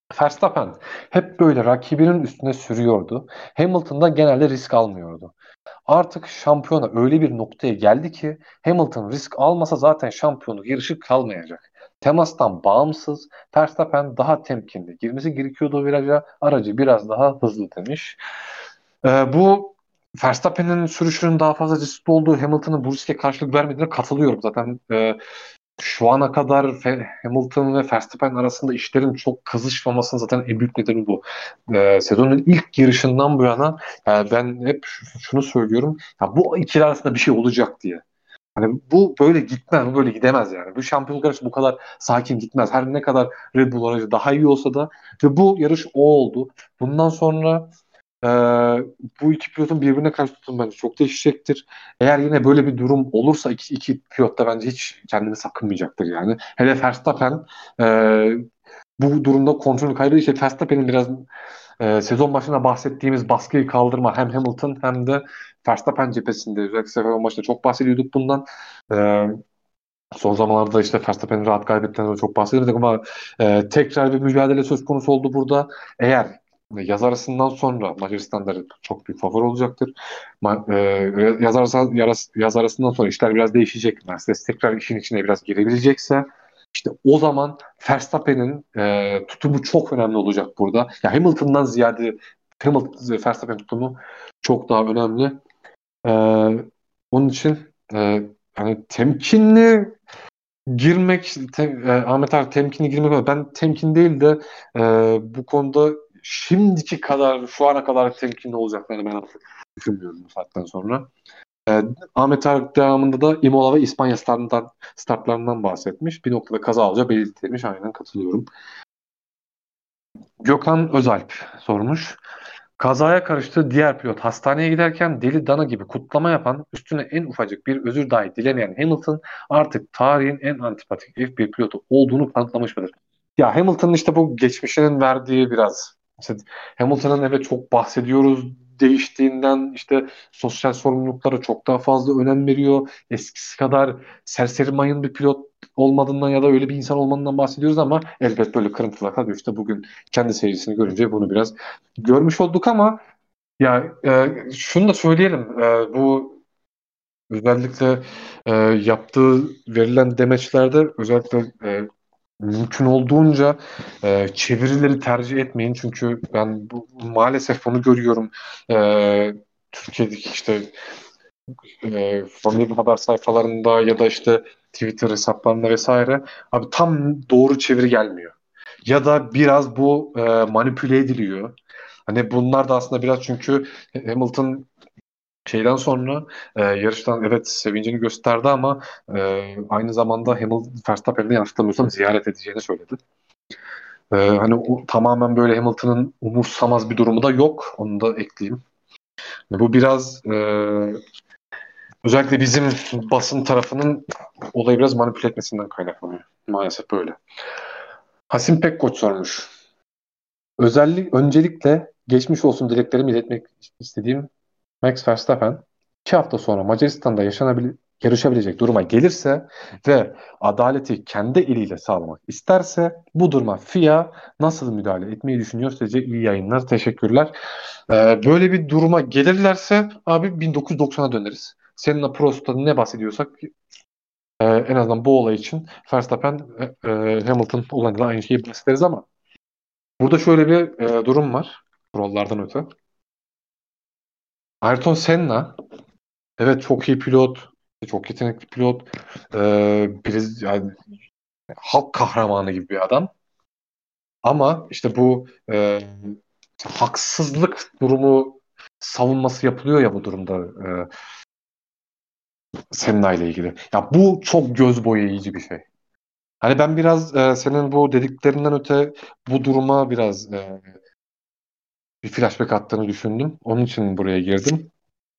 Verstappen hep böyle rakibinin üstüne sürüyordu. Hamilton da genelde risk almıyordu. Artık şampiyona öyle bir noktaya geldi ki Hamilton risk almasa zaten şampiyonluk yarışı kalmayacak. Temastan bağımsız Verstappen daha temkinli girmesi gerekiyordu viraja. Aracı biraz daha hızlı demiş. Ee, bu Verstappen'in sürüşünün daha fazla riskli olduğu, Hamilton'ın bu riske karşılık vermediğine katılıyorum. Zaten e, şu ana kadar Fe- Hamilton ve Verstappen arasında işlerin çok kızışmamasının zaten en büyük nedeni bu. Ee, sezonun ilk yarışından bu yana e, ben hep ş- şunu söylüyorum. Ya bu ikili arasında bir şey olacak diye. Hani bu böyle gitmez, bu böyle gidemez yani. Bu şampiyonluk yarışı bu kadar sakin gitmez. Her ne kadar Red Bull aracı daha iyi olsa da ve bu yarış o oldu. Bundan sonra ee, bu iki pilotun birbirine karşı tutum bence çok değişecektir. Eğer yine böyle bir durum olursa iki, iki pilot da bence hiç kendini sakınmayacaktır yani. Hele Verstappen e, bu durumda kontrolü kaybediyor. İşte Verstappen'in biraz e, sezon başına bahsettiğimiz baskıyı kaldırma hem Hamilton hem de Verstappen cephesinde özellikle sezon başında çok bahsediyorduk bundan. E, Son zamanlarda işte Verstappen'in rahat kaybetlerinden çok bahsedemedik ama e, tekrar bir mücadele söz konusu oldu burada. Eğer yaz arasından sonra Macaristan'da çok büyük favori olacaktır. Ma, e, yaz, arası, yaz, yaz arasından sonra işler biraz değişecek. Mercedes tekrar işin içine biraz girebilecekse işte o zaman Verstappen'in e, tutumu çok önemli olacak burada. Ya Hamilton'dan ziyade Hamilton, Verstappen tutumu çok daha önemli. E, Onun için e, yani temkinli girmek te, e, Ahmet abi temkinli girmek var. Ben temkin değil de e, bu konuda şimdiki kadar şu ana kadar temkinli olacaklarını ben artık düşünmüyorum bu saatten sonra. E, Ahmet Arık devamında da Imola ve İspanya startlarından, startlarından bahsetmiş. Bir noktada kaza olacağı belirtilmiş. Aynen katılıyorum. Gökhan Özalp sormuş. Kazaya karıştığı diğer pilot hastaneye giderken deli dana gibi kutlama yapan, üstüne en ufacık bir özür dahi dilemeyen Hamilton artık tarihin en antipatik F bir pilotu olduğunu kanıtlamış mıdır? Ya Hamilton'ın işte bu geçmişinin verdiği biraz işte Hamilton'ın evet çok bahsediyoruz değiştiğinden işte sosyal sorumluluklara çok daha fazla önem veriyor. Eskisi kadar serseri mayın bir pilot olmadığından ya da öyle bir insan olmadığından bahsediyoruz ama elbet böyle kırıntılar tabii işte bugün kendi seyircisini görünce bunu biraz görmüş olduk ama ya e, şunu da söyleyelim. E, bu özellikle e, yaptığı verilen demeçlerde özellikle e, mümkün olduğunca e, çevirileri tercih etmeyin. Çünkü ben bu, maalesef bunu görüyorum. E, Türkiye'deki işte e, Formula bir haber sayfalarında ya da işte Twitter hesaplarında vesaire abi tam doğru çeviri gelmiyor. Ya da biraz bu e, manipüle ediliyor. Hani bunlar da aslında biraz çünkü Hamilton şeyden sonra e, yarıştan evet sevincini gösterdi ama e, aynı zamanda Hamilton Verstappen'i yanlış hatırlamıyorsam ziyaret edeceğini söyledi. E, hani o, tamamen böyle Hamilton'ın umursamaz bir durumu da yok. Onu da ekleyeyim. E, bu biraz e, özellikle bizim basın tarafının olayı biraz manipüle etmesinden kaynaklanıyor. Maalesef böyle. Hasim Pekkoç sormuş. Özellik, öncelikle geçmiş olsun dileklerimi iletmek istediğim Max Verstappen iki hafta sonra Macaristan'da yaşanabil yarışabilecek duruma gelirse ve adaleti kendi eliyle sağlamak isterse bu duruma F I A nasıl müdahale etmeyi düşünüyor? Sizce iyi yayınlar. Teşekkürler. Ee, böyle bir duruma gelirlerse abi bin dokuz yüz doksana döneriz. Seninle Prost'ta ne bahsediyorsak e, en azından bu olay için Verstappen, e, e, Hamilton olayında da aynı şeyi bahsederiz ama burada şöyle bir e, durum var. Kurallardan öte. Ayrton Senna evet çok iyi pilot, çok yetenekli pilot, e, biriz, yani halk kahramanı gibi bir adam. Ama işte bu e, haksızlık durumu savunması yapılıyor ya bu durumda e, Senna ile ilgili. Ya bu çok göz boyayıcı bir şey. Hani ben biraz e, senin bu dediklerinden öte bu duruma biraz e, bir flashback attığını düşündüm. Onun için buraya girdim.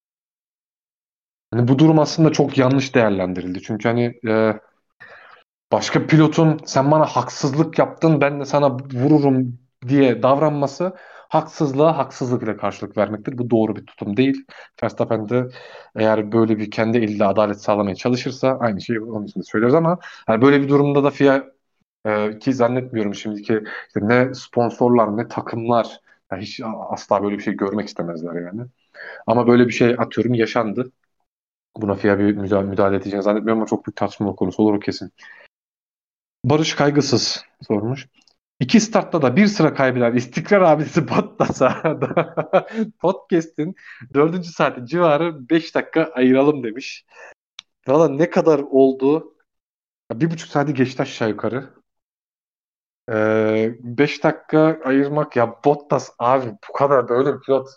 Hani bu durum aslında çok yanlış değerlendirildi. Çünkü hani e, başka pilotun sen bana haksızlık yaptın ben de sana vururum diye davranması haksızlığa haksızlık ile karşılık vermektir. Bu doğru bir tutum değil. Verstappen de eğer böyle bir kendi eliyle adalet sağlamaya çalışırsa aynı şeyi onun için de söylüyoruz ama yani böyle bir durumda da F I A E, ki zannetmiyorum şimdiki işte ne sponsorlar ne takımlar ya hiç asla böyle bir şey görmek istemezler yani. Ama böyle bir şey atıyorum yaşandı. Buna F I A bir müdahale, müdahale edeceğini zannetmiyorum ama çok büyük tartışma konusu olur o kesin. Barış Kaygısız sormuş. İki startta da bir sıra kaybeden istikrar abidesi Bottas'a podcast'in dördüncü saati civarı beş dakika ayıralım demiş. Valla ne kadar oldu? Ya Bir buçuk saati geçti aşağı yukarı. Ee, beş dakika ayırmak ya Bottas abi bu kadar böyle bir pilot.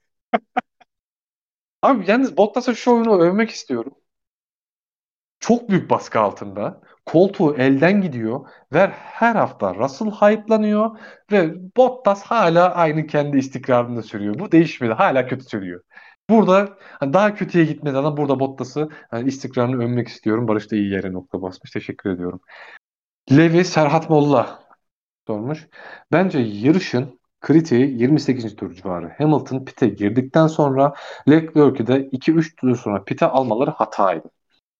Abi yalnız Bottas'a şu oyunu övmek istiyorum. Çok büyük baskı altında. Koltuğu elden gidiyor ve her hafta Russell hype'lanıyor ve Bottas hala aynı kendi istikrarında sürüyor. Bu değişmedi. Hala kötü sürüyor. Burada hani daha kötüye gitmedi ama burada Bottas'ı hani istikrarını övmek istiyorum. Barış da iyi yere nokta basmış. Teşekkür ediyorum. Levi Serhat Molla sormuş. Bence yarışın kritiği yirmi sekizinci tur civarı. Hamilton pite girdikten sonra Leclerc'ü de iki üç tur sonra pite almaları hataydı.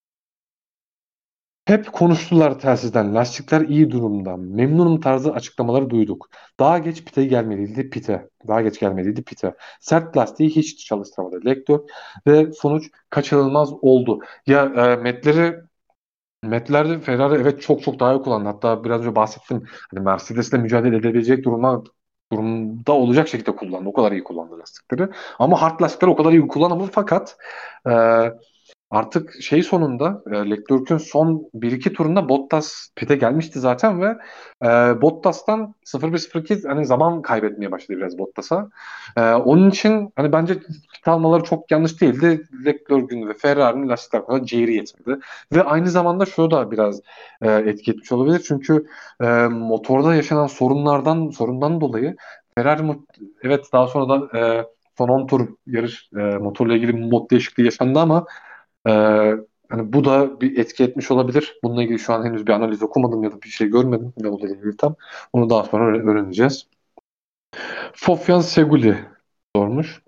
Hep konuştular telsizden. Lastikler iyi durumda. Memnunum tarzı açıklamaları duyduk. Daha geç pite gelmeliydi pite. Daha geç gelmeliydi pite. Sert lastiği hiç çalıştıramadı Leclerc ve sonuç kaçınılmaz oldu. Ya e, metleri metlerde Ferrari evet çok çok daha iyi kullandı. Hatta biraz önce bahsettim. Hani Mercedes'le mücadele edebilecek duruma durumda olacak şekilde kullandı. O kadar iyi kullandı lastikleri. Ama hard lastikleri o kadar iyi kullanamadı fakat e, artık şey sonunda e, Leclerc'ün son bir iki turunda Bottas pite gelmişti zaten ve e, Bottas'tan sıfır bir sıfır iki hani zaman kaybetmeye başladı biraz Bottas'a. E, onun için hani bence pit almaları çok yanlış değildi. Leclerc'ün ve Ferrari'nin lastikler kadar ciğeri yetmedi. Ve aynı zamanda şu da biraz e, etki etmiş olabilir. Çünkü e, motorda yaşanan sorunlardan sorundan dolayı Ferrari mu- evet daha sonra da e, son on tur yarış e, motorla ilgili bir mod değişikliği yaşandı ama ee, hani bu da bir etki etmiş olabilir. Bununla ilgili şu an henüz bir analiz okumadım ya da bir şey görmedim ne olduğunu ilgili tam. Onu daha sonra öğre- öğreneceğiz. Sofyan Seguli sormuş.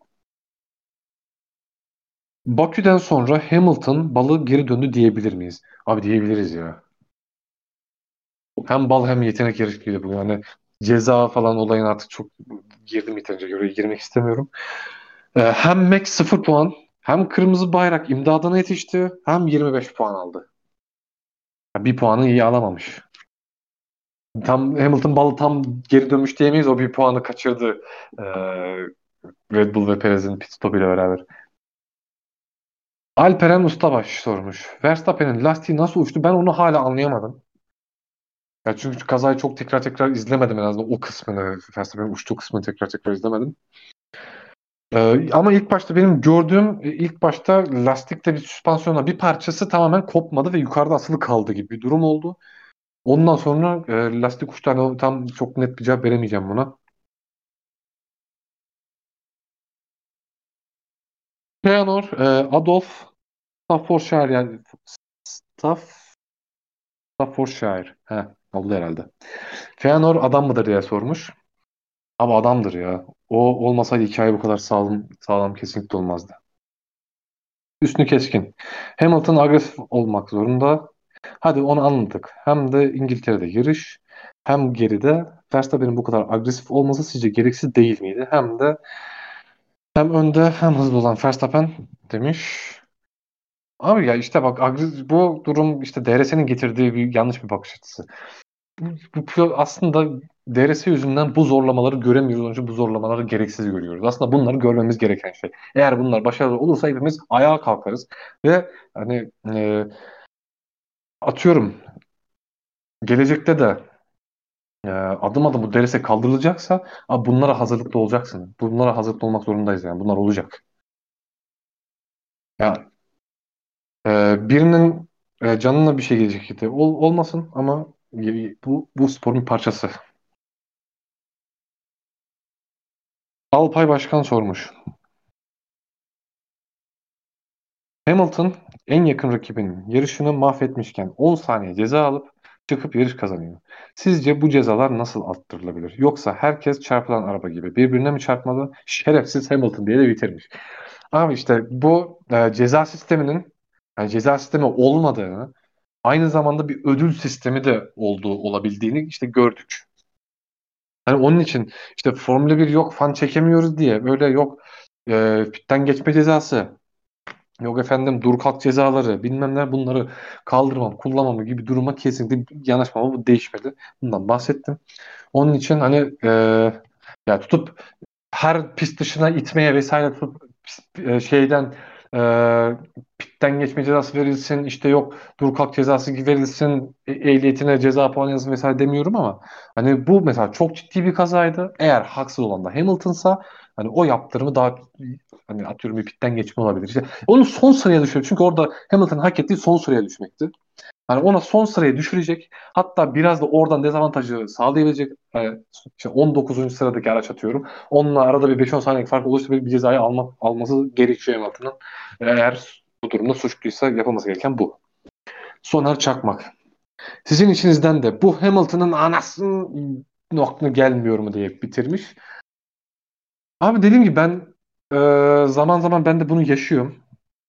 Bakü'den sonra Hamilton balı geri döndü diyebilir miyiz? Abi diyebiliriz ya. Hem bal hem yetenek yarışıydı bu. Yani ceza falan olayın artık çok girdim yeterince göre girmek istemiyorum. Ee, hem Max sıfır puan hem kırmızı bayrak imdadına yetişti hem yirmi beş puan aldı. Bir puanı iyi alamamış. Tam Hamilton balı tam geri dönmüş diyemeyiz. O bir puanı kaçırdı e, Red Bull ve Perez'in pit stopuyla beraber. Alperen Ustabaş sormuş. Verstappen'in lastiği nasıl uçtu? Ben onu hala anlayamadım. Ya çünkü kazayı çok tekrar tekrar izlemedim en azından o kısmını. Verstappen'in uçtuğu kısmını tekrar tekrar izlemedim. E, ama ilk başta benim gördüğüm e, ilk başta lastikte bir süspansiyonla bir parçası tamamen kopmadı ve yukarıda asılı kaldı gibi bir durum oldu. Ondan sonra e, lastik uçtu. Hani tam çok net bir cevap veremeyeceğim buna. Feanor, e, Adolf Staffordshire yani Staff, Staffordshire. He, oldu herhalde. Feanor adam mıdır diye sormuş. Ama adamdır ya. O olmasaydı hikaye bu kadar sağlam, sağlam kesinlikle olmazdı. Üstünü keskin. Hamilton agresif olmak zorunda. Hadi onu anladık. Hem de İngiltere'de yarış. Hem geride. Verstappen'in bu kadar agresif olması sizce gereksiz değil miydi? Hem de hem önde hem hızlı olan Verstappen demiş. Abi ya işte bak agres- bu durum işte D R S'nin getirdiği bir yanlış bir bakış açısı. Bu, bu pilo- aslında D R S yüzünden bu zorlamaları göremiyoruz. Onun için bu zorlamaları gereksiz görüyoruz. Aslında bunları görmemiz gereken şey. Eğer bunlar başarılı olursa hepimiz ayağa kalkarız ve hani e, atıyorum gelecekte de e, adım adım bu D R S kaldırılacaksa abi bunlara hazırlıklı olacaksın. Bunlara hazırlıklı olmak zorundayız yani. Bunlar olacak. Ya e, birinin e, canına bir şey gelecek. Ol, olmasın ama e, bu bu sporun parçası. Alpay Başkan sormuş. Hamilton en yakın rakibinin yarışını mahvetmişken on saniye ceza alıp çıkıp yarış kazanıyor. Sizce bu cezalar nasıl arttırılabilir? Yoksa herkes çarpılan araba gibi birbirine mi çarpmalı? Şerefsiz Hamilton diye de bitirmiş. Abi işte bu e, ceza sisteminin yani ceza sistemi olmadığını aynı zamanda bir ödül sistemi de olduğu olabildiğini işte gördük. Hani onun için işte Formula bir yok, fan çekemiyoruz diye böyle yok, e, pitten geçme cezası, yok efendim dur kalk cezaları bilmem ne, bunları kaldırmam kullanmam gibi duruma kesinlikle yanaşmama, bu değişmedi. Bundan bahsettim. Onun için hani e, ya tutup her pist dışına itmeye vesaire tutup e, şeyden e, pitten geçme cezası verilsin, işte yok dur kalk cezası verilsin, e- ehliyetine ceza puanı yazılsın vesaire demiyorum ama hani bu mesela çok ciddi bir kazaydı. Eğer haksız olan da Hamilton'sa hani o yaptırımı daha, hani atıyorum bir pitten geçme olabilir. İşte onu son sıraya düşürüyor. Çünkü orada Hamilton'ın hak ettiği son sıraya düşmekti. Hani ona son sıraya düşürecek. Hatta biraz da oradan dezavantajı sağlayabilecek. Yani işte on dokuzuncu sıradaki araç atıyorum. Onunla arada bir beş on saniye fark olursa bir cezayı alma, alması gerekiyor Hamilton'ın. Eğer bu durumda suçluysa yapılması gereken bu. Soner Çakmak. Sizin içinizden de bu Hamilton'ın anasının aklına gelmiyor mu diye bitirmiş. Abi dediğim gibi ben e, zaman zaman ben de bunu yaşıyorum.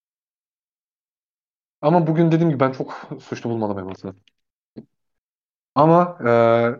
Ama bugün dediğim gibi ben çok suçlu bulmadım Hamilton'ı. Ama e,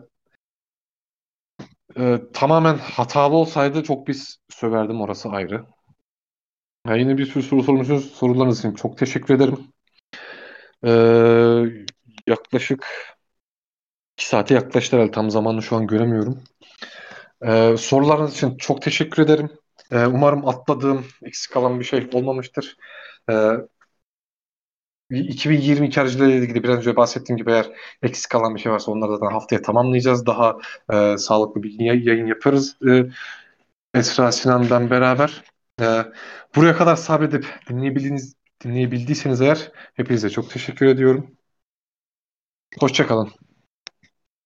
Ee, tamamen hatalı olsaydı çok biz söverdim, orası ayrı. Ya yine bir sürü soru sormuşsunuz. Sorularınız için çok teşekkür ederim. Ee, yaklaşık iki saate yaklaştı herhalde. Tam zamanını şu an göremiyorum. Ee, sorularınız için çok teşekkür ederim. Ee, umarım atladığım, eksik kalan bir şey olmamıştır. Ee, iki bin yirmi iki aracılığıyla ilgili biraz önce bahsettiğim gibi eğer eksik kalan bir şey varsa onları zaten haftaya tamamlayacağız. Daha e, sağlıklı bir yayın yaparız. Ee, Esra Sinan'dan beraber. Ee, buraya kadar sabredip dinleyebildiğiniz, dinleyebildiyseniz eğer hepinize çok teşekkür ediyorum. Hoşça kalın.